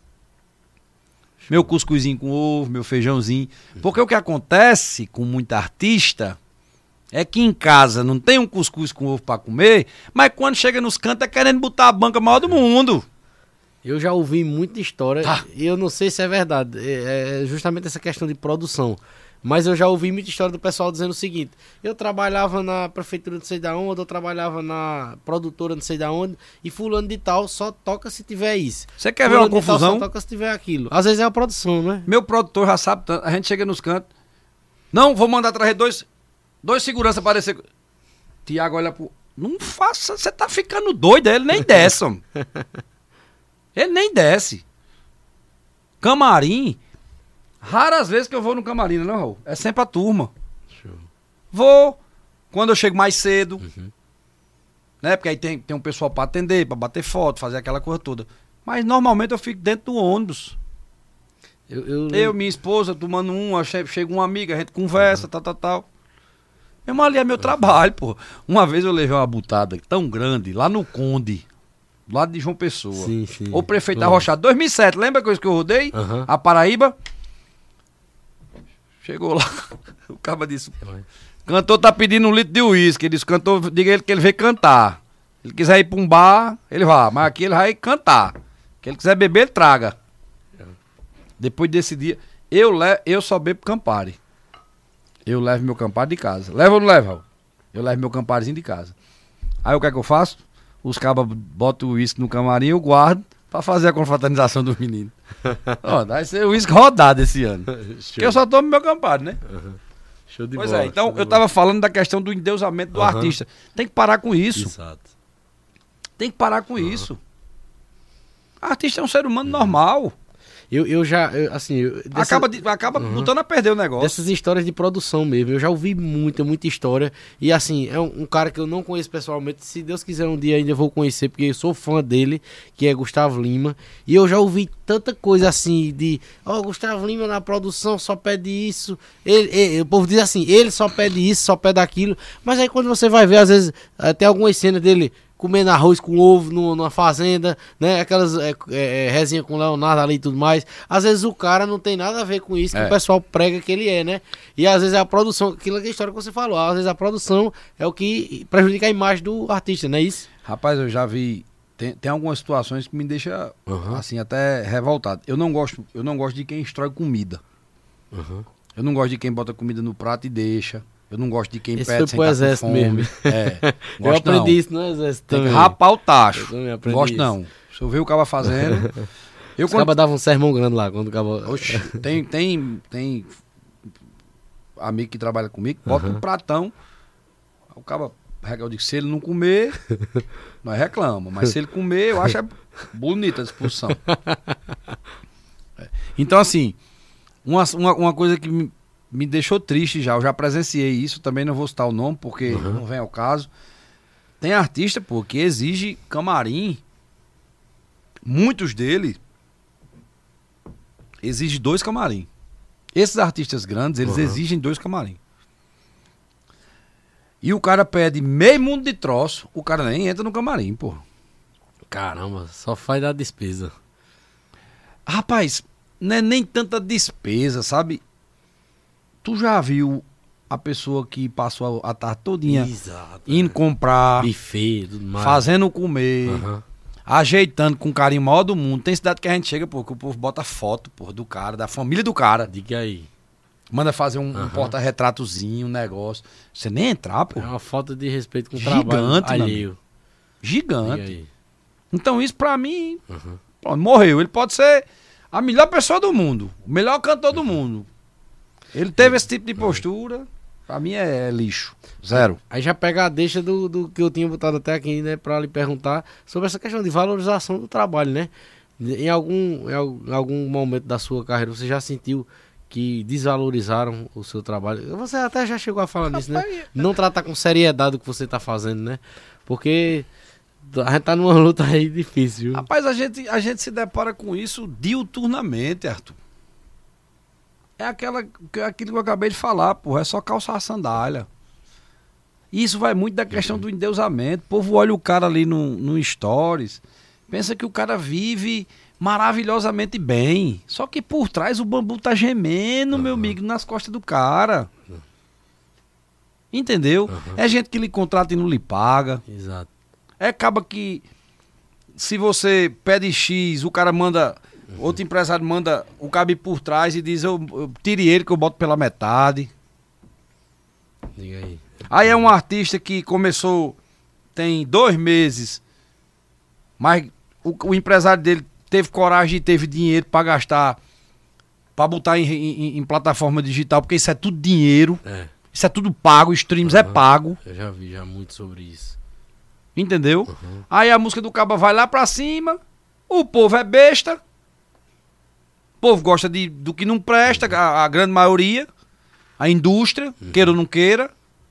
Meu cuscuzinho com ovo, meu feijãozinho. Porque o que acontece com muita artista é que em casa não tem um cuscuz com ovo pra comer, mas quando chega nos cantos é querendo botar a banca maior do mundo. Eu já ouvi muita história, ah. e eu não sei se é verdade, é justamente essa questão de produção. Mas eu já ouvi muita história do pessoal dizendo o seguinte, eu trabalhava na prefeitura não sei da onde, eu trabalhava na produtora não sei da onde, e fulano de tal só toca se tiver isso. Você quer fulano ver uma confusão? Só toca se tiver aquilo. Às vezes é a produção, né? Meu produtor já sabe, a gente chega nos cantos, não, vou mandar trazer dois, dois seguranças para aparecer. Tiago olha pro... Não faça, você tá ficando doido, ele nem desce, homem. Ele nem desce. Camarim... Raras vezes que eu vou no camarim, não, Raul? É sempre a turma. Show. Vou quando eu chego mais cedo. Uhum. Né? Porque aí tem, tem um pessoal pra atender, pra bater foto, fazer aquela coisa toda. Mas normalmente eu fico dentro do ônibus. Eu, eu, eu minha esposa, tomando um, chega uma amiga, a gente conversa, uhum. tal, tal, tal. Mesmo ali é meu uhum. trabalho, pô. Uma vez eu levei uma butada tão grande, lá no Conde, do lado de João Pessoa. Sim, sim. O prefeito uhum. Arrochado, dois mil e sete, lembra a coisa que eu rodei? Uhum. A Paraíba. Chegou lá, o cara disse, cantor tá pedindo um litro de uísque. Ele disse, cantor, diga ele que ele veio cantar. Se ele quiser ir pra um bar, ele vai, mas aqui ele vai cantar. Se ele quiser beber, ele traga. Depois desse dia, eu, le eu só bebo Campari. Eu levo meu Campari de casa. Leva ou não leva? Eu levo meu Camparizinho de casa. Aí o que é que eu faço? Os cabas botam o uísque no camarim, eu guardo pra fazer a confraternização dos meninos. Ó, vai ser o uísque rodado esse ano. Porque eu só tomo meu Campari, né? Uhum. Show de pois bola, é, então eu tava falando da questão do endeusamento do uhum. artista. Tem que parar com isso. Exato. Tem que parar com uhum. isso. Artista é um ser humano normal. Eu, eu já, eu, assim... Eu, dessa... Acaba, de, acaba uhum. botando a perder o negócio. Dessas histórias de produção mesmo. Eu já ouvi muita, muita história. E assim, é um, um cara que eu não conheço pessoalmente. Se Deus quiser um dia ainda eu vou conhecer, porque eu sou fã dele, que é Gustavo Lima. E eu já ouvi tanta coisa assim de... Ó, oh, Gustavo Lima na produção só pede isso. Ele, ele, o povo diz assim, ele só pede isso, só pede aquilo. Mas aí quando você vai ver, às vezes, tem algumas cenas dele... comendo arroz com ovo no, numa fazenda, né? Aquelas é, é, resenha com o Leonardo ali e tudo mais. Às vezes o cara não tem nada a ver com isso, que é. o pessoal prega que ele é, né? E às vezes é a produção, aquilo é a história que você falou, às vezes a produção é o que prejudica a imagem do artista, não é isso? Rapaz, eu já vi, tem, tem algumas situações que me deixam, uhum. assim, até revoltado. Eu não gosto, eu não gosto de quem destrói comida. Uhum. Eu não gosto de quem bota comida no prato e deixa. Eu não gosto de quem Esse pede sem estar com fome. Mesmo. É, eu aprendi não. isso no exército Tem também. que rapar o tacho. Não gosto isso. não. Se eu ver o cara fazendo... eu Os quando... cabas davam um sermão grande lá. Quando o cabo... Oxi, tem, tem, tem amigo que trabalha comigo, bota uhum. um pratão, o cara... Eu digo, se ele não comer, nós reclama. Mas se ele comer, eu acho é bonita a disposição. É. Então assim, uma, uma, uma coisa que... Me... me deixou triste já, eu já presenciei isso, também não vou citar o nome porque uhum. não vem ao caso. Tem artista, pô, que exige camarim, muitos deles exigem dois camarim. Esses artistas grandes, eles uhum. exigem dois camarim. E o cara pede meio mundo de troço, o cara nem entra no camarim, pô. Caramba, só faz dar despesa. Rapaz, não é nem tanta despesa, sabe? Tu já viu a pessoa que passou a tarde todinha Exato, indo é. comprar, buffet, tudo mais. Fazendo comer, uhum. ajeitando com o carinho maior do mundo. Tem cidade que a gente chega, pô, que o povo bota foto, pô, do cara, da família do cara. Diga aí. Manda fazer um, uhum. um porta-retratozinho, um negócio. Você nem entrar, pô. É uma falta de respeito com o Gigante, trabalho alheio. Gigante. Então isso pra mim, uhum. pô, morreu. Ele pode ser a melhor pessoa do mundo, o melhor cantor do mundo. Ele teve esse tipo de postura, pra mim é lixo, zero. Aí já pega a deixa do, do que eu tinha botado até aqui, né, pra lhe perguntar sobre essa questão de valorização do trabalho, né? Em algum, em algum momento da sua carreira, você já sentiu que desvalorizaram o seu trabalho? Você até já chegou a falar nisso, né? Não tratar com seriedade o que você tá fazendo, né? Porque a gente tá numa luta aí difícil, viu? Rapaz, a gente, a gente se depara com isso diuturnamente, Arthur. É aquela, aquilo que eu acabei de falar, porra, é só calçar a sandália. Isso vai muito da questão do endeusamento. O povo olha o cara ali no, no stories, pensa que o cara vive maravilhosamente bem. Só que por trás o bambu tá gemendo, uhum. meu amigo, nas costas do cara. Entendeu? Uhum. É gente que lhe contrata e não lhe paga. Exato. É acaba que se você pede X, o cara manda... Outro empresário manda o cabo por trás e diz, eu, eu tire ele que eu boto pela metade. Diga aí. Aí é um artista que começou, tem dois meses, mas o, o empresário dele teve coragem e teve dinheiro para gastar, para botar em, em, em plataforma digital, porque isso é tudo dinheiro. É. Isso é tudo pago, streams uhum. é pago. Eu já vi já muito sobre isso. Entendeu? Uhum. Aí a música do cabo vai lá pra cima, o povo é besta. O povo gosta de, do que não presta, a, a grande maioria, a indústria, uhum. queira ou não queira.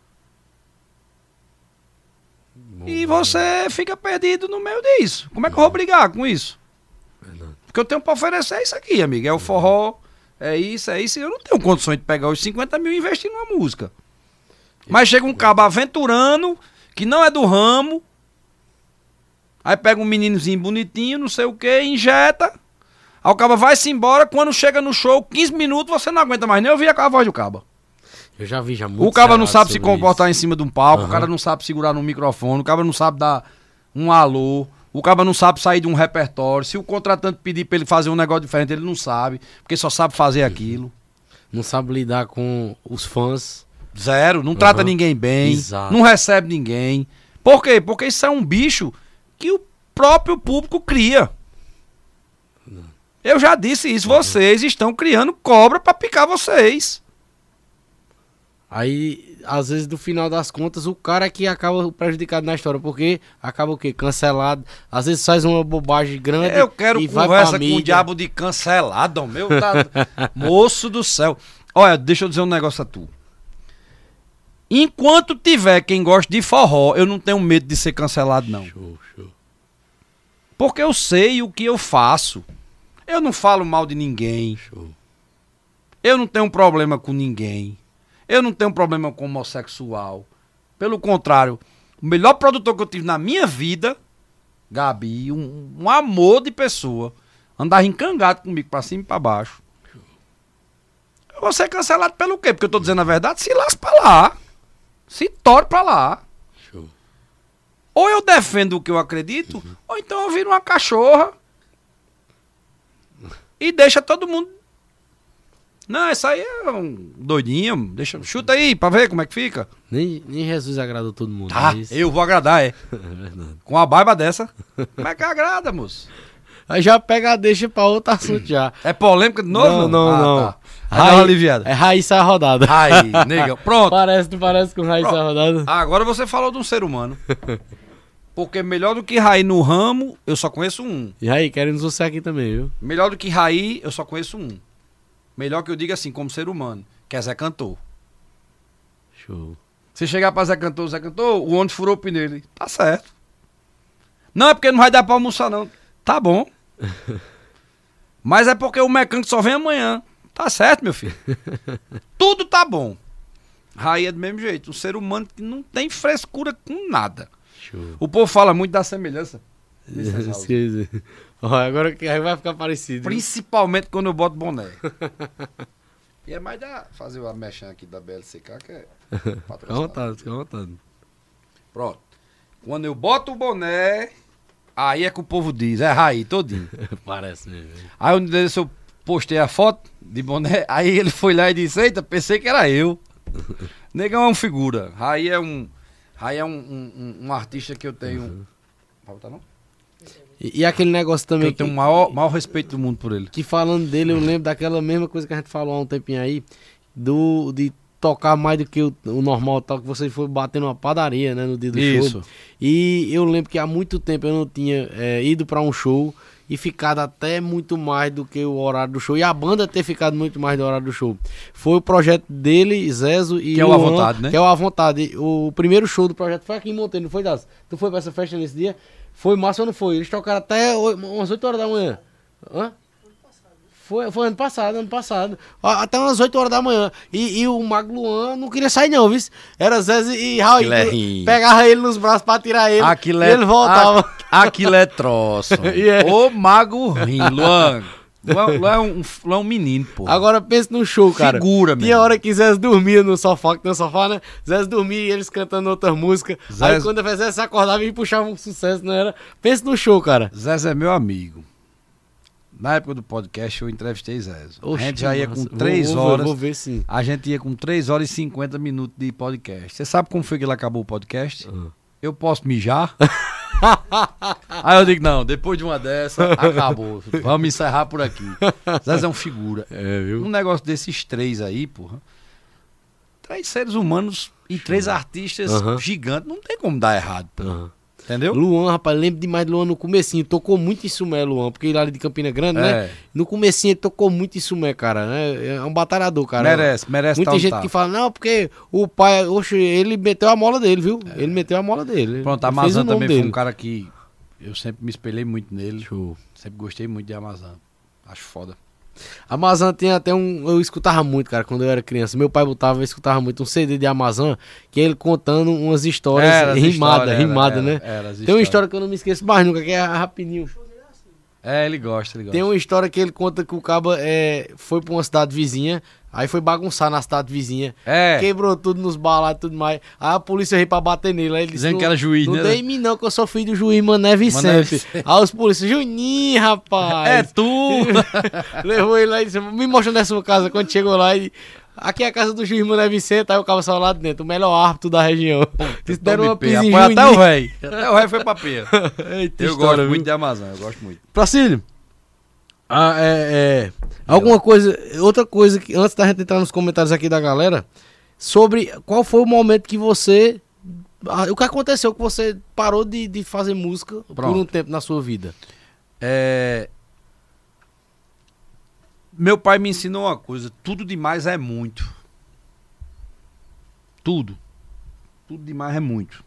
Bom, e você bom. fica perdido no meio disso. Como é que eu vou brigar com isso? Verdade. Porque eu tenho pra oferecer isso aqui, amigo. É o forró, é isso, é isso. E eu não tenho condições de pegar os cinquenta mil e investir numa música. Mas chega um cabo aventurando, que não é do ramo, aí pega um meninozinho bonitinho, não sei o que, injeta. Aí o cabo vai-se embora, quando chega no show, quinze minutos, você não aguenta mais nem ouvir a voz do cabo. Eu já vi já muito. O cabo não sabe se comportar isso. em cima de um palco, uhum. o cara não sabe segurar no microfone, o cabo não sabe dar um alô, o cabo não sabe sair de um repertório. Se o contratante pedir pra ele fazer um negócio diferente, ele não sabe, porque só sabe fazer aquilo. Não sabe lidar com os fãs. Zero, não uhum. trata ninguém bem, Exato. não recebe ninguém. Por quê? Porque isso é um bicho que o próprio público cria. Eu já disse isso, vocês estão criando cobra pra picar vocês. Aí, às vezes, no final das contas, o cara é que acaba prejudicado na história, porque acaba o quê? Cancelado. Às vezes faz uma bobagem grande Eu quero e vai conversa pra com mídia. o diabo de cancelado, meu tá... moço do céu. Olha, deixa eu dizer um negócio a tu. Enquanto tiver quem gosta de forró, eu não tenho medo de ser cancelado, não. Show, show. Porque eu sei o que eu faço. Eu não falo mal de ninguém. Show. Eu não tenho problema com ninguém. Eu não tenho problema com homossexual. Pelo contrário, o melhor produtor que eu tive na minha vida, Gabi, um, um amor de pessoa, andava encangado comigo pra cima e pra baixo. Eu vou ser cancelado pelo quê? Porque eu tô dizendo a verdade? Se lasca pra lá. Se torre pra lá. Show. Ou eu defendo o que eu acredito, uhum. ou então eu viro uma cachorra e deixa todo mundo... Não, essa aí é um doidinho. Deixa, chuta aí pra ver como é que fica. Nem, nem Jesus agradou todo mundo. Tá, é eu vou agradar, é. É verdade. Com a barba dessa. Como é que agrada, moço? Aí já pega a deixa pra outro assunto já. É polêmica de novo? Não, não, ah, não. Tá. Aí dá uma aliviada. É Raíssa a rodada. Aí, nega. Pronto. Parece, não parece com Raíssa a rodada? Agora você falou de um ser humano. Porque melhor do que Raí no ramo, eu só conheço um. E aí, queremos você aqui também, viu? Melhor do que Raí, eu só conheço um. Melhor que eu diga assim, como ser humano, que é Zé Cantor. Show. Você chegar pra Zé Cantor, Zé Cantor, o ônibus furou o pneu. Ele, tá certo. Não, é porque não vai dar pra almoçar, não. Tá bom. Mas é porque o mecânico só vem amanhã. Tá certo, meu filho. Tudo tá bom. Raí é do mesmo jeito. Um ser humano que não tem frescura com nada. Show. O povo fala muito da semelhança. Sim, sim. Olha, agora que aí vai ficar parecido. Principalmente quando eu boto boné. E é mais da fazer a mechan aqui da B L C K que é Fica à vontade, fica à vontade. Pronto. Quando eu boto o boné, aí é que o povo diz, é Raí, todinho. Parece mesmo. Aí um dia eu postei a foto de boné, aí ele foi lá e disse, eita, pensei que era eu. Negão é um figura. Raí é um. Raí é um, um, um, um artista que eu tenho. Uhum. Pode botar não? E, e aquele negócio também. Que eu tenho o maior, maior respeito do mundo por ele. Que falando dele, eu lembro daquela mesma coisa que a gente falou há um tempinho aí, do, de tocar mais do que o, o normal, tal, que você foi bater numa padaria, né, no dia do Isso. show. E eu lembro que há muito tempo eu não tinha é, ido pra um show e ficado até muito mais do que o horário do show. E a banda ter ficado muito mais do horário do show. Foi o projeto dele, Zezo e Que é o À Vontade, né? Que é o À Vontade. O primeiro show do projeto foi aqui em Monteiro, não foi, Das? Tu foi pra essa festa nesse dia? Foi massa ou não foi? Eles tocaram até umas oito horas da manhã. Hã? Foi, foi ano passado, ano passado. Até umas oito horas da manhã. E, e o Mago Luan não queria sair não, viu? Era Zé e Raul. É pegava ele nos braços pra tirar ele. Aquilo e é, ele voltava. A, aquilo é troço. Yeah. Ô Mago Rim, Luan. Luan, Luan, é um, Luan é um menino, pô. Agora pensa no show, cara. Figura, mesmo. Tinha hora que Zé dormia no sofá, que tem um sofá, né? Zé dormia e eles cantando outra música. Zé... Aí quando a Zé se acordava e puxava um sucesso, não era? Pensa no show, cara. Zé é meu amigo. Na época do podcast eu entrevistei Zé. A gente já ia com massa. três vou, vou horas. Ver, vou ver sim. A gente ia com três horas e cinquenta minutos de podcast. Você sabe como foi que ele acabou o podcast? Uhum. Eu posso mijar? Aí eu digo, não, depois de uma dessa, acabou. Vamos encerrar por aqui. Zé é um figura. É, viu? Um negócio desses três aí, porra. Três seres humanos e três artistas uhum. gigantes. Não tem como dar errado, porra. Uhum. Entendeu? Luan, rapaz, lembro demais de Luan no comecinho. Tocou muito em Sumé, Luan, porque ele ali de Campina Grande, é. né? No comecinho ele tocou muito em Sumé, cara, né? É um batalhador, cara. Merece, merece. Muita gente tá. que fala, não, porque o pai, oxe, ele meteu a mola dele, viu? É. Ele meteu a mola dele. Pronto, a Amazon também dele. Foi um cara que eu sempre me espelhei muito nele. Show. Sempre gostei muito de Amazon. Acho foda. Amazon tem até um... Eu escutava muito, cara, quando eu era criança. Meu pai botava, eu escutava muito um C D de Amazon, que é ele contando umas histórias rimadas, rimada, né? Era, era tem uma história que eu não me esqueço mais nunca, que é rapidinho. É, ele gosta, ele gosta. Tem uma história que ele conta que o caba é, foi pra uma cidade vizinha, aí foi bagunçar na cidade vizinha, é. quebrou tudo nos balados e tudo mais. Aí a polícia veio pra bater nele. Aí ele dizendo disse, que era juiz, não né? Não dei em mim não, que eu sou filho do juiz Mané Vicente. Mané Vicente. Aí os polícias, Juninho, rapaz. É tu! Levou ele lá e disse, me mostra na sua casa. Quando chegou lá, e aqui é a casa do juiz Mané Vicente, aí o cabo saiu lá de dentro, o melhor árbitro da região. Disse, deram uma pisa em Juninho. Até o velho. Até o velho foi pra peia. Eita, eu história, gosto viu? muito de Amazon, eu gosto muito. Procílio. Ah, é, é, alguma coisa, outra coisa que antes da gente entrar nos comentários aqui da galera, sobre qual foi o momento que você... O que aconteceu que você parou de, de fazer música Pronto. por um tempo na sua vida? É... Meu pai me ensinou uma coisa, tudo demais é muito. Tudo. Tudo demais é muito.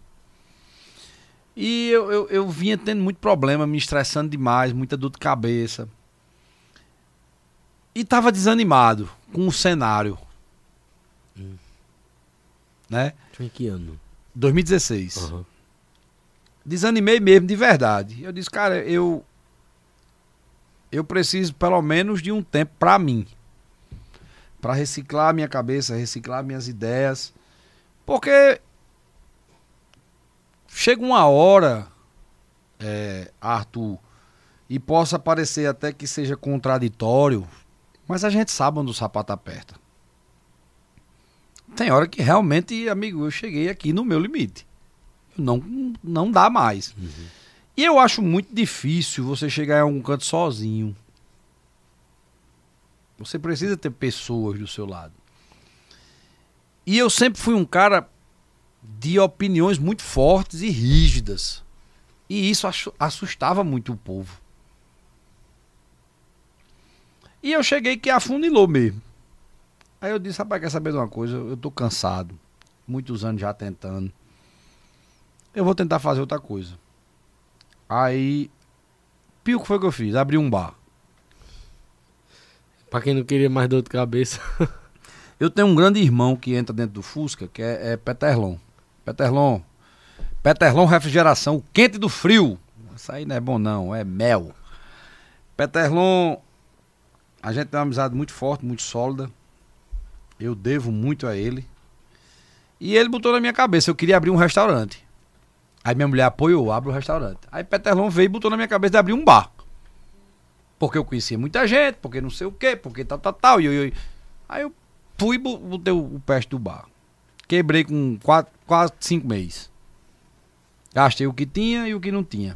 E eu, eu, eu vinha tendo muito problema, me estressando demais, muita dor de cabeça. E tava desanimado com o cenário. Hum. Né? Em que ano? dois mil e dezesseis. Uhum. Desanimei mesmo, de verdade. Eu disse, cara, eu... Eu preciso pelo menos de um tempo pra mim. Pra reciclar a minha cabeça, reciclar minhas ideias. Porque... Chega uma hora, é, Arthur, e possa parecer até que seja contraditório, mas a gente sabe onde o sapato aperta. Tem hora que realmente, amigo, eu cheguei aqui no meu limite. Não, não dá mais. Uhum. E eu acho muito difícil você chegar em algum canto sozinho. Você precisa ter pessoas do seu lado. E eu sempre fui um cara de opiniões muito fortes e rígidas. E isso assustava muito o povo. E eu cheguei que afunilou mesmo. Aí eu disse, rapaz, quer saber de uma coisa? Eu tô cansado. Muitos anos já tentando. Eu vou tentar fazer outra coisa. Aí, pior que foi que eu fiz? Abri um bar. Pra quem não queria mais dor de cabeça. Eu tenho um grande irmão que entra dentro do Fusca, que é, é Peterlon. Peterlon. Peterlon Refrigeração, o quente do frio. Isso aí não é bom não, é mel. Peterlon, a gente tem uma amizade muito forte, muito sólida. Eu devo muito a ele. E ele botou na minha cabeça, eu queria abrir um restaurante. Aí minha mulher apoiou, abre o restaurante. Aí Peterlon veio e botou na minha cabeça de abrir um bar. Porque eu conhecia muita gente, porque não sei o quê, porque tal, tal, tal. E eu, eu... Aí eu fui e botei o peste do bar. Quebrei com quatro, quase cinco meses. Gastei o que tinha e o que não tinha.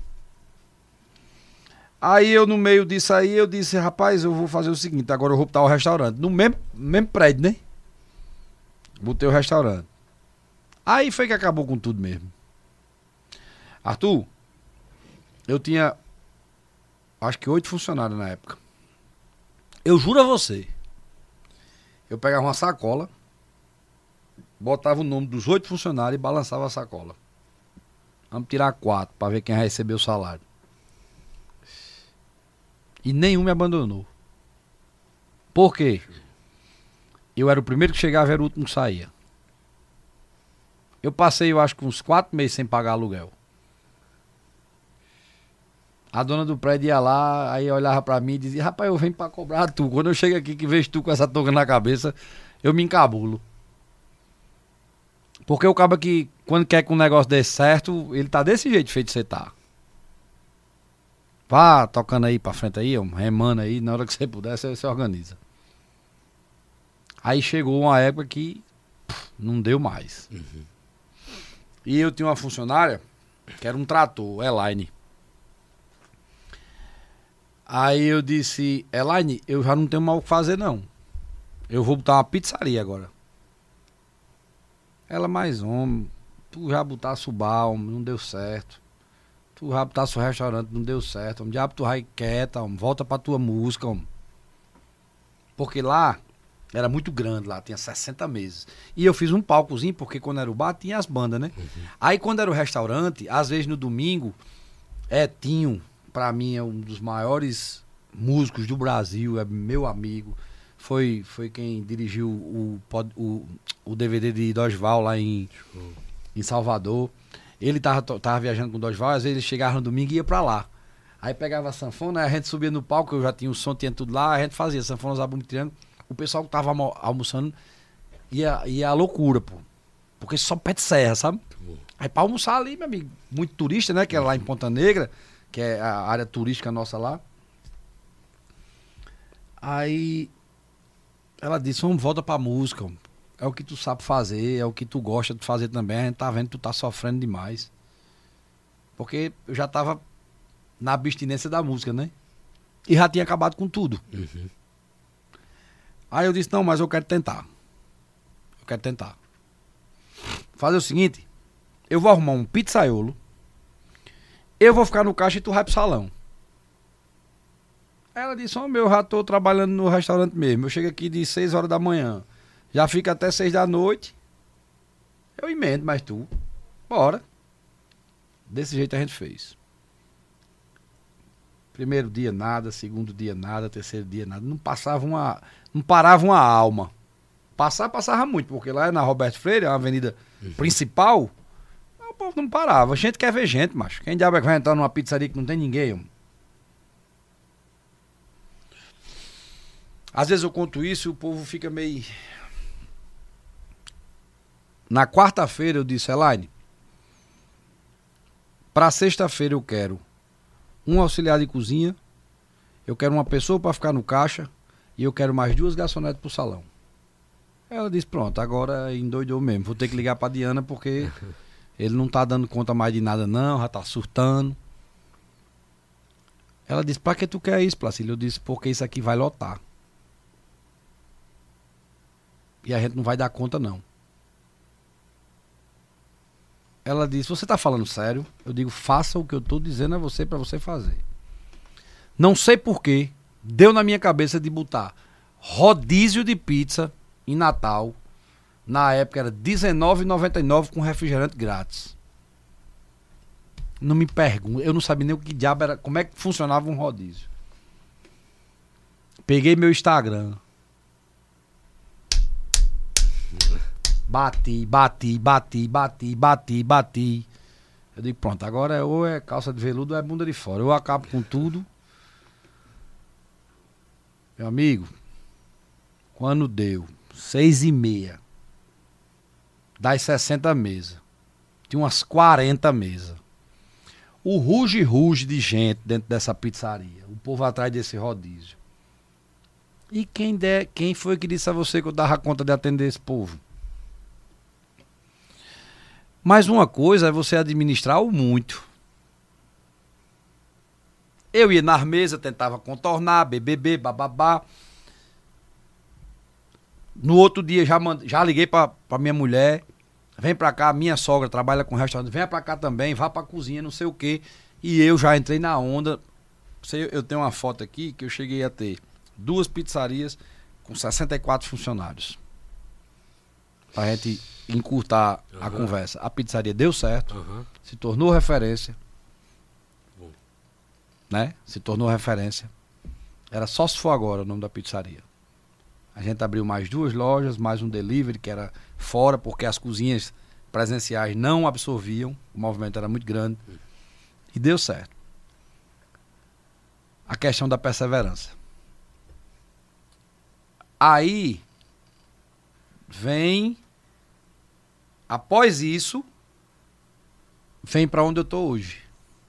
Aí eu, no meio disso aí, eu disse, rapaz, eu vou fazer o seguinte, agora eu vou botar o restaurante. No mesmo, mesmo prédio, né? Botei o restaurante. Aí foi que acabou com tudo mesmo. Arthur, eu tinha, acho que oito funcionários na época. Eu juro a você, eu pegava uma sacola, botava o nome dos oito funcionários e balançava a sacola. Vamos tirar quatro para ver quem vai receber o salário. E nenhum me abandonou. Por quê? Eu era o primeiro que chegava e era o último que saía. Eu passei, eu acho que uns quatro meses sem pagar aluguel. A dona do prédio ia lá, aí olhava pra mim e dizia, rapaz, eu venho pra cobrar tu. Quando eu chego aqui que vejo tu com essa touca na cabeça, eu me encabulo. Porque o cara que, quando quer que um negócio dê certo, ele tá desse jeito feito você tá. Vá tocando aí pra frente aí, remando aí, na hora que você puder, você, você organiza. Aí chegou uma época que pff, não deu mais. Uhum. E eu tinha uma funcionária que era um trator, Elaine. Aí eu disse, Elaine, eu já não tenho mal o que fazer não. Eu vou botar uma pizzaria agora. Ela, mais homem, tu já botasse o bar, homem, não deu certo. Tu já botasse o restaurante, não deu certo. Homem, diabo, tu vai quieta, homem, volta pra tua música, homem. Porque lá, era muito grande lá, tinha sessenta meses. E eu fiz um palcozinho, porque quando era o bar, tinha as bandas, né? Uhum. Aí quando era o restaurante, às vezes no domingo, Etinho, pra mim é um dos maiores músicos do Brasil, é meu amigo. Foi, foi quem dirigiu o, o, o D V D de Dosval lá em, em Salvador. Ele tava, tava viajando com o Dosval, às vezes ele chegava no domingo e ia pra lá. Aí pegava a sanfona, a gente subia no palco, eu já tinha o som, tinha tudo lá, a gente fazia sanfona, zabumba, triângulo. O pessoal que tava almoçando ia, ia à loucura, pô. Porque só pé de serra, sabe? Aí pra almoçar ali, meu amigo, muito turista, né? Que é lá em Ponta Negra, que é a área turística nossa lá. Aí ela disse, vamos, volta pra música, homem. É o que tu sabe fazer, é o que tu gosta de fazer também. A gente tá vendo que tu tá sofrendo demais. Porque eu já tava na abstinência da música, né? E já tinha acabado com tudo. Uhum. Aí eu disse, não, mas eu quero tentar. Eu quero tentar. fazer o seguinte, eu vou arrumar um pizzaiolo, eu vou ficar no caixa e tu vai pro salão. Ela disse, ó, oh, meu, eu já tô trabalhando no restaurante mesmo, eu chego aqui de seis horas da manhã, já fica até seis da noite, eu emendo, mas tu, bora. Desse jeito a gente fez. Primeiro dia nada, segundo dia nada, terceiro dia nada, não passava uma, não parava uma alma. Passar, passava muito, porque lá na Roberto Freire, é uma avenida uhum. principal, o povo não parava. A gente quer ver gente, macho. Quem diabo é que vai entrar numa pizzaria que não tem ninguém, mano? Às vezes eu conto isso e o povo fica meio... Na quarta-feira eu disse, Elaine, pra sexta-feira eu quero um auxiliar de cozinha, eu quero uma pessoa para ficar no caixa e eu quero mais duas garçonetes pro salão. Ela disse, pronto, agora endoidou mesmo, vou ter que ligar pra Diana porque ele não tá dando conta mais de nada não, já tá surtando. Ela disse, pra que tu quer isso, Placílio? Eu disse, porque isso aqui vai lotar. E a gente não vai dar conta não. Ela disse, você tá falando sério? Eu digo, faça o que eu tô dizendo a você pra você fazer. Não sei porquê, deu na minha cabeça de botar rodízio de pizza em Natal. Na época era dezenove reais e noventa e nove centavos com refrigerante grátis. Não me pergunte, eu não sabia nem o que diabo era, como é que funcionava um rodízio. Peguei meu Instagram. Bati, bati, bati, bati, bati, bati. Eu digo, pronto, agora é, ou é calça de veludo ou é bunda de fora. Eu acabo com tudo. Meu amigo, quando deu seis e meia das sessenta mesas, tinha umas quarenta mesas. O ruge-ruge de gente dentro dessa pizzaria. O povo atrás desse rodízio. E quem, der, quem foi que disse a você que eu dava conta de atender esse povo? Mas uma coisa é você administrar o muito. Eu ia nas mesas, tentava contornar, B B B, bababá. No outro dia já, mand... já liguei pra, pra minha mulher. Vem pra cá, minha sogra trabalha com restaurante. Vem pra cá também, vá pra cozinha, não sei o quê. E eu já entrei na onda. Eu tenho uma foto aqui que eu cheguei a ter duas pizzarias com sessenta e quatro funcionários. Pra gente encurtar uhum. a conversa. A pizzaria deu certo, uhum. se tornou referência. Bom. Né? Se tornou referência. Era só se for agora o nome da pizzaria. A gente abriu mais duas lojas, mais um delivery que era fora, porque as cozinhas presenciais não absorviam. O movimento era muito grande. Uhum. E deu certo. A questão da perseverança. Aí vem, após isso, vem para onde eu tô hoje.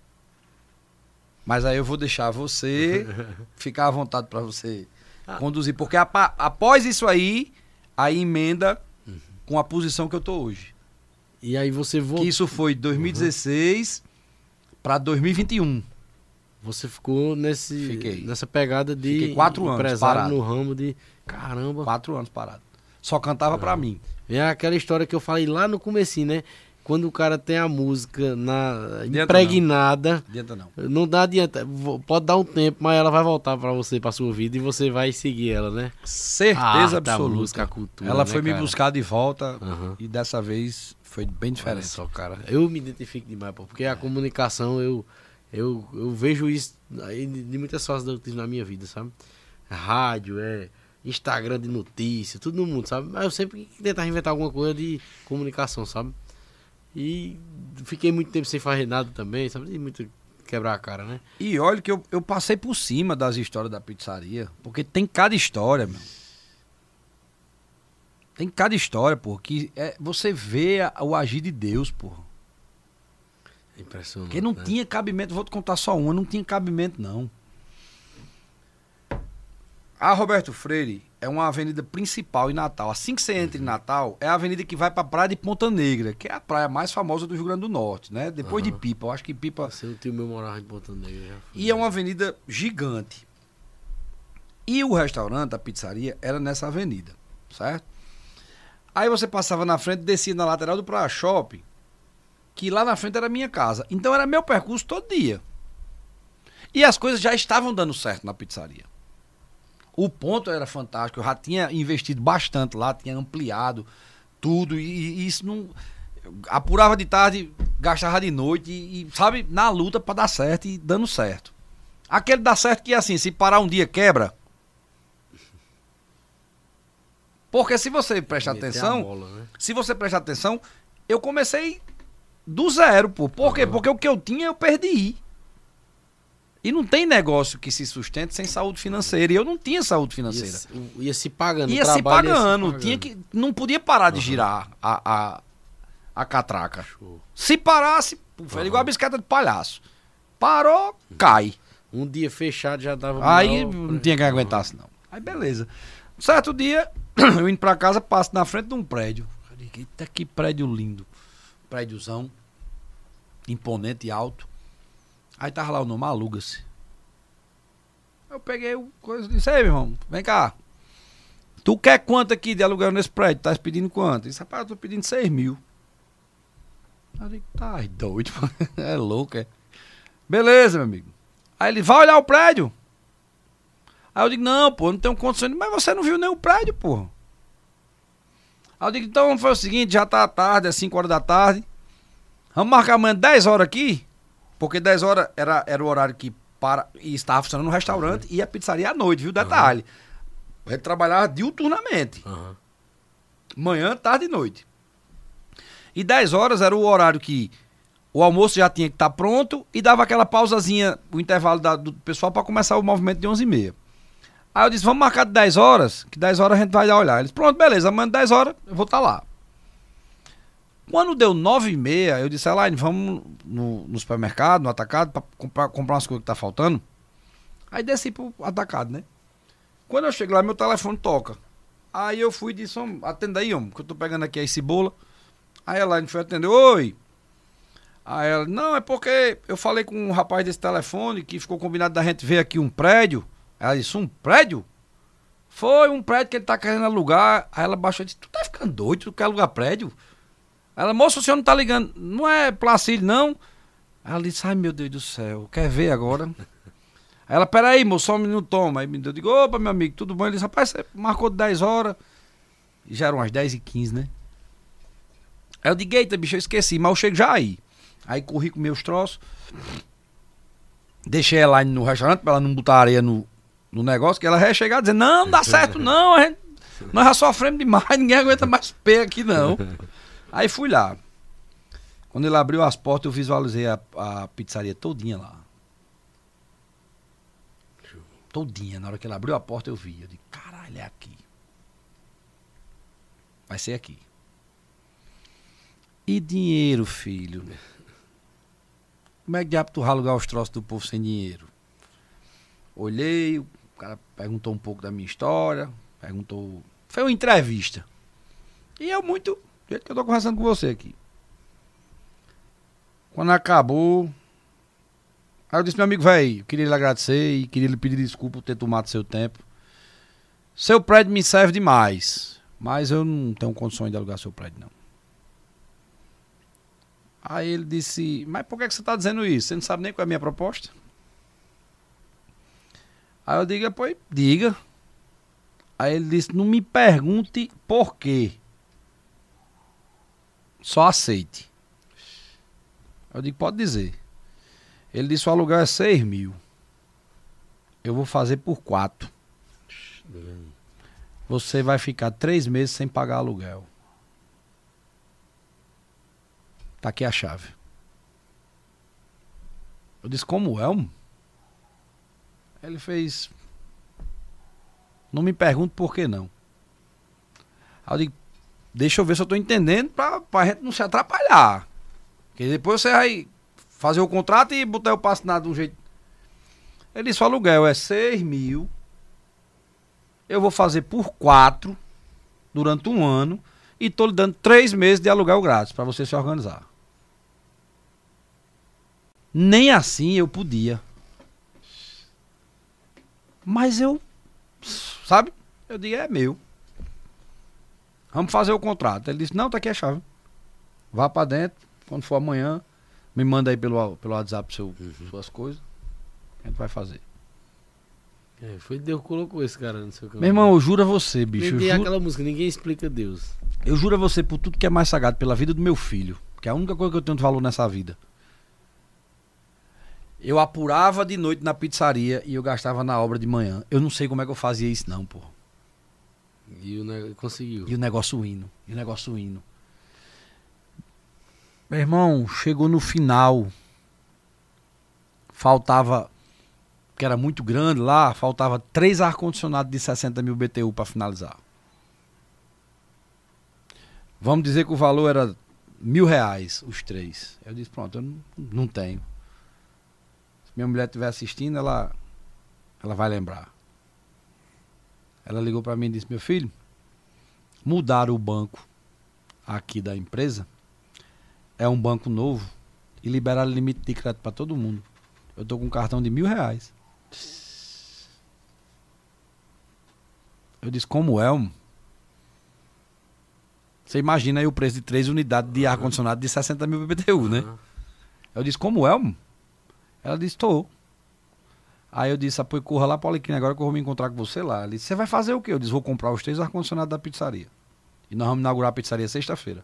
Mas aí eu vou deixar você ficar à vontade para você ah. conduzir, porque a, após isso aí, a emenda uhum. com a posição que eu tô hoje. E aí você voltou. Que isso foi dois mil e dezesseis uhum. para dois mil e vinte e um. Você ficou nesse, Fiquei. nessa pegada de Fiquei quatro anos empresário parado. no ramo de... Caramba. Quatro anos parado. Só cantava ah. pra mim. É aquela história que eu falei lá no comecinho, né? Quando o cara tem a música na adianta impregnada... Não. Adianta não. Não dá adianta. Pode dar um tempo, mas ela vai voltar pra você, pra sua vida, e você vai seguir ela, né? Certeza ah, absoluta. Música, a cultura, ela né, foi cara? me buscar de volta uhum. e dessa vez foi bem diferente. Olha só, cara. Eu me identifico demais, pô, porque a comunicação, eu... Eu, eu vejo isso aí de muitas fases da na minha vida, sabe? Rádio, é, Instagram de notícia, tudo no mundo, sabe? Mas eu sempre tentava inventar alguma coisa de comunicação, sabe? E fiquei muito tempo sem fazer nada também, sabe? E muito quebrar a cara, né? E olha que eu, eu passei por cima das histórias da pizzaria, porque tem cada história, meu. Tem cada história, pô, que é, você vê a, o agir de Deus, pô. Impressionante. Porque não né? tinha cabimento, vou te contar só uma, não tinha cabimento não. A Roberto Freire é uma avenida principal em Natal. Assim que você entra uhum. em Natal, é a avenida que vai pra praia de Ponta Negra, que é a praia mais famosa do Rio Grande do Norte, né? Depois uhum. de Pipa, eu acho que Pipa... Seu tio meu morava em Ponta Negra. Já e é uma avenida gigante. E o restaurante, a pizzaria, era nessa avenida, certo? Aí você passava na frente, descia na lateral do Praia Shopping, que lá na frente era a minha casa. Então era meu percurso todo dia. E as coisas já estavam dando certo na pizzaria. O ponto era fantástico, eu já tinha investido bastante lá, tinha ampliado tudo, e, e isso não... Apurava de tarde, gastava de noite, e, e sabe, na luta pra dar certo e dando certo. Aquele dá certo que é assim, se parar um dia quebra. Porque se você prestar atenção, bola, né? se você prestar atenção, eu comecei do zero, pô. Por quê? Uhum. Porque o que eu tinha eu perdi. E não tem negócio que se sustente sem saúde financeira. E eu não tinha saúde financeira. Ia, se, ia se pagando. Ia se pagando. Ia se pagando. Tinha que, não podia parar de uhum. girar a, a, a catraca. Show. Se parasse, puf, uhum. era igual a bicicleta de palhaço. Parou, cai. Um dia fechado já dava... Aí mal, não tinha quem aguentasse, não. Aí beleza. Um certo dia, eu indo pra casa, passo na frente de um prédio. Eita, que prédio lindo. Prédiozão. Imponente e alto. Aí tava lá o nome, aluga-se. Eu peguei o coisa e disse, ei, meu irmão, vem cá. Tu quer quanto aqui de aluguel nesse prédio? Tá pedindo quanto? Ele disse, rapaz, eu tô pedindo seis mil. Eu digo, tá doido, é louco, é. Beleza, meu amigo. Aí ele, vai olhar o prédio? Aí eu digo, não, pô, não tenho condições. Mas você não viu nem o prédio, pô. Aí eu digo, então vamos fazer o seguinte, já tá tarde, é cinco horas da tarde. Vamos marcar amanhã dez horas aqui, porque dez horas era, era o horário que para, e estava funcionando no restaurante uhum. e a pizzaria à noite, viu? Detalhe. Uhum. Ele trabalhava diuturnamente. Uhum. Manhã, tarde e noite. E dez horas era o horário que o almoço já tinha que estar pronto e dava aquela pausazinha, o intervalo da, do pessoal para começar o movimento de onze e meia. Aí eu disse, vamos marcar de dez horas, que dez horas a gente vai dar olhar. Eles, pronto, beleza, amanhã dez horas eu vou estar lá. Quando deu nove e meia, eu disse, Elaine, vamos no, no supermercado, no atacado, para comprar, comprar umas coisas que tá faltando. Aí desci pro atacado, né? Quando eu chego lá, meu telefone toca. Aí eu fui e disse, atenda aí, homem, que eu tô pegando aqui a cebola. Aí a Elaine foi atender, oi. Aí ela, não, é porque eu falei com um rapaz desse telefone que ficou combinado da gente ver aqui um prédio. Ela disse, um prédio? Foi um prédio que ele tá querendo alugar. Aí ela baixou e disse, tu tá ficando doido, tu quer alugar prédio? Ela, moça, o senhor não tá ligando, não é Placílio, não? Ela disse, ai meu Deus do céu, quer ver agora? Aí ela, peraí, moço, só um minuto, toma. Aí me deu, eu digo, opa, meu amigo, tudo bom? Ele disse, rapaz, você marcou de dez horas. E já eram umas dez e quinze, né? Aí eu digo, eita, bicho, eu esqueci, mas eu chego já aí. Aí corri com meus troços, deixei ela no restaurante pra ela não botar areia no, no negócio, que ela ia chegar dizendo, não, não dá certo não, a gente, nós já sofremos demais, ninguém aguenta mais pé aqui não. Aí fui lá. Quando ele abriu as portas, eu visualizei a, a pizzaria todinha lá. Todinha, na hora que ele abriu a porta eu vi, eu digo, caralho, é aqui. Vai ser aqui. E dinheiro, filho? Como é que diabo tu vai alugar os troços do povo sem dinheiro? Olhei, o cara perguntou um pouco da minha história, perguntou... Foi uma entrevista. E eu muito... Do jeito que eu tô conversando com você aqui. Quando acabou... Aí eu disse, meu amigo, velho, eu queria lhe agradecer e queria lhe pedir desculpa por ter tomado seu tempo. Seu prédio me serve demais, mas eu não tenho condições de alugar seu prédio, não. Aí ele disse, mas por que você está dizendo isso? Você não sabe nem qual é a minha proposta? Aí eu digo, pois, diga. Aí ele disse, não me pergunte por quê. Só aceite. Eu digo, pode dizer. Ele disse, o aluguel é seis mil. Eu vou fazer por quatro. Você vai ficar três meses sem pagar aluguel. Tá aqui a chave. Eu disse, como é, um? Ele fez... Não me pergunte por que não. Aí eu digo, deixa eu ver se eu tô entendendo pra, pra gente não se atrapalhar. Porque depois você vai fazer o contrato e botar o passo nada de um jeito. Ele disse, o aluguel é seis mil. Eu vou fazer por quatro durante um ano. E tô lhe dando três meses de aluguel grátis para você se organizar. Nem assim eu podia. Mas eu, sabe? Eu digo, é meu. vamos fazer o contrato. Ele disse, não, tá aqui a chave. Vá pra dentro, quando for amanhã, me manda aí pelo, pelo WhatsApp seu, uhum. suas coisas. A gente vai fazer. É, foi Deus que colocou esse cara no seu caminho. Meu irmão, eu juro a você, bicho. Nem eu juro... aquela música, ninguém explica Deus. Eu juro a você por tudo que é mais sagrado, pela vida do meu filho, que é a única coisa que eu tenho de valor nessa vida. Eu apurava de noite na pizzaria e eu gastava na obra de manhã. Eu não sei como é que eu fazia isso não, pô. E o negócio conseguiu. E o negócio indo, e o negócio indo. Meu irmão, chegou no final. Faltava, que era muito grande lá, faltava três ar-condicionados de sessenta mil B T U para finalizar. Vamos dizer que o valor era mil reais, os três. Eu disse, pronto, eu não, não tenho. Se minha mulher estiver assistindo, ela, ela vai lembrar. Ela ligou para mim e disse, meu filho, mudaram o banco aqui da empresa, é um banco novo, e liberaram limite de crédito para todo mundo. Eu tô com um cartão de mil reais. Eu disse, como é, mano? Você imagina aí o preço de três unidades de ar-condicionado de sessenta mil B T U, né? Uhum. Eu disse, como é, mano? Ela disse, tô. Aí eu disse, apoio, corra lá pra Alequim, agora que eu vou me encontrar com você lá. Ela disse, você vai fazer o quê? Eu disse, vou comprar os três ar-condicionados da pizzaria. E nós vamos inaugurar a pizzaria sexta-feira.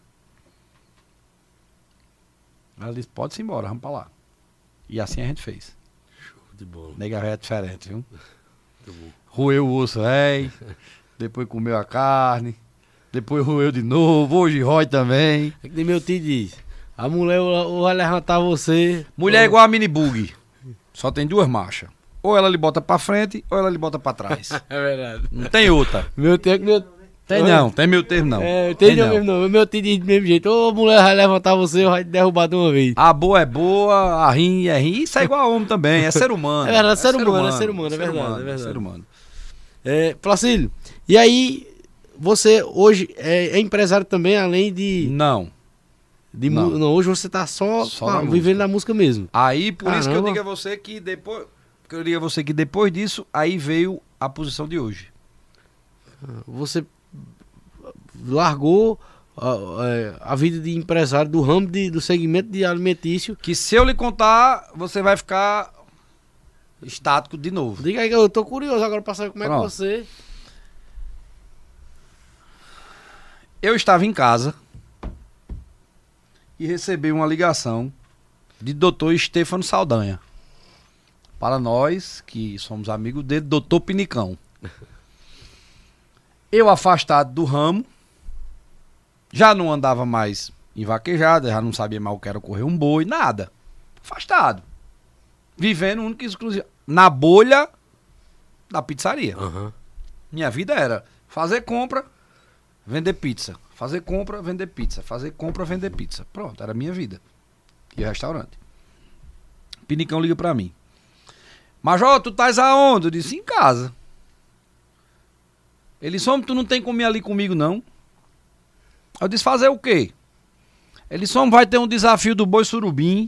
Ela disse, pode-se embora, vamos pra lá. E assim a gente fez. Show de bola. Nega véia é diferente, viu? Roeu o osso, véi. Depois comeu a carne. Depois roeu de novo. Hoje rói também. É que nem meu tio diz. A mulher vai levantar você. Mulher é igual a mini bug. Só tem duas marchas. Ou ela lhe bota pra frente, ou ela lhe bota pra trás. É verdade. Não tem outra. Meu tio... Meu... Tem não, tem meu termo não. É, tem, tem não mesmo não. Meu tio diz do mesmo jeito. Ô, mulher vai levantar você, vai derrubar de uma vez. A boa é boa, a rim é rim. Isso é igual a homem também, é ser humano. É verdade, é ser, ser humano, humano, é ser humano, é verdade. Humano, é verdade. É ser humano. É, Placílio, e aí, você hoje é, é empresário também, além de... Não. De não. Mu... não, hoje você tá só, só pra, vivendo da música mesmo. Aí, por Caramba. isso que eu digo a você que depois... Que eu digo a você que depois disso, aí veio a posição de hoje. Você largou a, a vida de empresário do ramo de, do segmento de alimentício. Que se eu lhe contar, você vai ficar estático de novo. Diga aí que eu tô curioso agora pra saber como Pronto. é que você... Eu estava em casa e recebi uma ligação de doutor Stefano Saldanha. Para nós, que somos amigos dele, doutor Pinicão. Eu afastado do ramo, já não andava mais em vaquejada, já não sabia mais o que era correr um boi, nada. Afastado. Vivendo único e exclusivo na bolha da pizzaria. Uhum. Minha vida era fazer compra, vender pizza. Fazer compra, vender pizza. Fazer compra, vender pizza. Pronto, era a minha vida. E o restaurante. Pinicão liga pra mim. Major, tu estás aonde? Eu disse, em casa. Ele disse, homem, tu não tem como ir ali comigo, não? Eu disse, fazer o quê? Ele disse, homem, vai ter um desafio do Boi Surubim.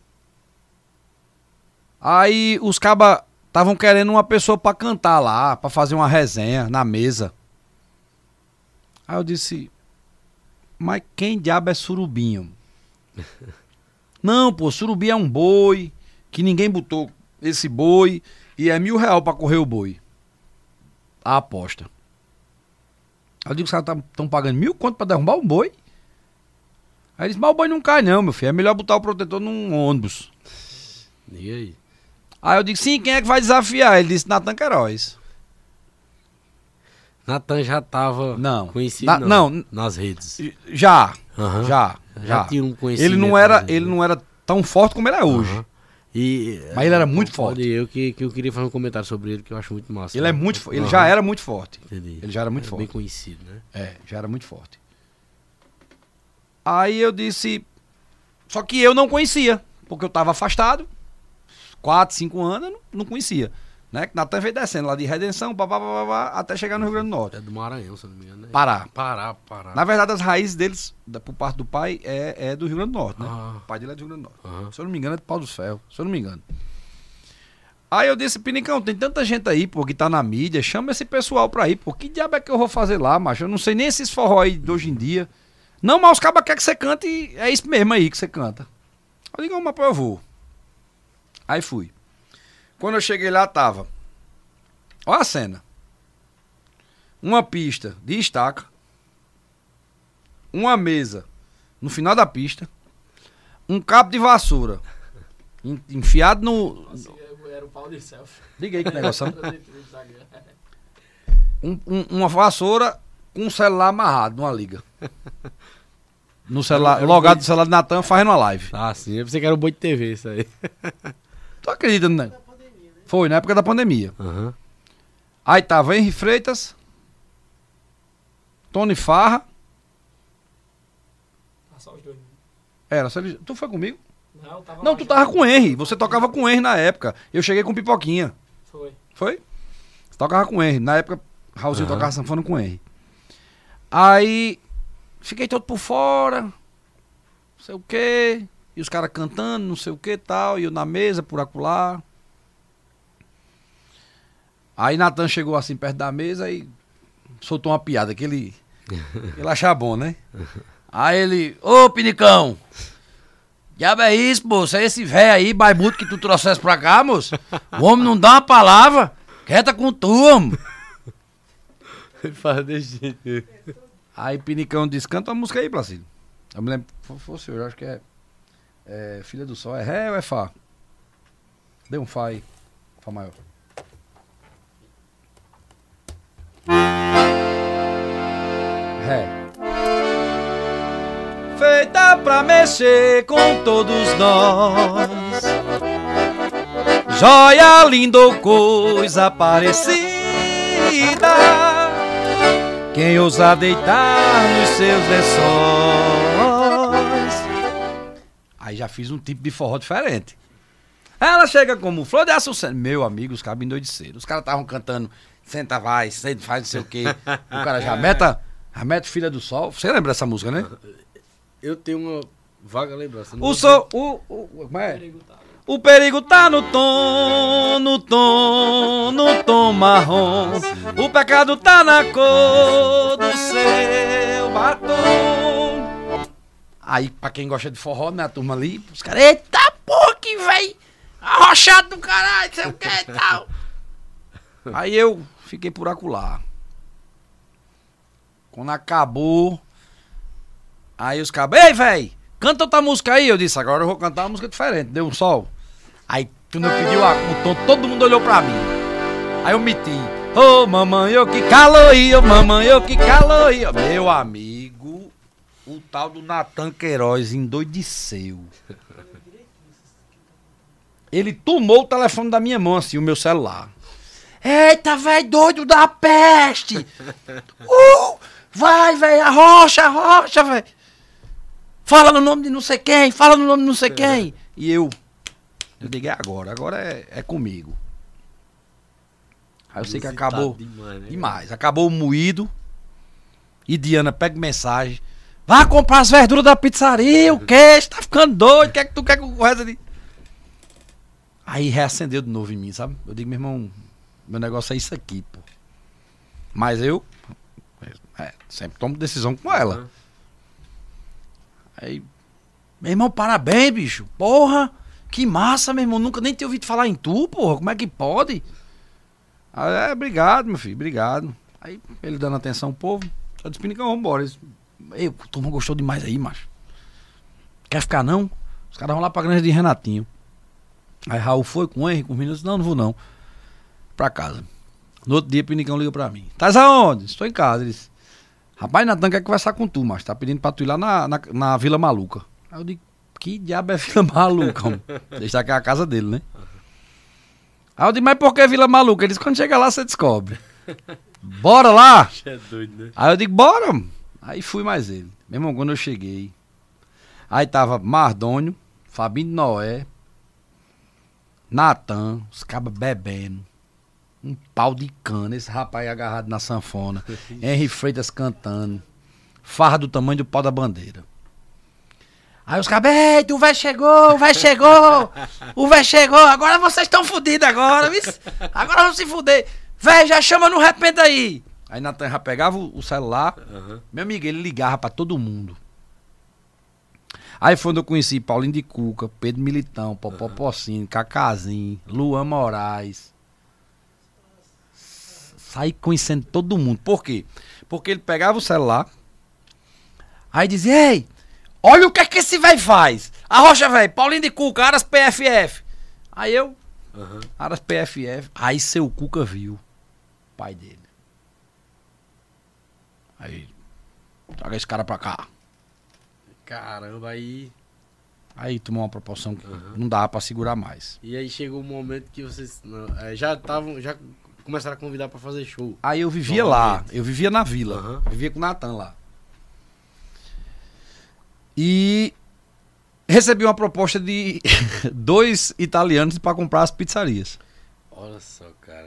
Aí os cabas estavam querendo uma pessoa pra cantar lá, pra fazer uma resenha na mesa. Aí eu disse, mas quem diabo é surubim? Não, pô, surubim é um boi que ninguém botou esse boi e é mil real pra correr o boi. A aposta. Eu digo, os caras estão pagando mil quanto pra derrubar um boi? Aí ele disse, mas o boi não cai não, meu filho. É melhor botar o protetor num ônibus. E aí? Aí eu digo, sim, quem é que vai desafiar? Ele disse, Natan Queiroz. Natan já tava não. conhecido Na, não, não, nas redes. Já, uhum. já, já. Já tinha um conhecimento. Ele não era, ele não era tão forte como ele é hoje. Uhum. E, mas ele era muito forte. Eu que, que eu queria fazer um comentário sobre ele, que eu acho muito massa. Ele né? é muito, ele uhum. já era muito forte. Entendi. Ele já era muito era forte. Bem conhecido, né? É, já era muito forte. Aí eu disse, só que eu não conhecia, porque eu estava afastado, quatro, cinco anos, eu não, não conhecia. Né? Que Natan veio descendo lá de Redenção, pá, pá, pá, pá, até chegar no Rio Grande do Norte. É do Maranhão, se não me engano. Né? Pará. Pará, Pará. Na verdade, as raízes deles, da, por parte do pai, é, é do Rio Grande do Norte, né? Ah. O pai dele é do Rio Grande do Norte. Ah. Se eu não me engano, é de Pau dos Ferros, se eu não me engano. Aí eu disse, Pinicão, tem tanta gente aí, pô, que tá na mídia, chama esse pessoal pra ir, pô. Que diabo é que eu vou fazer lá, macho? Eu não sei nem esses forró aí de hoje em dia. Não, mas os cabas querem que você cante e é isso mesmo aí que você canta. Eu digo, mas pô, eu vou. Aí fui. Quando eu cheguei lá, tava... Olha a cena. Uma pista de estaca. Uma mesa no final da pista. Um cabo de vassoura enfiado no... Era o pau de selfie. Liga aí que negócio. um, um, uma vassoura com um celular amarrado numa liga. No celular, logado no celular de Natan fazendo uma live. Ah, sim. Eu pensei que era um boi de T V isso aí. Tu acredita, né? Foi, na época da pandemia. Uhum. Aí tava Henri Freitas, Tony Farra. Só os dois. Era, só ele... tu foi comigo? Não, tava Não, tu tava com o Henry. Você tocava com o Henry na época. Eu cheguei com Pipoquinha. Foi. Foi? Você tocava com o Henry. Na época, Raulzinho uhum. tocava sanfona com o Henry. Aí, fiquei todo por fora. Não sei o quê. E os caras cantando, não sei o que e tal. E eu na mesa, por acolá. Aí Natan chegou assim perto da mesa e soltou uma piada que ele, ele achava bom, né? Aí ele, ô Pinicão, diabo é isso, moço? É esse velho aí, barbudo que tu trouxesse pra cá, moço? O homem não dá uma palavra, quieta com tu, homem. Ele fala desse jeito. Aí Pinicão disse, canta uma música aí, Placílio. Eu me lembro, fosse eu, acho que é, é Filha do Sol, é Ré ou é Fá? Dê um Fá aí, Fá maior. Ré. Feita pra mexer com todos nós, joia linda ou coisa parecida, quem ousa deitar nos seus lençóis. Aí já fiz um tipo de forró diferente. Ela chega como Flor de Açucena. Meu amigo, os cabos endoideceram. Os caras estavam cantando senta, vai, senta, faz não sei o quê. O cara já meta, já mete Filha do Sol. Você lembra dessa música, né? Eu tenho uma vaga lembrança. O sol, o, o, como é? O perigo tá no tom, no tom, no tom marrom. O pecado tá na cor do seu batom. Aí, pra quem gosta de forró, né, a turma ali, os caras, eita porra, que véi, arrochado do caralho, não sei o que e tal. Aí eu fiquei por acolá. Quando acabou, aí os cabos, ei, véi, canta outra música aí. Eu disse, agora eu vou cantar uma música diferente, deu um sol. Aí tu não pediu a, o tom, todo mundo olhou pra mim. Aí eu meti, ô oh, mamãe, eu que caloi, ô oh, mamãe, eu que caloi. Meu amigo, o tal do Natan Queiroz endoideceu. Ele tomou o telefone da minha mão, assim, o meu celular. Eita, velho, doido da peste! Uh, vai, velho, arrocha, arrocha, velho! Fala no nome de não sei quem, fala no nome de não sei quem! E eu, eu digo, é agora, agora é, é comigo. Aí eu sei que acabou demais, né? demais, acabou o moído. E Diana pega mensagem: vai comprar as verduras da pizzaria, o quê? Você tá ficando doido, o que é que tu quer que eu resto ali? Aí reacendeu de novo em mim, sabe? Eu digo, meu irmão, meu negócio é isso aqui, pô. Mas eu é, sempre tomo decisão com ela. Uhum. Aí, meu irmão, parabéns, bicho. Porra, que massa, meu irmão. Nunca nem tinha ouvido falar em tu, porra. Como é que pode? Aí, é, obrigado, meu filho, obrigado. Aí, ele dando atenção ao povo. Eu disse, Pinicão, vambora. Ei, o turma gostou demais aí, macho. Quer ficar, não? Os caras vão lá pra granja de Renatinho. Aí Raul foi com o Henry, com os meninos. Não, não vou não. Pra casa. No outro dia, o Pinicão liga pra mim. Tás aonde? Estou em casa. Ele disse, rapaz, Natan quer conversar com tu, mas tá pedindo pra tu ir lá na, na, na Vila Maluca. Aí eu digo, que diabo é Vila Maluca, mano? Deixa aqui a casa dele, né? Aí eu digo, mas por que Vila Maluca? Ele disse, quando chega lá, você descobre. Bora lá! É doido, né? Aí eu digo, bora! Aí fui mais ele. Meu irmão, quando eu cheguei, aí tava Mardônio, Fabinho de Noé, Natan, os cabas bebendo, um pau de cana, esse rapaz agarrado na sanfona, Henry Freitas cantando, farra do tamanho do pau da bandeira. Aí os cabos, eita, o velho chegou, o velho chegou, o velho chegou, agora vocês estão fodidos agora, viu? Agora vamos se fuder. Velho, já chama no repente aí. Aí Natan já pegava o, o celular, uhum. Meu amigo, ele ligava pra todo mundo. Aí foi onde eu conheci Paulinho de Cuca, Pedro Militão, Popó uhum. Pocini, Cacazinho, Luan Moraes. Saí conhecendo todo mundo. Por quê? Porque ele pegava o celular, aí dizia, ei, olha o que é que esse velho faz. Arrocha, velho, Paulinho de Cuca, Aras P F F. Aí eu, uhum. Aras P F F. Aí seu Cuca viu, pai dele. Aí, traga esse cara pra cá. Caramba, aí... Aí tomou uma proporção que uhum. não dava pra segurar mais. E aí chegou um momento que vocês não, é, já estavam, já começaram a convidar pra fazer show. Aí eu vivia lá, eu vivia na vila, uhum. eu vivia com o Natan lá. E recebi uma proposta de dois italianos pra comprar as pizzarias. Olha só, cara.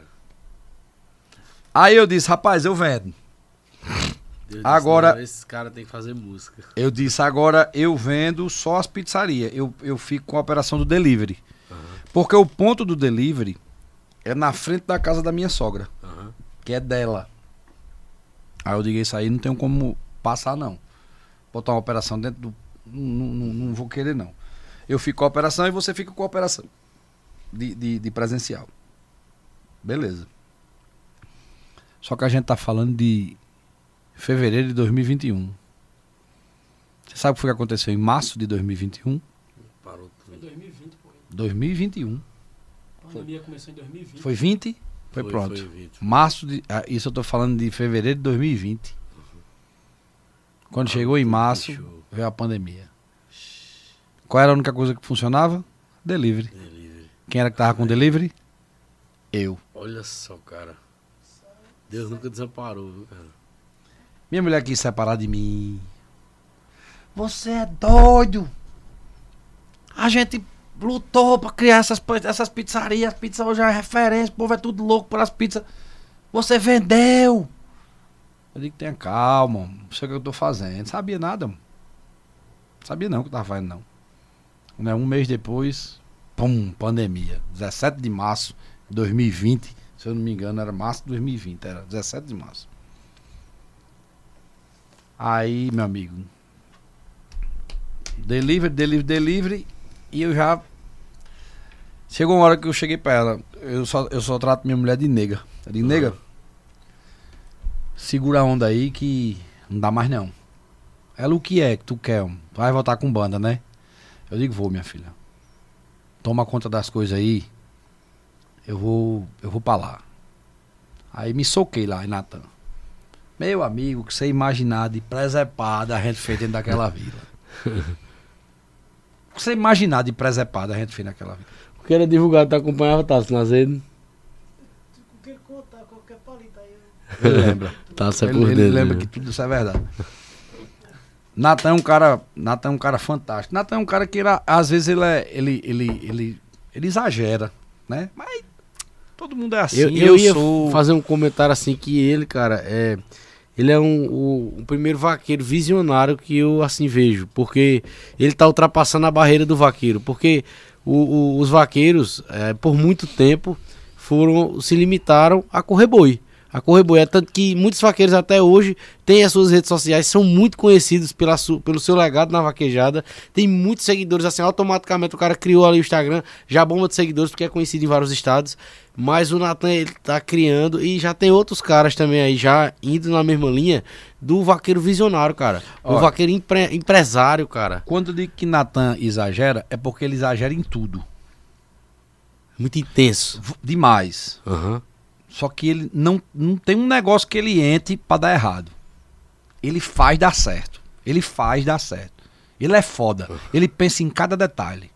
Aí eu disse, rapaz, eu vendo. Deus agora, disse, esse cara tem que fazer música. Eu disse, agora eu vendo só as pizzarias. Eu, eu fico com a operação do delivery. Uhum. Porque o ponto do delivery é na frente da casa da minha sogra. Uhum. Que é dela. Aí eu digo, isso aí não tem como passar, não. Botar uma operação dentro do... Não, não, não vou querer, não. Eu fico com a operação e você fica com a operação de, de, de presencial. Beleza. Só que a gente tá falando de fevereiro de dois mil e vinte e um. Você sabe o que foi que aconteceu em março de dois mil e vinte e um? Parou tudo. Foi dois mil e vinte, pô. dois mil e vinte e um. A pandemia começou em dois mil e vinte. Foi vinte? Foi, foi pronto. Foi vinte. Março de... Ah, isso eu tô falando de fevereiro de dois mil e vinte. Uhum. Quando ah, chegou em março, veio a pandemia. Qual era a única coisa que funcionava? Delivery. Delivery. Quem era que tava com delivery? Eu. Olha só, cara. Deus nunca desamparou, viu, cara? Minha mulher quis separar de mim. Você é doido. A gente lutou pra criar essas, essas pizzarias. As pizzas hoje é referência. O povo é tudo louco pelas pizzas. Você vendeu. Eu digo, tenha calma. Não sei o que eu tô fazendo. Não sabia nada. Não sabia não o que eu tava fazendo, não. Né? Um mês depois, pum, pandemia. dezessete de março de dois mil e vinte. Se eu não me engano, era março de dois mil e vinte. Era dezessete de março. Aí, meu amigo, delivery, delivery, delivery, e eu já... Chegou uma hora que eu cheguei pra ela, eu só, eu só trato minha mulher de nega. Eu digo, nega, segura a onda aí que não dá mais não. Ela, o que é que tu quer? Tu vai voltar com banda, né? Eu digo, vou, minha filha. Toma conta das coisas aí, eu vou, eu vou pra lá. Aí me soquei lá em Natan. Meu amigo, que você imaginar de presepada a gente fez dentro daquela vila. O que você imaginar de presepada a gente fez naquela vila. O que era divulgado, tu acompanhava, Tassi, nas redes? O que contar, qualquer palito aí. Ele lembra. Tassi é ele, por ele dentro, lembra né? que tudo isso é verdade. Natan é um cara, Natan é um cara fantástico. Natan é um cara que ele, às vezes ele, é, ele, ele, ele, ele exagera, né? Mas todo mundo é assim. Eu, eu, eu ia sou... fazer um comentário assim que ele, cara, é... Ele é um, o, o primeiro vaqueiro visionário que eu assim vejo, porque ele está ultrapassando a barreira do vaqueiro, porque o, o, os vaqueiros, é, por muito tempo, foram se limitaram a correr boi. A correr boi, é tanto que muitos vaqueiros até hoje têm as suas redes sociais, são muito conhecidos pela su, pelo seu legado na vaquejada, tem muitos seguidores, assim, automaticamente o cara criou ali o Instagram, já bomba de seguidores porque é conhecido em vários estados, mas o Natan, ele tá criando, e já tem outros caras também aí, já indo na mesma linha do vaqueiro visionário, cara. Olha, o vaqueiro empre, empresário, cara. Quando eu digo que Natan exagera, é porque ele exagera em tudo. Muito intenso. Demais. Aham. Uhum. Só que ele não, não tem um negócio que ele entre pra dar errado. Ele faz dar certo. Ele faz dar certo. Ele é foda. Uhum. Ele pensa em cada detalhe.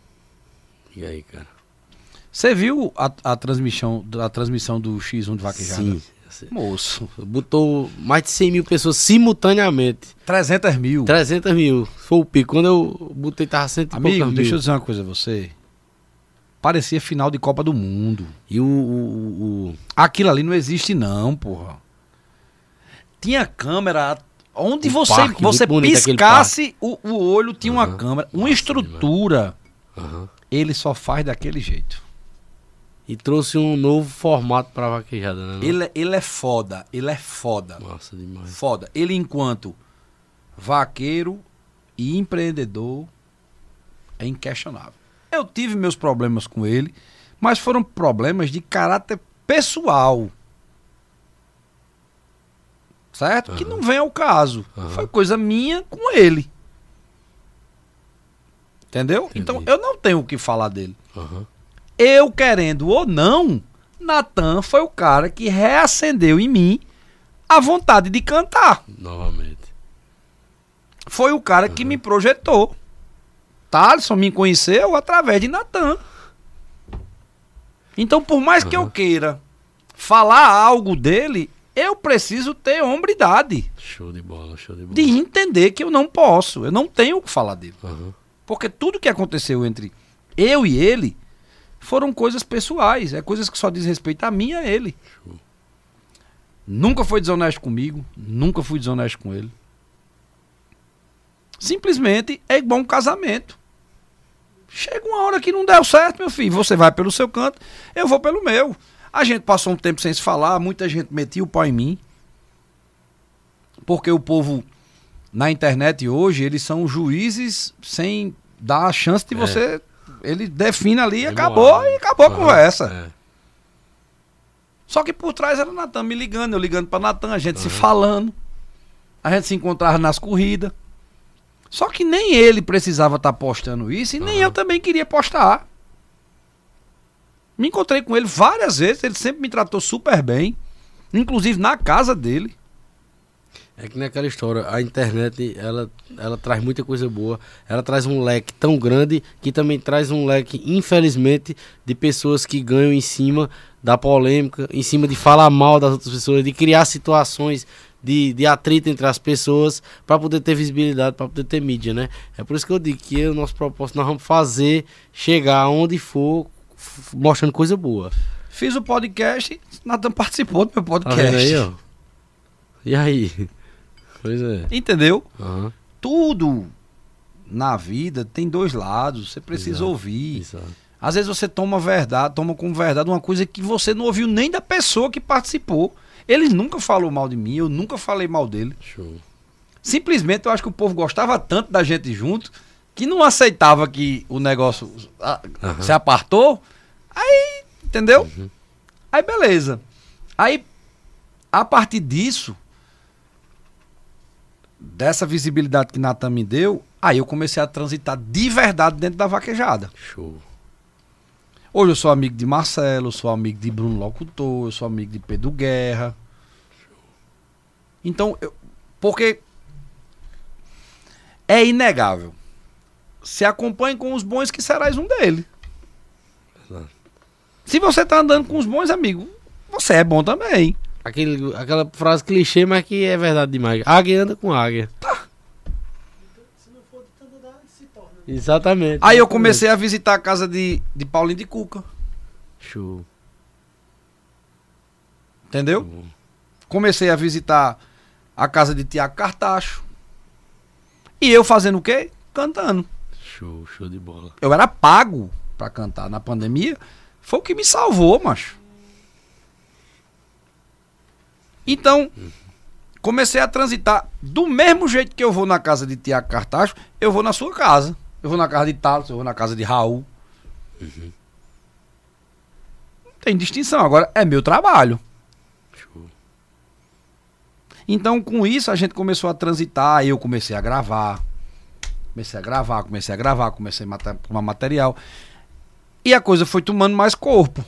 E aí, cara? Você viu a, a, transmissão, a transmissão do X um de vaquejada? Sim. Moço. Botou mais de cem mil pessoas simultaneamente. trezentos mil. trezentos mil. Foi o pico. Quando eu botei, tava cento e poucos mil. Amigo, deixa eu dizer uma coisa a você. Parecia final de Copa do Mundo. E o, o, o... Aquilo ali não existe não, porra. Tinha câmera Onde Um você, parque, você muito bonito aquele piscasse o, o olho, tinha Uhum. uma câmera, uma Nossa, estrutura. Uhum. Ele só faz daquele jeito. E trouxe um novo formato pra vaquejada, né? não? Ele, é- ele é foda, ele é foda. Massa demais. Foda. Ele, enquanto vaqueiro e empreendedor, é inquestionável. Eu tive meus problemas com ele, mas foram problemas de caráter pessoal. Certo? Que não vem ao caso. Aham. Foi coisa minha com ele. Entendeu? Entendi. Então eu não tenho o que falar dele. Uhum. Eu querendo ou não, Natan foi o cara que reacendeu em mim a vontade de cantar. Novamente. Foi o cara que me projetou. Thaleson me conheceu através de Natan. Então, por mais que eu queira falar algo dele, eu preciso ter hombridade Show de bola, show de bola. de entender que eu não posso, eu não tenho o que falar dele. Uhum. Porque tudo que aconteceu entre eu e ele foram coisas pessoais, é coisas que só diz respeito a mim e a ele. Show. Nunca foi desonesto comigo, nunca fui desonesto com ele. Simplesmente é igual um casamento. Chega uma hora que não deu certo, meu filho. Você vai pelo seu canto, eu vou pelo meu. A gente passou um tempo sem se falar, muita gente metia o pau em mim. Porque o povo na internet hoje, eles são juízes sem dar a chance de É. você. Ele define ali e É acabou, moral. e acabou a Uhum. conversa. É. Só que por trás era Natan me ligando, eu ligando pra Natan, a gente se falando. A gente se encontrava nas corridas. Só que nem ele precisava estar postando isso e nem eu também queria postar. Me encontrei com ele várias vezes, ele sempre me tratou super bem, inclusive na casa dele. É que naquela história, a internet, ela, ela traz muita coisa boa, ela traz um leque tão grande que também traz um leque, infelizmente, de pessoas que ganham em cima da polêmica, em cima de falar mal das outras pessoas, de criar situações de, de atrito entre as pessoas para poder ter visibilidade, para poder ter mídia, né? É por isso que eu digo que o nosso propósito nós vamos fazer chegar aonde for f- mostrando coisa boa. Fiz o podcast, Natan participou do meu Tá podcast. vendo aí, ó? E aí? Pois é. Entendeu? Aham. Tudo na vida tem dois lados, você precisa Exato. ouvir. Exato. Às vezes você toma verdade, toma como verdade uma coisa que você não ouviu nem da pessoa que participou. Ele nunca falou mal de mim, eu nunca falei mal dele. Show. Simplesmente eu acho que o povo gostava tanto da gente junto que não aceitava que o negócio ah, Aham. se apartou. Aí, entendeu? Aí beleza. Aí, a partir disso, dessa visibilidade que Natan me deu, aí eu comecei a transitar de verdade dentro da vaquejada. Show. Hoje eu sou amigo de Marcelo, eu sou amigo de Bruno Locutor, eu sou amigo de Pedro Guerra. Então, eu, porque é inegável. Se acompanhe com os bons que serás um deles. Exato. Se você tá andando com os bons, amigo, você é bom também. Aquele, aquela frase clichê, mas que é verdade demais. Águia anda com águia. Se não for de tanto dar, se torna. Exatamente. Aí eu comecei a visitar a casa de, de Paulinho de Cuca. Show. Entendeu? Comecei a visitar a casa de Tiago Cartacho. E eu fazendo o quê? Cantando. Show, show de bola. Eu era pago pra cantar na pandemia. Foi o que me salvou, macho. Então, comecei a transitar do mesmo jeito que eu vou na casa de Tiago Cartacho, eu vou na sua casa. Eu vou na casa de Thaleson, eu vou na casa de Raul. Não tem distinção. Agora é meu trabalho. Show. Então, com isso, a gente começou a transitar, aí eu comecei a gravar. Comecei a gravar, comecei a gravar, comecei a mata- tomar material. E a coisa foi tomando mais corpo.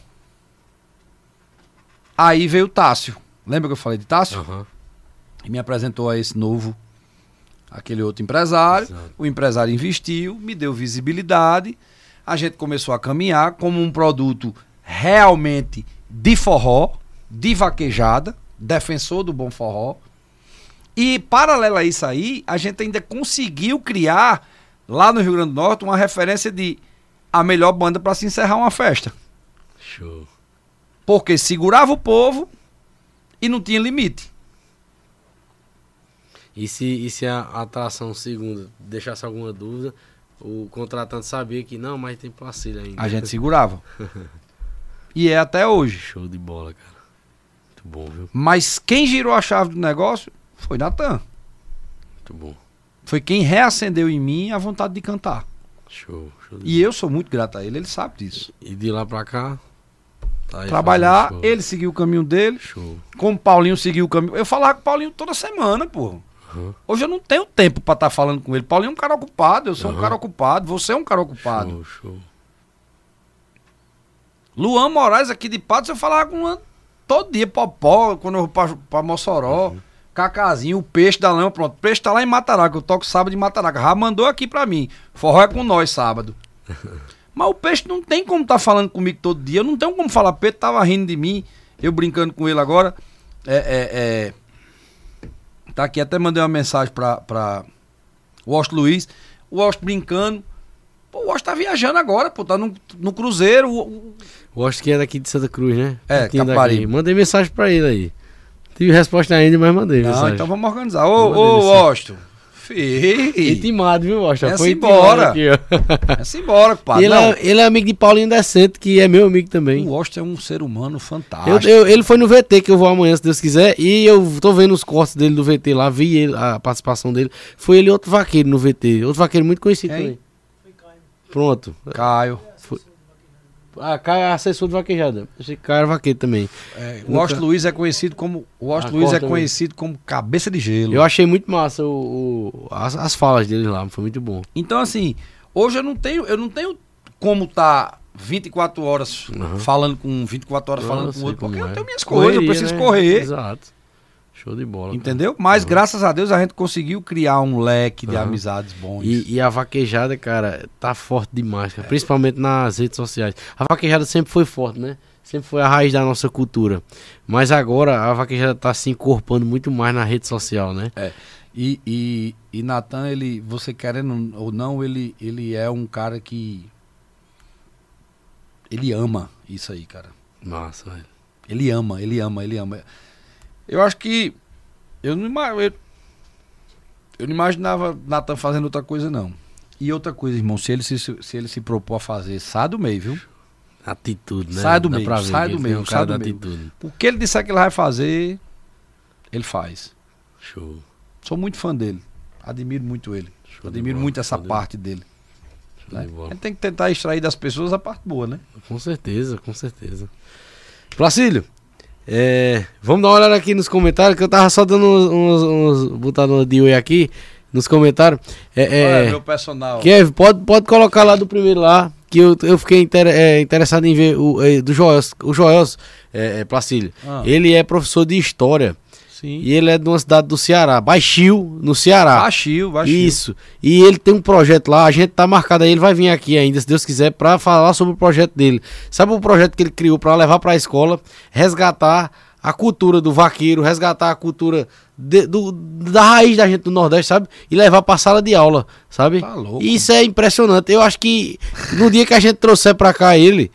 Aí veio o Tássio. Lembra que eu falei de Tássio? Aham. E me apresentou a esse novo, aquele outro empresário. Exato. O empresário investiu, me deu visibilidade. A gente começou a caminhar como um produto realmente de forró, de vaquejada, defensor do bom forró. E, paralelo a isso aí, a gente ainda conseguiu criar, lá no Rio Grande do Norte, uma referência de a melhor banda para se encerrar uma festa. Show. Porque segurava o povo e não tinha limite. E se, e se a atração segunda deixasse alguma dúvida, o contratante sabia que não, mas tem Placílio ainda. A gente segurava. E é até hoje. Show de bola, cara. Muito bom, viu? Mas quem girou a chave do negócio foi Natan. Muito bom. Foi quem reacendeu em mim a vontade de cantar. Show, show. E eu sou muito grato a ele, ele sabe disso. E de lá pra cá, tá aí trabalhar, ele seguiu o caminho dele. Show. Como o Paulinho seguiu o caminho. Eu falava com o Paulinho toda semana, pô. Uhum. Hoje eu não tenho tempo pra estar tá falando com ele. Paulinho é um cara ocupado, eu sou uhum. um cara ocupado, você é um cara ocupado. Show, show. Luan Moraes aqui de Patos, eu falava com o Luan todo dia, Popó, quando eu vou pra, pra Mossoró. Uhum. Cacazinho, o peixe da lama, pronto. O peixe tá lá em Mataraca, eu toco sábado em Mataraca. Já mandou aqui pra mim. Forró é com nós sábado. Mas o peixe não tem como tá falando comigo todo dia. Eu não tenho como falar. Pedro tava rindo de mim, eu brincando com ele agora. É, é, é... Tá aqui, até mandei uma mensagem pra, pra o Washington Luiz. O Washington brincando. Pô, o Washington tá viajando agora, pô, tá no, no cruzeiro. O Washington que é daqui de Santa Cruz, né? É, Caparibe. Mandei mensagem pra ele aí. Tive resposta ainda, mas mandei Não, mensagem. Então vamos organizar. Ô, ô, Washington. Fih. Intimado, viu, Washington? É embora. É embora, pai. Ele, é, ele é amigo de Paulinho Decente, que é meu amigo também. O Washington é um ser humano fantástico. Eu, eu, ele foi no V T, que eu vou amanhã, se Deus quiser, e eu tô vendo os cortes dele do V T lá, vi ele, a participação dele. Foi ele outro vaqueiro no V T. Outro vaqueiro muito conhecido é, também. Foi Caio. Pronto. Caio. Foi. Ah, Caio é assessor de vaquejada. Esse Caio era vaqueiro também. É, o Washington Luiz é conhecido como. O Washington Luiz é conhecido como cabeça de gelo. Eu achei muito massa o, o, as, as falas dele lá, foi muito bom. Então, assim, hoje eu não tenho, eu não tenho como tá vinte e quatro horas uhum. falando com vinte e quatro horas não, falando com o outro, porque é. eu tenho minhas coisas, Correria, eu preciso né? correr. Exato. Show de bola. Entendeu? Cara. Mas uhum. graças a Deus a gente conseguiu criar um leque de uhum. amizades bons. E, e a vaquejada, cara, tá forte demais, cara, é. principalmente nas redes sociais. A vaquejada sempre foi forte, né? Sempre foi a raiz da nossa cultura. Mas agora a vaquejada tá se encorpando muito mais na rede social, né? É. E, e, e Natan, ele, você querendo ou não, ele, ele é um cara que... Ele ama isso aí, cara. Nossa, velho. Ele ama, ele ama, ele ama. Eu acho que eu não, eu, eu não imaginava Natan fazendo outra coisa, não. E outra coisa, irmão, se ele se, se, ele se propor a fazer, sai do meio, viu? Atitude, né? Sai do meio, sai do meio, sai do meio. O que ele disser que ele vai fazer, ele faz. Show. Sou muito fã dele. Admiro muito ele. Show Admiro muito essa parte dele. Né? De a gente tem que tentar extrair das pessoas a parte boa, né? Com certeza, com certeza. Placílio. É, vamos dar uma olhada aqui nos comentários, que eu tava só dando uns, uns, uns botando de oi aqui nos comentários. É, é, meu personal. Kevin, pode, pode colocar lá do primeiro lá, que eu, eu fiquei inter, é, interessado em ver o é, do Joels, o Joels é, é, Placílio. Ah. Ele é professor de história. Sim. E ele é de uma cidade do Ceará, Baixio, no Ceará. Baixio, Baixio. Isso. E ele tem um projeto lá, a gente tá marcado aí, ele vai vir aqui ainda, se Deus quiser, pra falar sobre o projeto dele. Sabe o projeto que ele criou pra levar pra escola, resgatar a cultura do vaqueiro, resgatar a cultura de, do, da raiz da gente do Nordeste, sabe? E levar pra sala de aula, sabe? Tá louco. E isso é impressionante. Eu acho que no dia que a gente trouxer pra cá ele...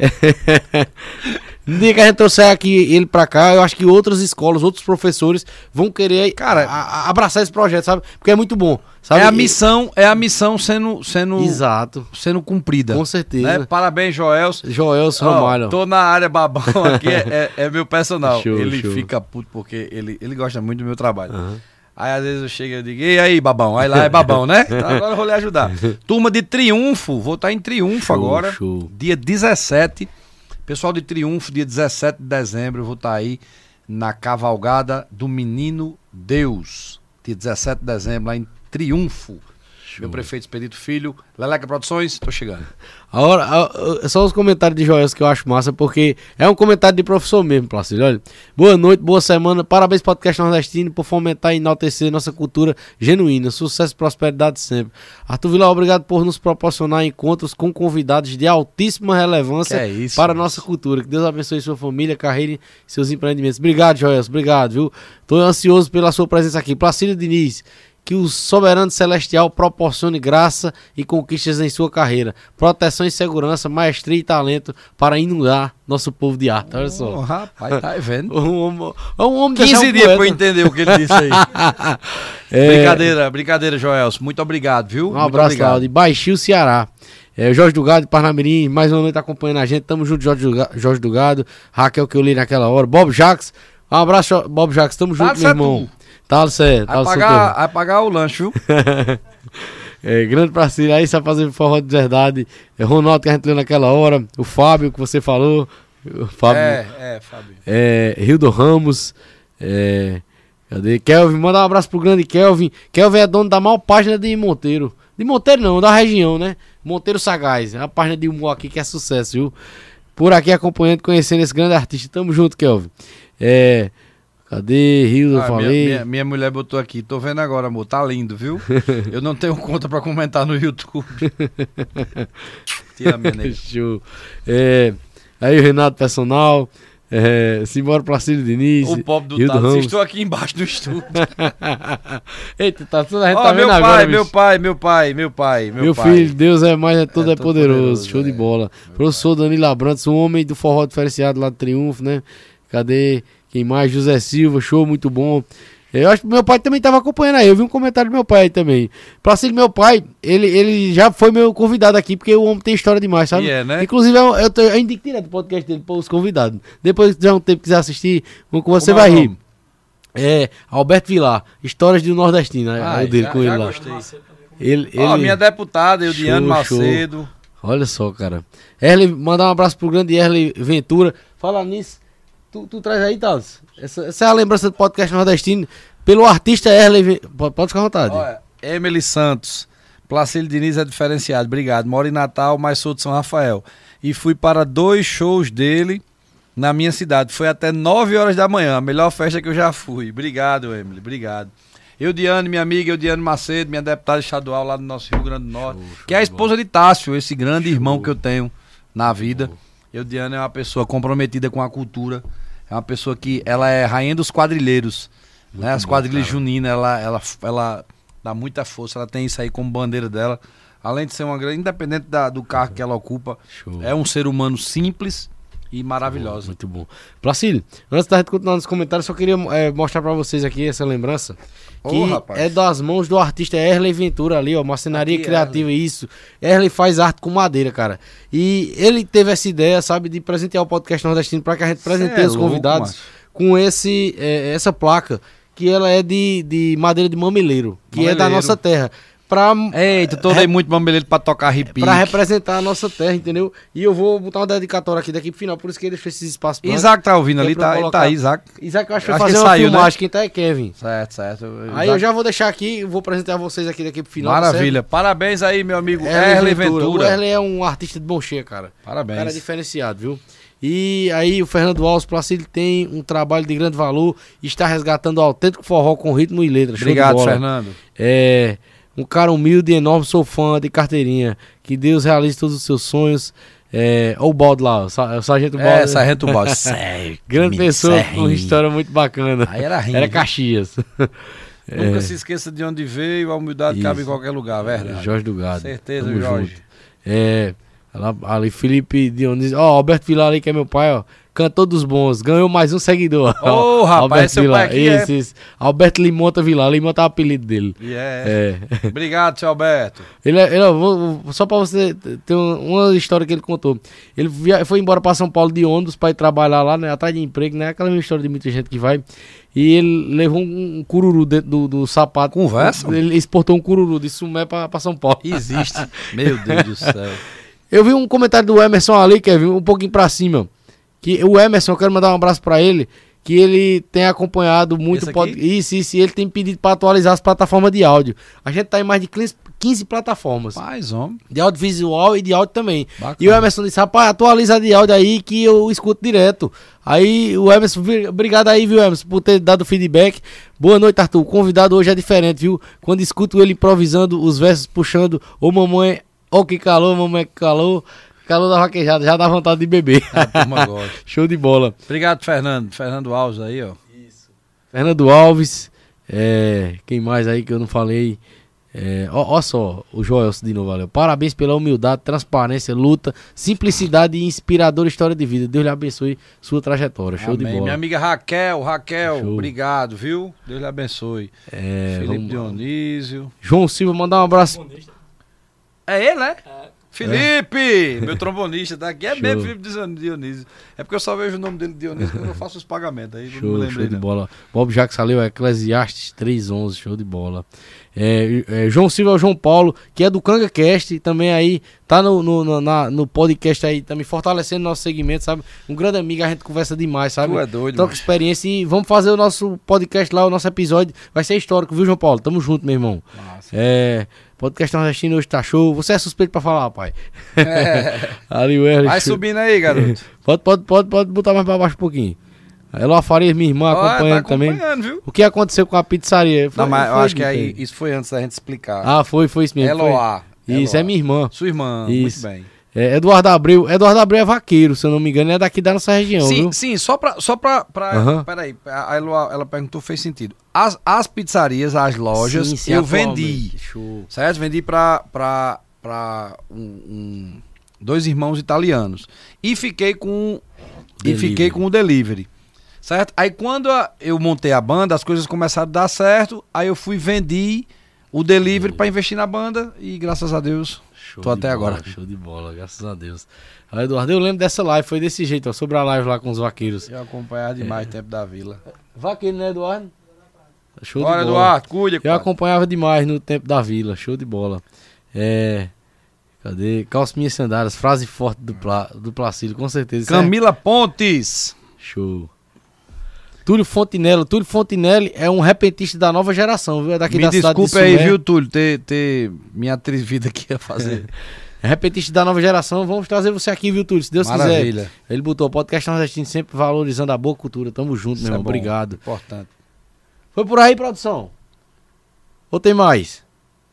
No dia que a gente trouxer aqui ele pra cá, eu acho que outras escolas, outros professores vão querer, cara, a, a abraçar esse projeto, sabe? Porque é muito bom, sabe? É a missão, é a missão sendo sendo Exato. Sendo cumprida. Com certeza. Né? Parabéns, Joels. Joels Ramalho. Oh, tô na área babão aqui, é, é, é meu personal. Show, ele show. fica puto porque ele, ele gosta muito do meu trabalho. Uhum. Aí às vezes eu chego e digo, e aí, babão? Aí lá é babão, né? Então, agora eu vou lhe ajudar. Turma de Triunfo, vou estar em Triunfo show, agora. Show. Dia dezessete. Pessoal de Triunfo, dia dezessete de dezembro, eu vou estar aí na Cavalgada do Menino Deus. Dia dezessete de dezembro, lá em Triunfo. Show. Meu prefeito Expedito Filho, Leleca Produções, tô chegando. Agora, só os comentários de Joels que eu acho massa, porque é um comentário de professor mesmo, Placílio. Olha, boa noite, boa semana, parabéns podcast nordestino por fomentar e enaltecer nossa cultura genuína, sucesso e prosperidade sempre. Arthur Vilar, obrigado por nos proporcionar encontros com convidados de altíssima relevância é isso, para a isso. nossa cultura. Que Deus abençoe sua família, carreira e seus empreendimentos. Obrigado, Joels, obrigado, viu? Tô ansioso pela sua presença aqui. Placílio Diniz, que o soberano celestial proporcione graça e conquistas em sua carreira, proteção e segurança, maestria e talento para inundar nosso povo de arte. Olha só. Oh, rapaz, tá vendo? Um homem, um homem quinze dias pra eu entender o que ele disse aí. é... Brincadeira, brincadeira, Joelson. Muito obrigado, viu? Um abraço, Claudio. Baixio, Ceará. É, Jorge do Gado, Parnamirim, mais uma vez tá acompanhando a gente. Tamo junto, Jorge do Gado, Jorge do Gado. Raquel, que eu li naquela hora. Bob Jacques. Um abraço, Bob Jacques. Tamo junto, meu irmão. Tá certo. Vai pagar, vai pagar o lanche, viu? É, grande parceiro aí, sabe fazer forró de verdade. É, Ronaldo, que a gente leu naquela hora. O Fábio, que você falou. O Fábio. É, é, Fábio. É, Rildo Ramos. É, cadê? Kelvin, manda um abraço pro grande Kelvin. Kelvin é dono da maior página de Monteiro. De Monteiro não, da região, né? Monteiro Sagaz. É a página de humor aqui que é sucesso, viu? Por aqui acompanhando, conhecendo esse grande artista. Tamo junto, Kelvin. É. Cadê? Rio, eu ah, falei. Minha, minha, minha mulher botou aqui. Tô vendo agora, amor. Tá lindo, viu? Eu não tenho conta pra comentar no YouTube. Tira a minha nega. Show. É, aí o Renato Personal. É, Simbora Placílio Diniz. O pobre do Tato. Estou aqui embaixo do estúdio. Eita, tá tudo a gente oh, tá meu vendo pai, agora, meu bicho. pai, meu pai, meu pai, meu, meu pai. filho, Deus é mais, é todo é, é poderoso. poderoso. Show é. de bola. Meu Professor pai. Danilo Abrantes, o homem do forró diferenciado lá do Triunfo, né? Cadê? Quem mais? José Silva, show muito bom. Eu acho que meu pai também estava acompanhando aí. Eu vi um comentário do meu pai aí também. Placílio, meu pai, ele, ele já foi meu convidado aqui, porque o homem tem história demais, sabe? Yeah, né? Inclusive, eu, eu, eu indico direto o podcast dele para os convidados. Depois, se tiver um tempo que quiser assistir, você Como vai é rir. É, Alberto Vilar, Histórias do Nordestino. Ah, é o dele já, com ele já lá. Gostei. Ele, ele... Ó, minha deputada, Eudiane Macedo. Show. Olha só, cara. Erle, mandar um abraço pro grande Erle Ventura. Fala nisso. Tu, tu traz aí, Thales? Essa, essa é a lembrança do podcast nordestino pelo artista Erle. Pode, pode ficar à vontade. Olha, Emily Santos. Placílio Diniz é diferenciado. Obrigado. Moro em Natal, mas sou de São Rafael. E fui para dois shows dele na minha cidade. Foi até nove horas da manhã. A melhor festa que eu já fui. Obrigado, Emily. Obrigado. Eudiane, minha amiga Eudiane Macedo, minha deputada estadual lá do nosso Rio Grande do Norte. Show, show que é a esposa de Tássio, esse grande show. irmão que eu tenho na vida. Show. Eudiane é uma pessoa comprometida com a cultura. É uma pessoa que ela é rainha dos quadrilheiros, né? As quadrilhas juninas, ela, ela, ela dá muita força, ela tem isso aí como bandeira dela. Além de ser uma grande, independente da, do cargo que ela ocupa, Show. é um ser humano simples e maravilhosa. Muito bom. Placílio, antes da gente continuar nos comentários, só queria é, mostrar pra vocês aqui essa lembrança. Que oh, é das mãos do artista Erle Ventura ali, ó. Marcenaria aqui, criativa, Erle. Isso. Erle faz arte com madeira, cara. E ele teve essa ideia, sabe, de presentear o podcast nordestino pra que a gente presenteie é os convidados louco, com esse, é, essa placa, que ela é de, de madeira de mameleiro, que mameleiro. é da nossa terra. Pra, Eita, tô dei muito mameleiro pra tocar repique. Pra representar a nossa terra, entendeu? E eu vou botar uma dedicatória aqui daqui pro final, por isso que ele deixou esses espaços. Isaac tá ouvindo ali, tá, ele tá aí, Isaac. Isaac, eu acho que vai fazer uma saiu, filmagem, né? Quem tá é Kevin. Certo, certo. Isaac. Aí eu já vou deixar aqui, vou apresentar vocês aqui daqui pro final. Maravilha, tá parabéns aí, meu amigo Erle Ventura. Ventura. O Erle é um artista de bom cheio, cara. Parabéns. Cara diferenciado, viu? E aí o Fernando Alves Placílio tem um trabalho de grande valor, está resgatando o autêntico forró com ritmo e letra. Obrigado, Fernando. É... Um cara humilde e enorme, sou fã de carteirinha. Que Deus realize todos os seus sonhos. É, o Baldo lá, o Sargento Baldo. É, Sargento Baldo. Sério, grande pessoa, com uma história muito bacana. Aí era rindo. Era Caxias. Nunca é. se esqueça de onde veio, a humildade Isso. cabe em qualquer lugar, verdade. Jorge do Gado. Certeza, Tamo Jorge. Junto. É, ali, Felipe Dionísio. Ó, Alberto Vilar ali, que é meu pai, ó. Cantor dos bons, ganhou mais um seguidor. Ô, oh, rapaz, Alberto esse Vilar. pai aqui isso, é... isso. Alberto Limonta Vilar, Limonta é o apelido dele. Yeah. É. Obrigado, seu Alberto. Ele, ele ó, só pra você ter uma história que ele contou. Ele via, foi embora pra São Paulo de ônibus pra ir trabalhar lá, né, atrás de emprego, né? Aquela mesma história de muita gente que vai. E ele levou um, um cururu dentro do, do sapato. Conversa? Ele exportou um cururu de Sumé pra, pra São Paulo. Existe. Meu Deus do céu. Eu vi um comentário do Emerson ali, Kevin, um pouquinho pra cima. Que o Emerson, eu quero mandar um abraço pra ele, que ele tem acompanhado muito... Pod... Isso, isso, e ele tem pedido pra atualizar as plataformas de áudio. A gente tá em mais de quinze plataformas. Mais, homem. De audiovisual e de áudio também. Bacana. E o Emerson disse, rapaz, atualiza de áudio aí que eu escuto direto. Aí o Emerson, obrigado aí, viu, Emerson, por ter dado feedback. Boa noite, Arthur. O convidado hoje é diferente, viu? Quando escuto ele improvisando os versos, puxando, ô mamãe, ô que calor, mamãe que calor... Calor da vaquejada, já dá vontade de beber. A turma gosta. Show de bola. Obrigado, Fernando. Fernando Alves aí, ó. Isso. Fernando Alves. É, quem mais aí que eu não falei? É, ó, ó só, o Joelson de novo, valeu. Parabéns pela humildade, transparência, luta, simplicidade e inspiradora história de vida. Deus lhe abençoe sua trajetória. Show Amém. de bola. Minha amiga Raquel, Raquel, Show. Obrigado, viu? Deus lhe abençoe. É, Felipe vamos... Dionísio. João Silva, mandar um abraço. É ele, né? É. Felipe, é. Meu trombonista tá aqui. É Show. mesmo Felipe Dionísio. É porque eu só vejo o nome dele, Dionísio, quando eu faço os pagamentos. Aí Show, não me lembrei, show de não. bola. Bob Jacques Saleu, Eclesiastes três onze, show de bola. É, é, João Silva, João Paulo, que é do CangaCast, também aí, tá no, no, no, na, no podcast aí, também fortalecendo nosso segmento, sabe? Um grande amigo, a gente conversa demais, sabe? Tu é doido, Troca experiência e vamos fazer o nosso podcast lá, o nosso episódio, vai ser histórico, viu, João Paulo? Tamo junto, meu irmão. Massa. É, podcast nordestino hoje tá show, você é suspeito pra falar, pai. É. Ali o Erle, Vai show. subindo aí, garoto. Pode, pode, pode, pode botar mais pra baixo um pouquinho. Eloá Farias, minha irmã, Olha, acompanhando tá também. acompanhando, viu? O que aconteceu com a pizzaria? Foi, Não, mas eu foi acho que dito aí, isso foi antes da gente explicar. Ah, foi, foi isso mesmo. Eloá. Foi. Isso, Eloá. é minha irmã. Sua irmã, Isso. muito bem. É, Eduardo Abreu. Eduardo Abreu é vaqueiro, se eu não me engano, é daqui da nossa região, Sim, viu? sim, só pra... Só pra, pra Aham. Peraí, a Eloá, ela perguntou, fez sentido. As, as pizzarias, as lojas, Sim, sim, eu atualmente. vendi. Show. Certo? Vendi pra, pra, pra um, um- dois irmãos italianos. E fiquei com... E Delivery. fiquei com o delivery. Certo? Aí quando a- eu montei a banda, as coisas começaram a dar certo. Aí eu fui vendi o delivery pra investir na banda. E graças a Deus, Show tô de até bola, agora. Show de bola, graças a Deus. Ah, Eduardo, eu lembro dessa live, foi desse jeito, ó, sobre a live lá com os vaqueiros. Eu acompanhava demais o tempo da vila. Vaqueiro, né, Eduardo? Show Bora, de bola. Eduardo, cuide, Eu cara. acompanhava demais no tempo da vila, show de bola. É. Cadê? Calço minhas sandálias, frase forte do, Pla, do Placílio, com certeza. Isso é Camila Pontes. show. Túlio Fontinelli. Túlio Fontinelli é um repentista da nova geração, viu? É daqui Me da cidade de desculpe aí, Sumé. viu, Túlio, ter, ter me atrevido aqui a fazer. É repentista da nova geração. Vamos trazer você aqui, viu, Túlio? Se Deus Maravilha. quiser. Ele botou o podcast nordestino sempre valorizando a boa cultura. Tamo junto, Isso meu é irmão. bom, Obrigado. Importante. Foi por aí, produção? Ou tem mais?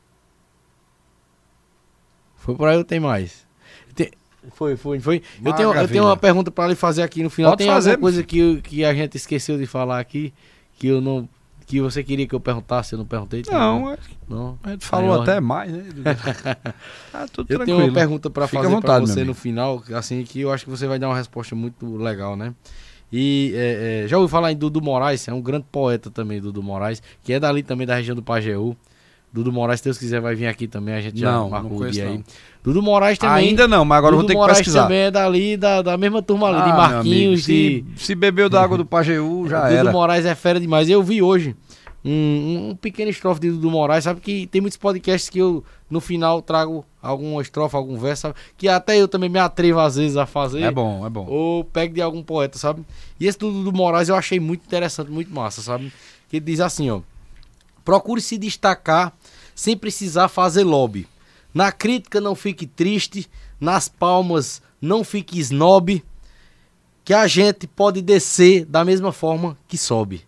Foi por aí ou tem mais? Tem- Foi, foi, foi. Eu tenho, eu Maravilha. tenho uma pergunta pra lhe fazer aqui no final. Pode tem fazer, alguma coisa meu que, eu- que a gente esqueceu de falar aqui que eu não, que você queria que eu perguntasse, eu não perguntei? Tem Não, alguma? é- não. a gente falou Aí, ó, até mais, né? Ah, tudo Eu tranquilo. tenho uma pergunta pra Fica à fazer pra vontade, meu você amigo. no final, assim, que eu acho que você vai dar uma resposta muito legal, né? E é, é, já ouviu falar em Dudu Moraes? É um grande poeta também, Dudu Moraes, que é dali também da região do Pajeú. Dudu Moraes, se Deus quiser, vai vir aqui também, a gente já Não, marcou não o conheço, dia aí. não. Dudu Moraes também. Ainda não, mas agora eu Dudu vou ter que Moraes pesquisar. também é dali da, da mesma turma ali, Ah, de meu Marquinhos, amigo, de... se, se bebeu da água do Pajeú, já Dudu era. Moraes é fera demais. Eu vi hoje um, um pequeno estrofe de Dudu Moraes, sabe que tem muitos podcasts que eu no final trago alguma estrofe, algum verso, sabe? Que até eu também me atrevo às vezes a fazer. É bom, é bom. Ou pego de algum poeta, sabe? E esse do Dudu Moraes eu achei muito interessante, muito massa, sabe? Que ele diz assim, ó: procure se destacar sem precisar fazer lobby. Na crítica não fique triste, nas palmas não fique snob, que a gente pode descer da mesma forma que sobe.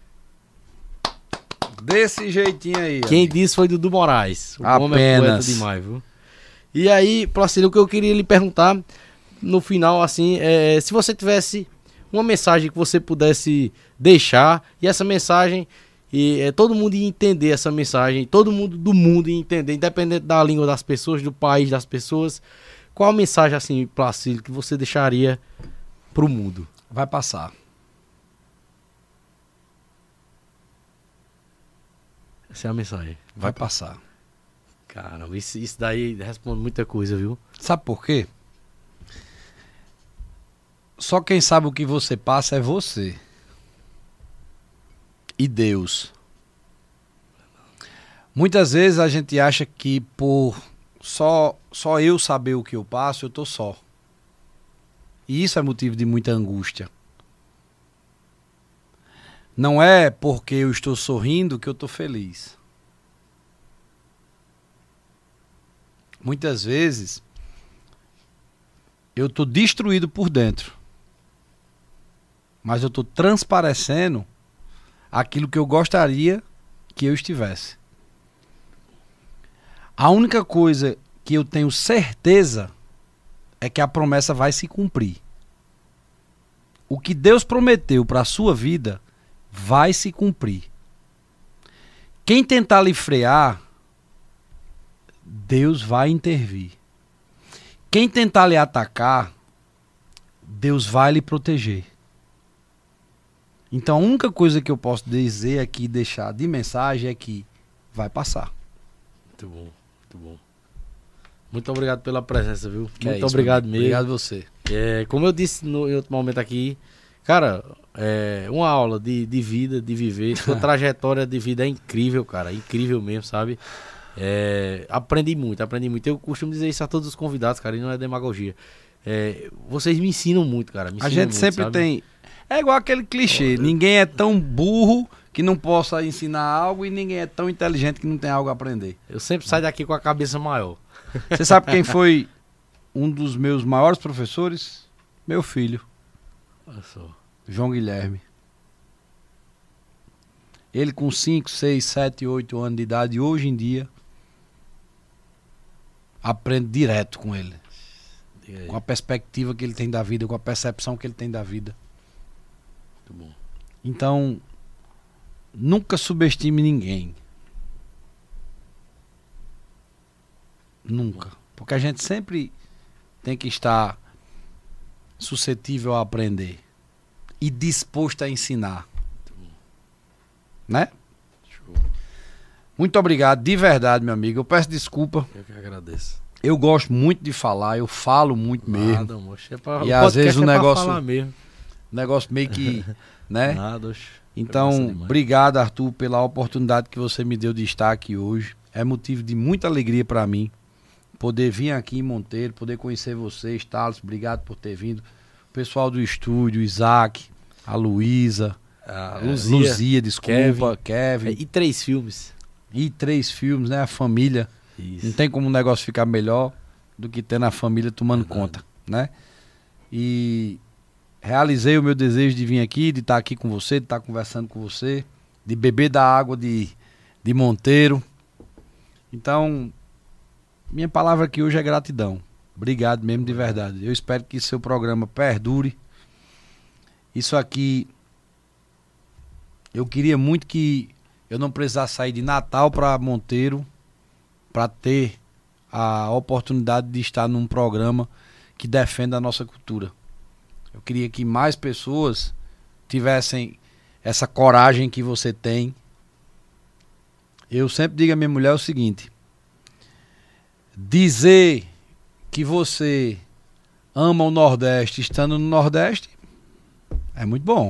Desse jeitinho aí. Quem amigo. disse foi Dudu Moraes. O homem é poeta Apenas. demais, viu? E aí, Placílio, o que eu queria lhe perguntar no final, assim, é se você tivesse uma mensagem que você pudesse deixar, e essa mensagem, e é, todo mundo ia entender essa mensagem, todo mundo do mundo ia entender, independente da língua das pessoas, do país das pessoas, qual a mensagem, assim, Placílio, que você deixaria pro mundo? Vai passar. Essa é a mensagem. Vai passar. Caramba, isso, isso daí responde muita coisa, viu? Sabe por quê? Só quem sabe o que você passa é você. E Deus. Muitas vezes a gente acha que por só, só eu saber o que eu passo, eu tô só. E isso é motivo de muita angústia. Não é porque eu estou sorrindo que eu estou feliz. Muitas vezes eu estou destruído por dentro, mas eu estou transparecendo aquilo que eu gostaria que eu estivesse. A única coisa que eu tenho certeza é que a promessa vai se cumprir. O que Deus prometeu para a sua vida vai se cumprir. Quem tentar lhe frear, Deus vai intervir. Quem tentar lhe atacar, Deus vai lhe proteger. Então a única coisa que eu posso dizer aqui, deixar de mensagem é que vai passar. Muito bom, muito bom. Muito obrigado pela presença, viu? Que muito é isso, obrigado mesmo. Obrigado a você. É, como eu disse no, em outro momento aqui, cara, é uma aula de, de vida, de viver. Sua trajetória de vida é incrível, cara. Incrível mesmo, sabe? É, aprendi muito, aprendi muito. Eu costumo dizer isso a todos os convidados, cara, e não é demagogia. É, vocês me ensinam muito, cara. Me A ensinam gente muito, sempre sabe? tem... É igual aquele clichê. Ninguém é tão burro que não possa ensinar algo e ninguém é tão inteligente que não tem algo a aprender. Eu sempre saio daqui com a cabeça maior. Você sabe quem foi um dos meus maiores professores? Meu filho, Olha só. João Guilherme. Ele com cinco, seis, sete, oito anos de idade, hoje em dia, aprende direto com ele. Com a perspectiva que ele tem da vida, com a percepção que ele tem da vida. Muito bom. Então, nunca subestime ninguém. Nunca. Porque a gente sempre tem que estar suscetível a aprender e disposto a ensinar. Né? Show. Muito obrigado, de verdade, meu amigo. Eu peço desculpa. Eu que agradeço. Eu gosto muito de falar, eu falo muito mesmo. Nada, moço. É pra, E o às podcast vezes o é pra negócio- falar mesmo. Negócio meio que, né? Nada, oxe. Então, Foi massa demais. obrigado, Arthur, pela oportunidade que você me deu de estar aqui hoje. É motivo de muita alegria para mim poder vir aqui em Monteiro, poder conhecer vocês, Thales, obrigado por ter vindo. O pessoal do estúdio, Isaac, a Luísa, A é, Luzia, Luzia, desculpa, Kevin. É, e três filmes. E três filmes, né? A família. Isso. Não tem como um negócio ficar melhor do que ter na família tomando Verdade. conta, né? E realizei o meu desejo de vir aqui, de estar aqui com você, de estar conversando com você, de beber da água de, de Monteiro. Então, minha palavra aqui hoje é gratidão. Obrigado mesmo de verdade. Eu espero que seu programa perdure. Isso aqui, eu queria muito que eu não precisasse sair de Natal para Monteiro para ter a oportunidade de estar num programa que defenda a nossa cultura. Eu queria que mais pessoas tivessem essa coragem que você tem. Eu sempre digo à minha mulher o seguinte: dizer que você ama o Nordeste estando no Nordeste é muito bom.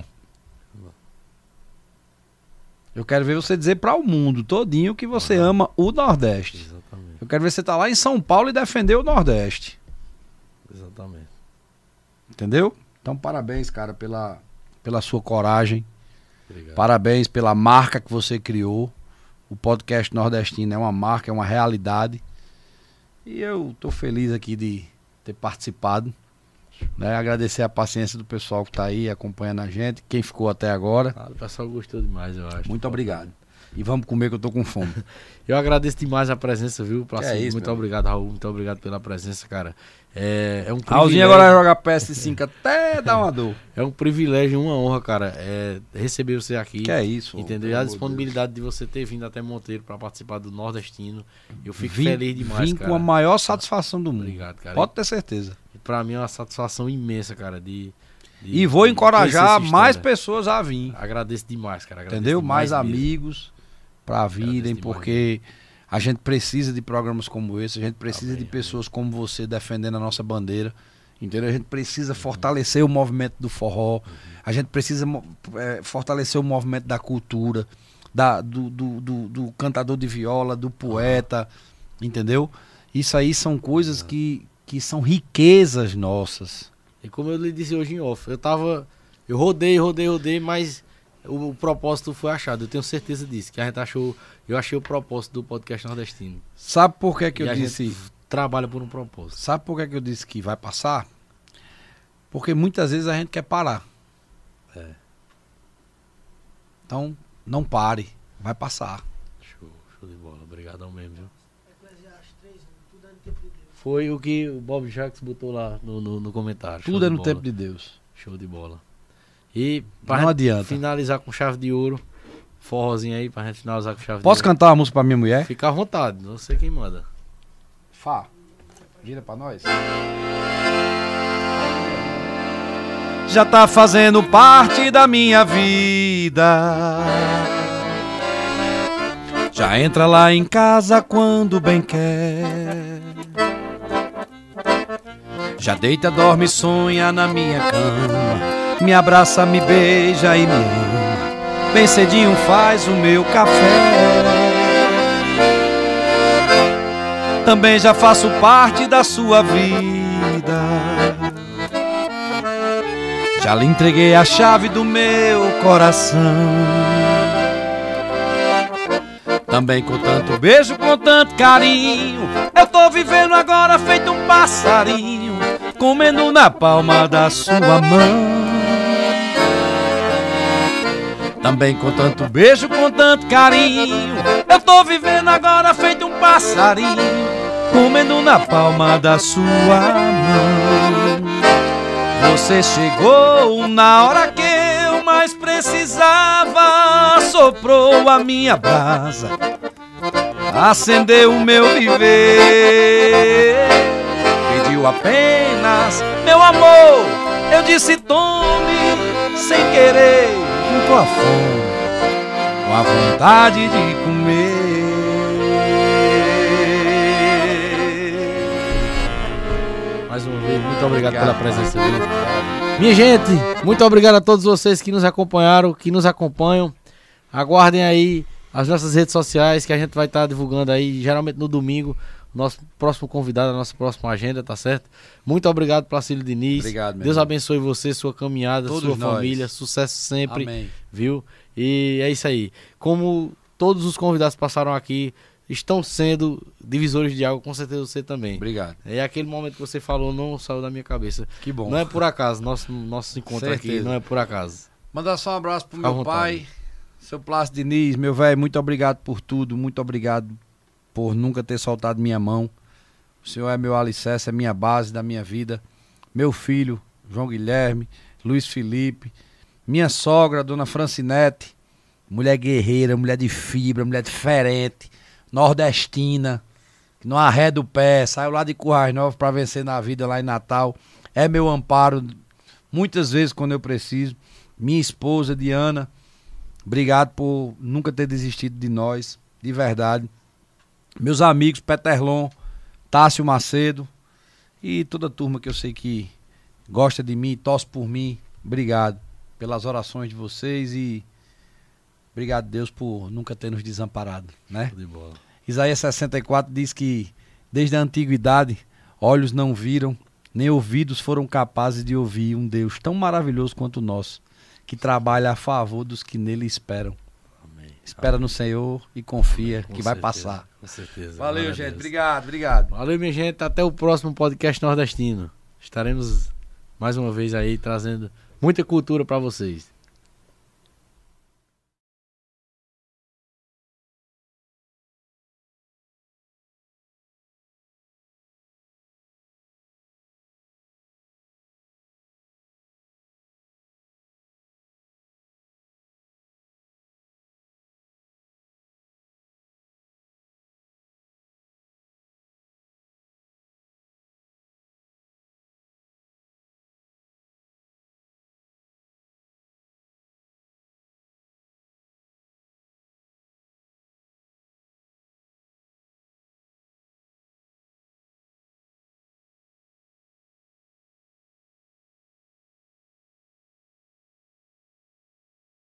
Eu quero ver você dizer para o mundo todinho que você Uhum. ama o Nordeste. Exatamente. Eu quero ver você estar lá em São Paulo e defender o Nordeste. Exatamente. Entendeu? Então, parabéns, cara, pela, pela sua coragem. Obrigado. Parabéns pela marca que você criou. O podcast nordestino é uma marca, é uma realidade. E eu tô feliz aqui de ter participado. Né? Agradecer a paciência do pessoal que tá aí acompanhando a gente. Quem ficou até agora, Ah, o pessoal gostou demais, eu acho. muito obrigado. E vamos comer que eu tô com fome. Eu agradeço demais a presença, viu, Placido? Que é isso, Muito meu obrigado, Raul. Muito obrigado pela presença, cara. É, é um Raulzinho privilégio. agora vai jogar P S cinco até dar uma dor. É um privilégio, uma honra, cara, é, receber você aqui. Que é isso? Entendeu? E pelo a amor de disponibilidade de você ter vindo até Monteiro para participar do Nordestino. Eu Deus. fico Vim- feliz demais, vim cara. com a maior satisfação do mundo. Obrigado, cara. Pode ter certeza. E pra mim é uma satisfação imensa, cara, de... de- E vou de encorajar conhecer essa mais história. pessoas a vir. Agradeço demais, cara. Agradeço Entendeu? demais Mais mesmo. amigos para virem, Agradeço demais porque a gente precisa de programas como esse, a gente precisa Amém, de pessoas como você defendendo a nossa bandeira. Entendeu? A gente precisa fortalecer o movimento do forró, a gente precisa mo- eh, fortalecer o movimento da cultura, da, do, do, do, do cantador de viola, do poeta, entendeu? Isso aí são coisas que, que são riquezas nossas. E como eu lhe disse hoje em off, eu tava... Eu rodei, rodei, rodei, mas o, o propósito foi achado. Eu tenho certeza disso, que a gente achou... Eu achei o propósito do podcast nordestino. Sabe por que, que E eu a disse? gente trabalha por um propósito. Sabe por que, que eu disse que vai passar? Porque muitas vezes a gente quer parar. É. Então, não pare, vai passar. Show, show de bola. Obrigadão mesmo, viu? Eclesiastes três, tudo é no tempo de Deus. Foi o que o Bob Jacques botou lá no, no, no comentário. Show Tudo é de no bola. tempo de Deus. Show de bola. E Não para adianta. finalizar com chave de ouro, forrozinho aí pra gente finalizar com chave. Posso cantar uma música pra minha mulher? Fica à vontade, não sei quem manda. Fá, vira pra nós. Já tá fazendo parte da minha vida. Já entra lá em casa quando bem quer. Já deita, dorme, sonha na minha cama. Me abraça, me beija e me ama. Bem cedinho faz o meu café. Também já faço parte da sua vida. Já lhe entreguei a chave do meu coração. Também com tanto beijo, com tanto carinho, eu tô vivendo agora feito um passarinho, comendo na palma da sua mão. Também com tanto beijo, com tanto carinho, eu tô vivendo agora feito um passarinho, comendo na palma da sua mão. Você chegou na hora que eu mais precisava, soprou a minha brasa, acendeu o meu viver, pediu apenas meu amor, eu disse tome, sem querer, junto à fome, com a vontade de comer. Mais uma vez, muito obrigado, obrigado pela presença. Minha gente, muito obrigado a todos vocês que nos acompanharam, que nos acompanham. Aguardem aí as nossas redes sociais que a gente vai estar divulgando aí, geralmente no domingo, nosso próximo convidado, a nossa próxima agenda, tá certo? Muito obrigado, Placílio Diniz. Obrigado, Deus irmão. Abençoe você, sua caminhada, todos sua nós. Família, sucesso sempre. Amém. Viu? E é isso aí. Como todos os convidados passaram aqui, estão sendo divisores de água, com certeza você também. Obrigado. É aquele momento que você falou, não saiu da minha cabeça. Que bom. Não é por acaso, nosso, nosso encontro certeza. Aqui não é por acaso. Mandar só um abraço pro Fica meu pai, seu Plácido Diniz, meu velho, muito obrigado por tudo, muito obrigado por nunca ter soltado minha mão. O senhor é meu alicerce, é minha base da minha vida. Meu filho, João Guilherme, Luiz Felipe, minha sogra, dona Francinete, mulher guerreira, mulher de fibra, mulher diferente, nordestina, que não arreda o pé, saiu lá de Currais Novos para vencer na vida lá em Natal, é meu amparo muitas vezes quando eu preciso. Minha esposa Diana, obrigado por nunca ter desistido de nós, de verdade. Meus amigos Peterlon, Tássio Macedo e toda a turma que eu sei que gosta de mim, torce por mim, obrigado pelas orações de vocês e obrigado, Deus, por nunca ter nos desamparado, né? De bola. Isaías sessenta e quatro diz que desde a antiguidade olhos não viram, nem ouvidos foram capazes de ouvir um Deus tão maravilhoso quanto o nosso, que trabalha a favor dos que nele esperam. Amém. Espera Amém. No Senhor e confia que vai certeza, passar. Com certeza. Valeu, gente. Deus. Obrigado, obrigado. Valeu, minha gente. Até o próximo podcast nordestino. Estaremos mais uma vez aí trazendo muita cultura para vocês.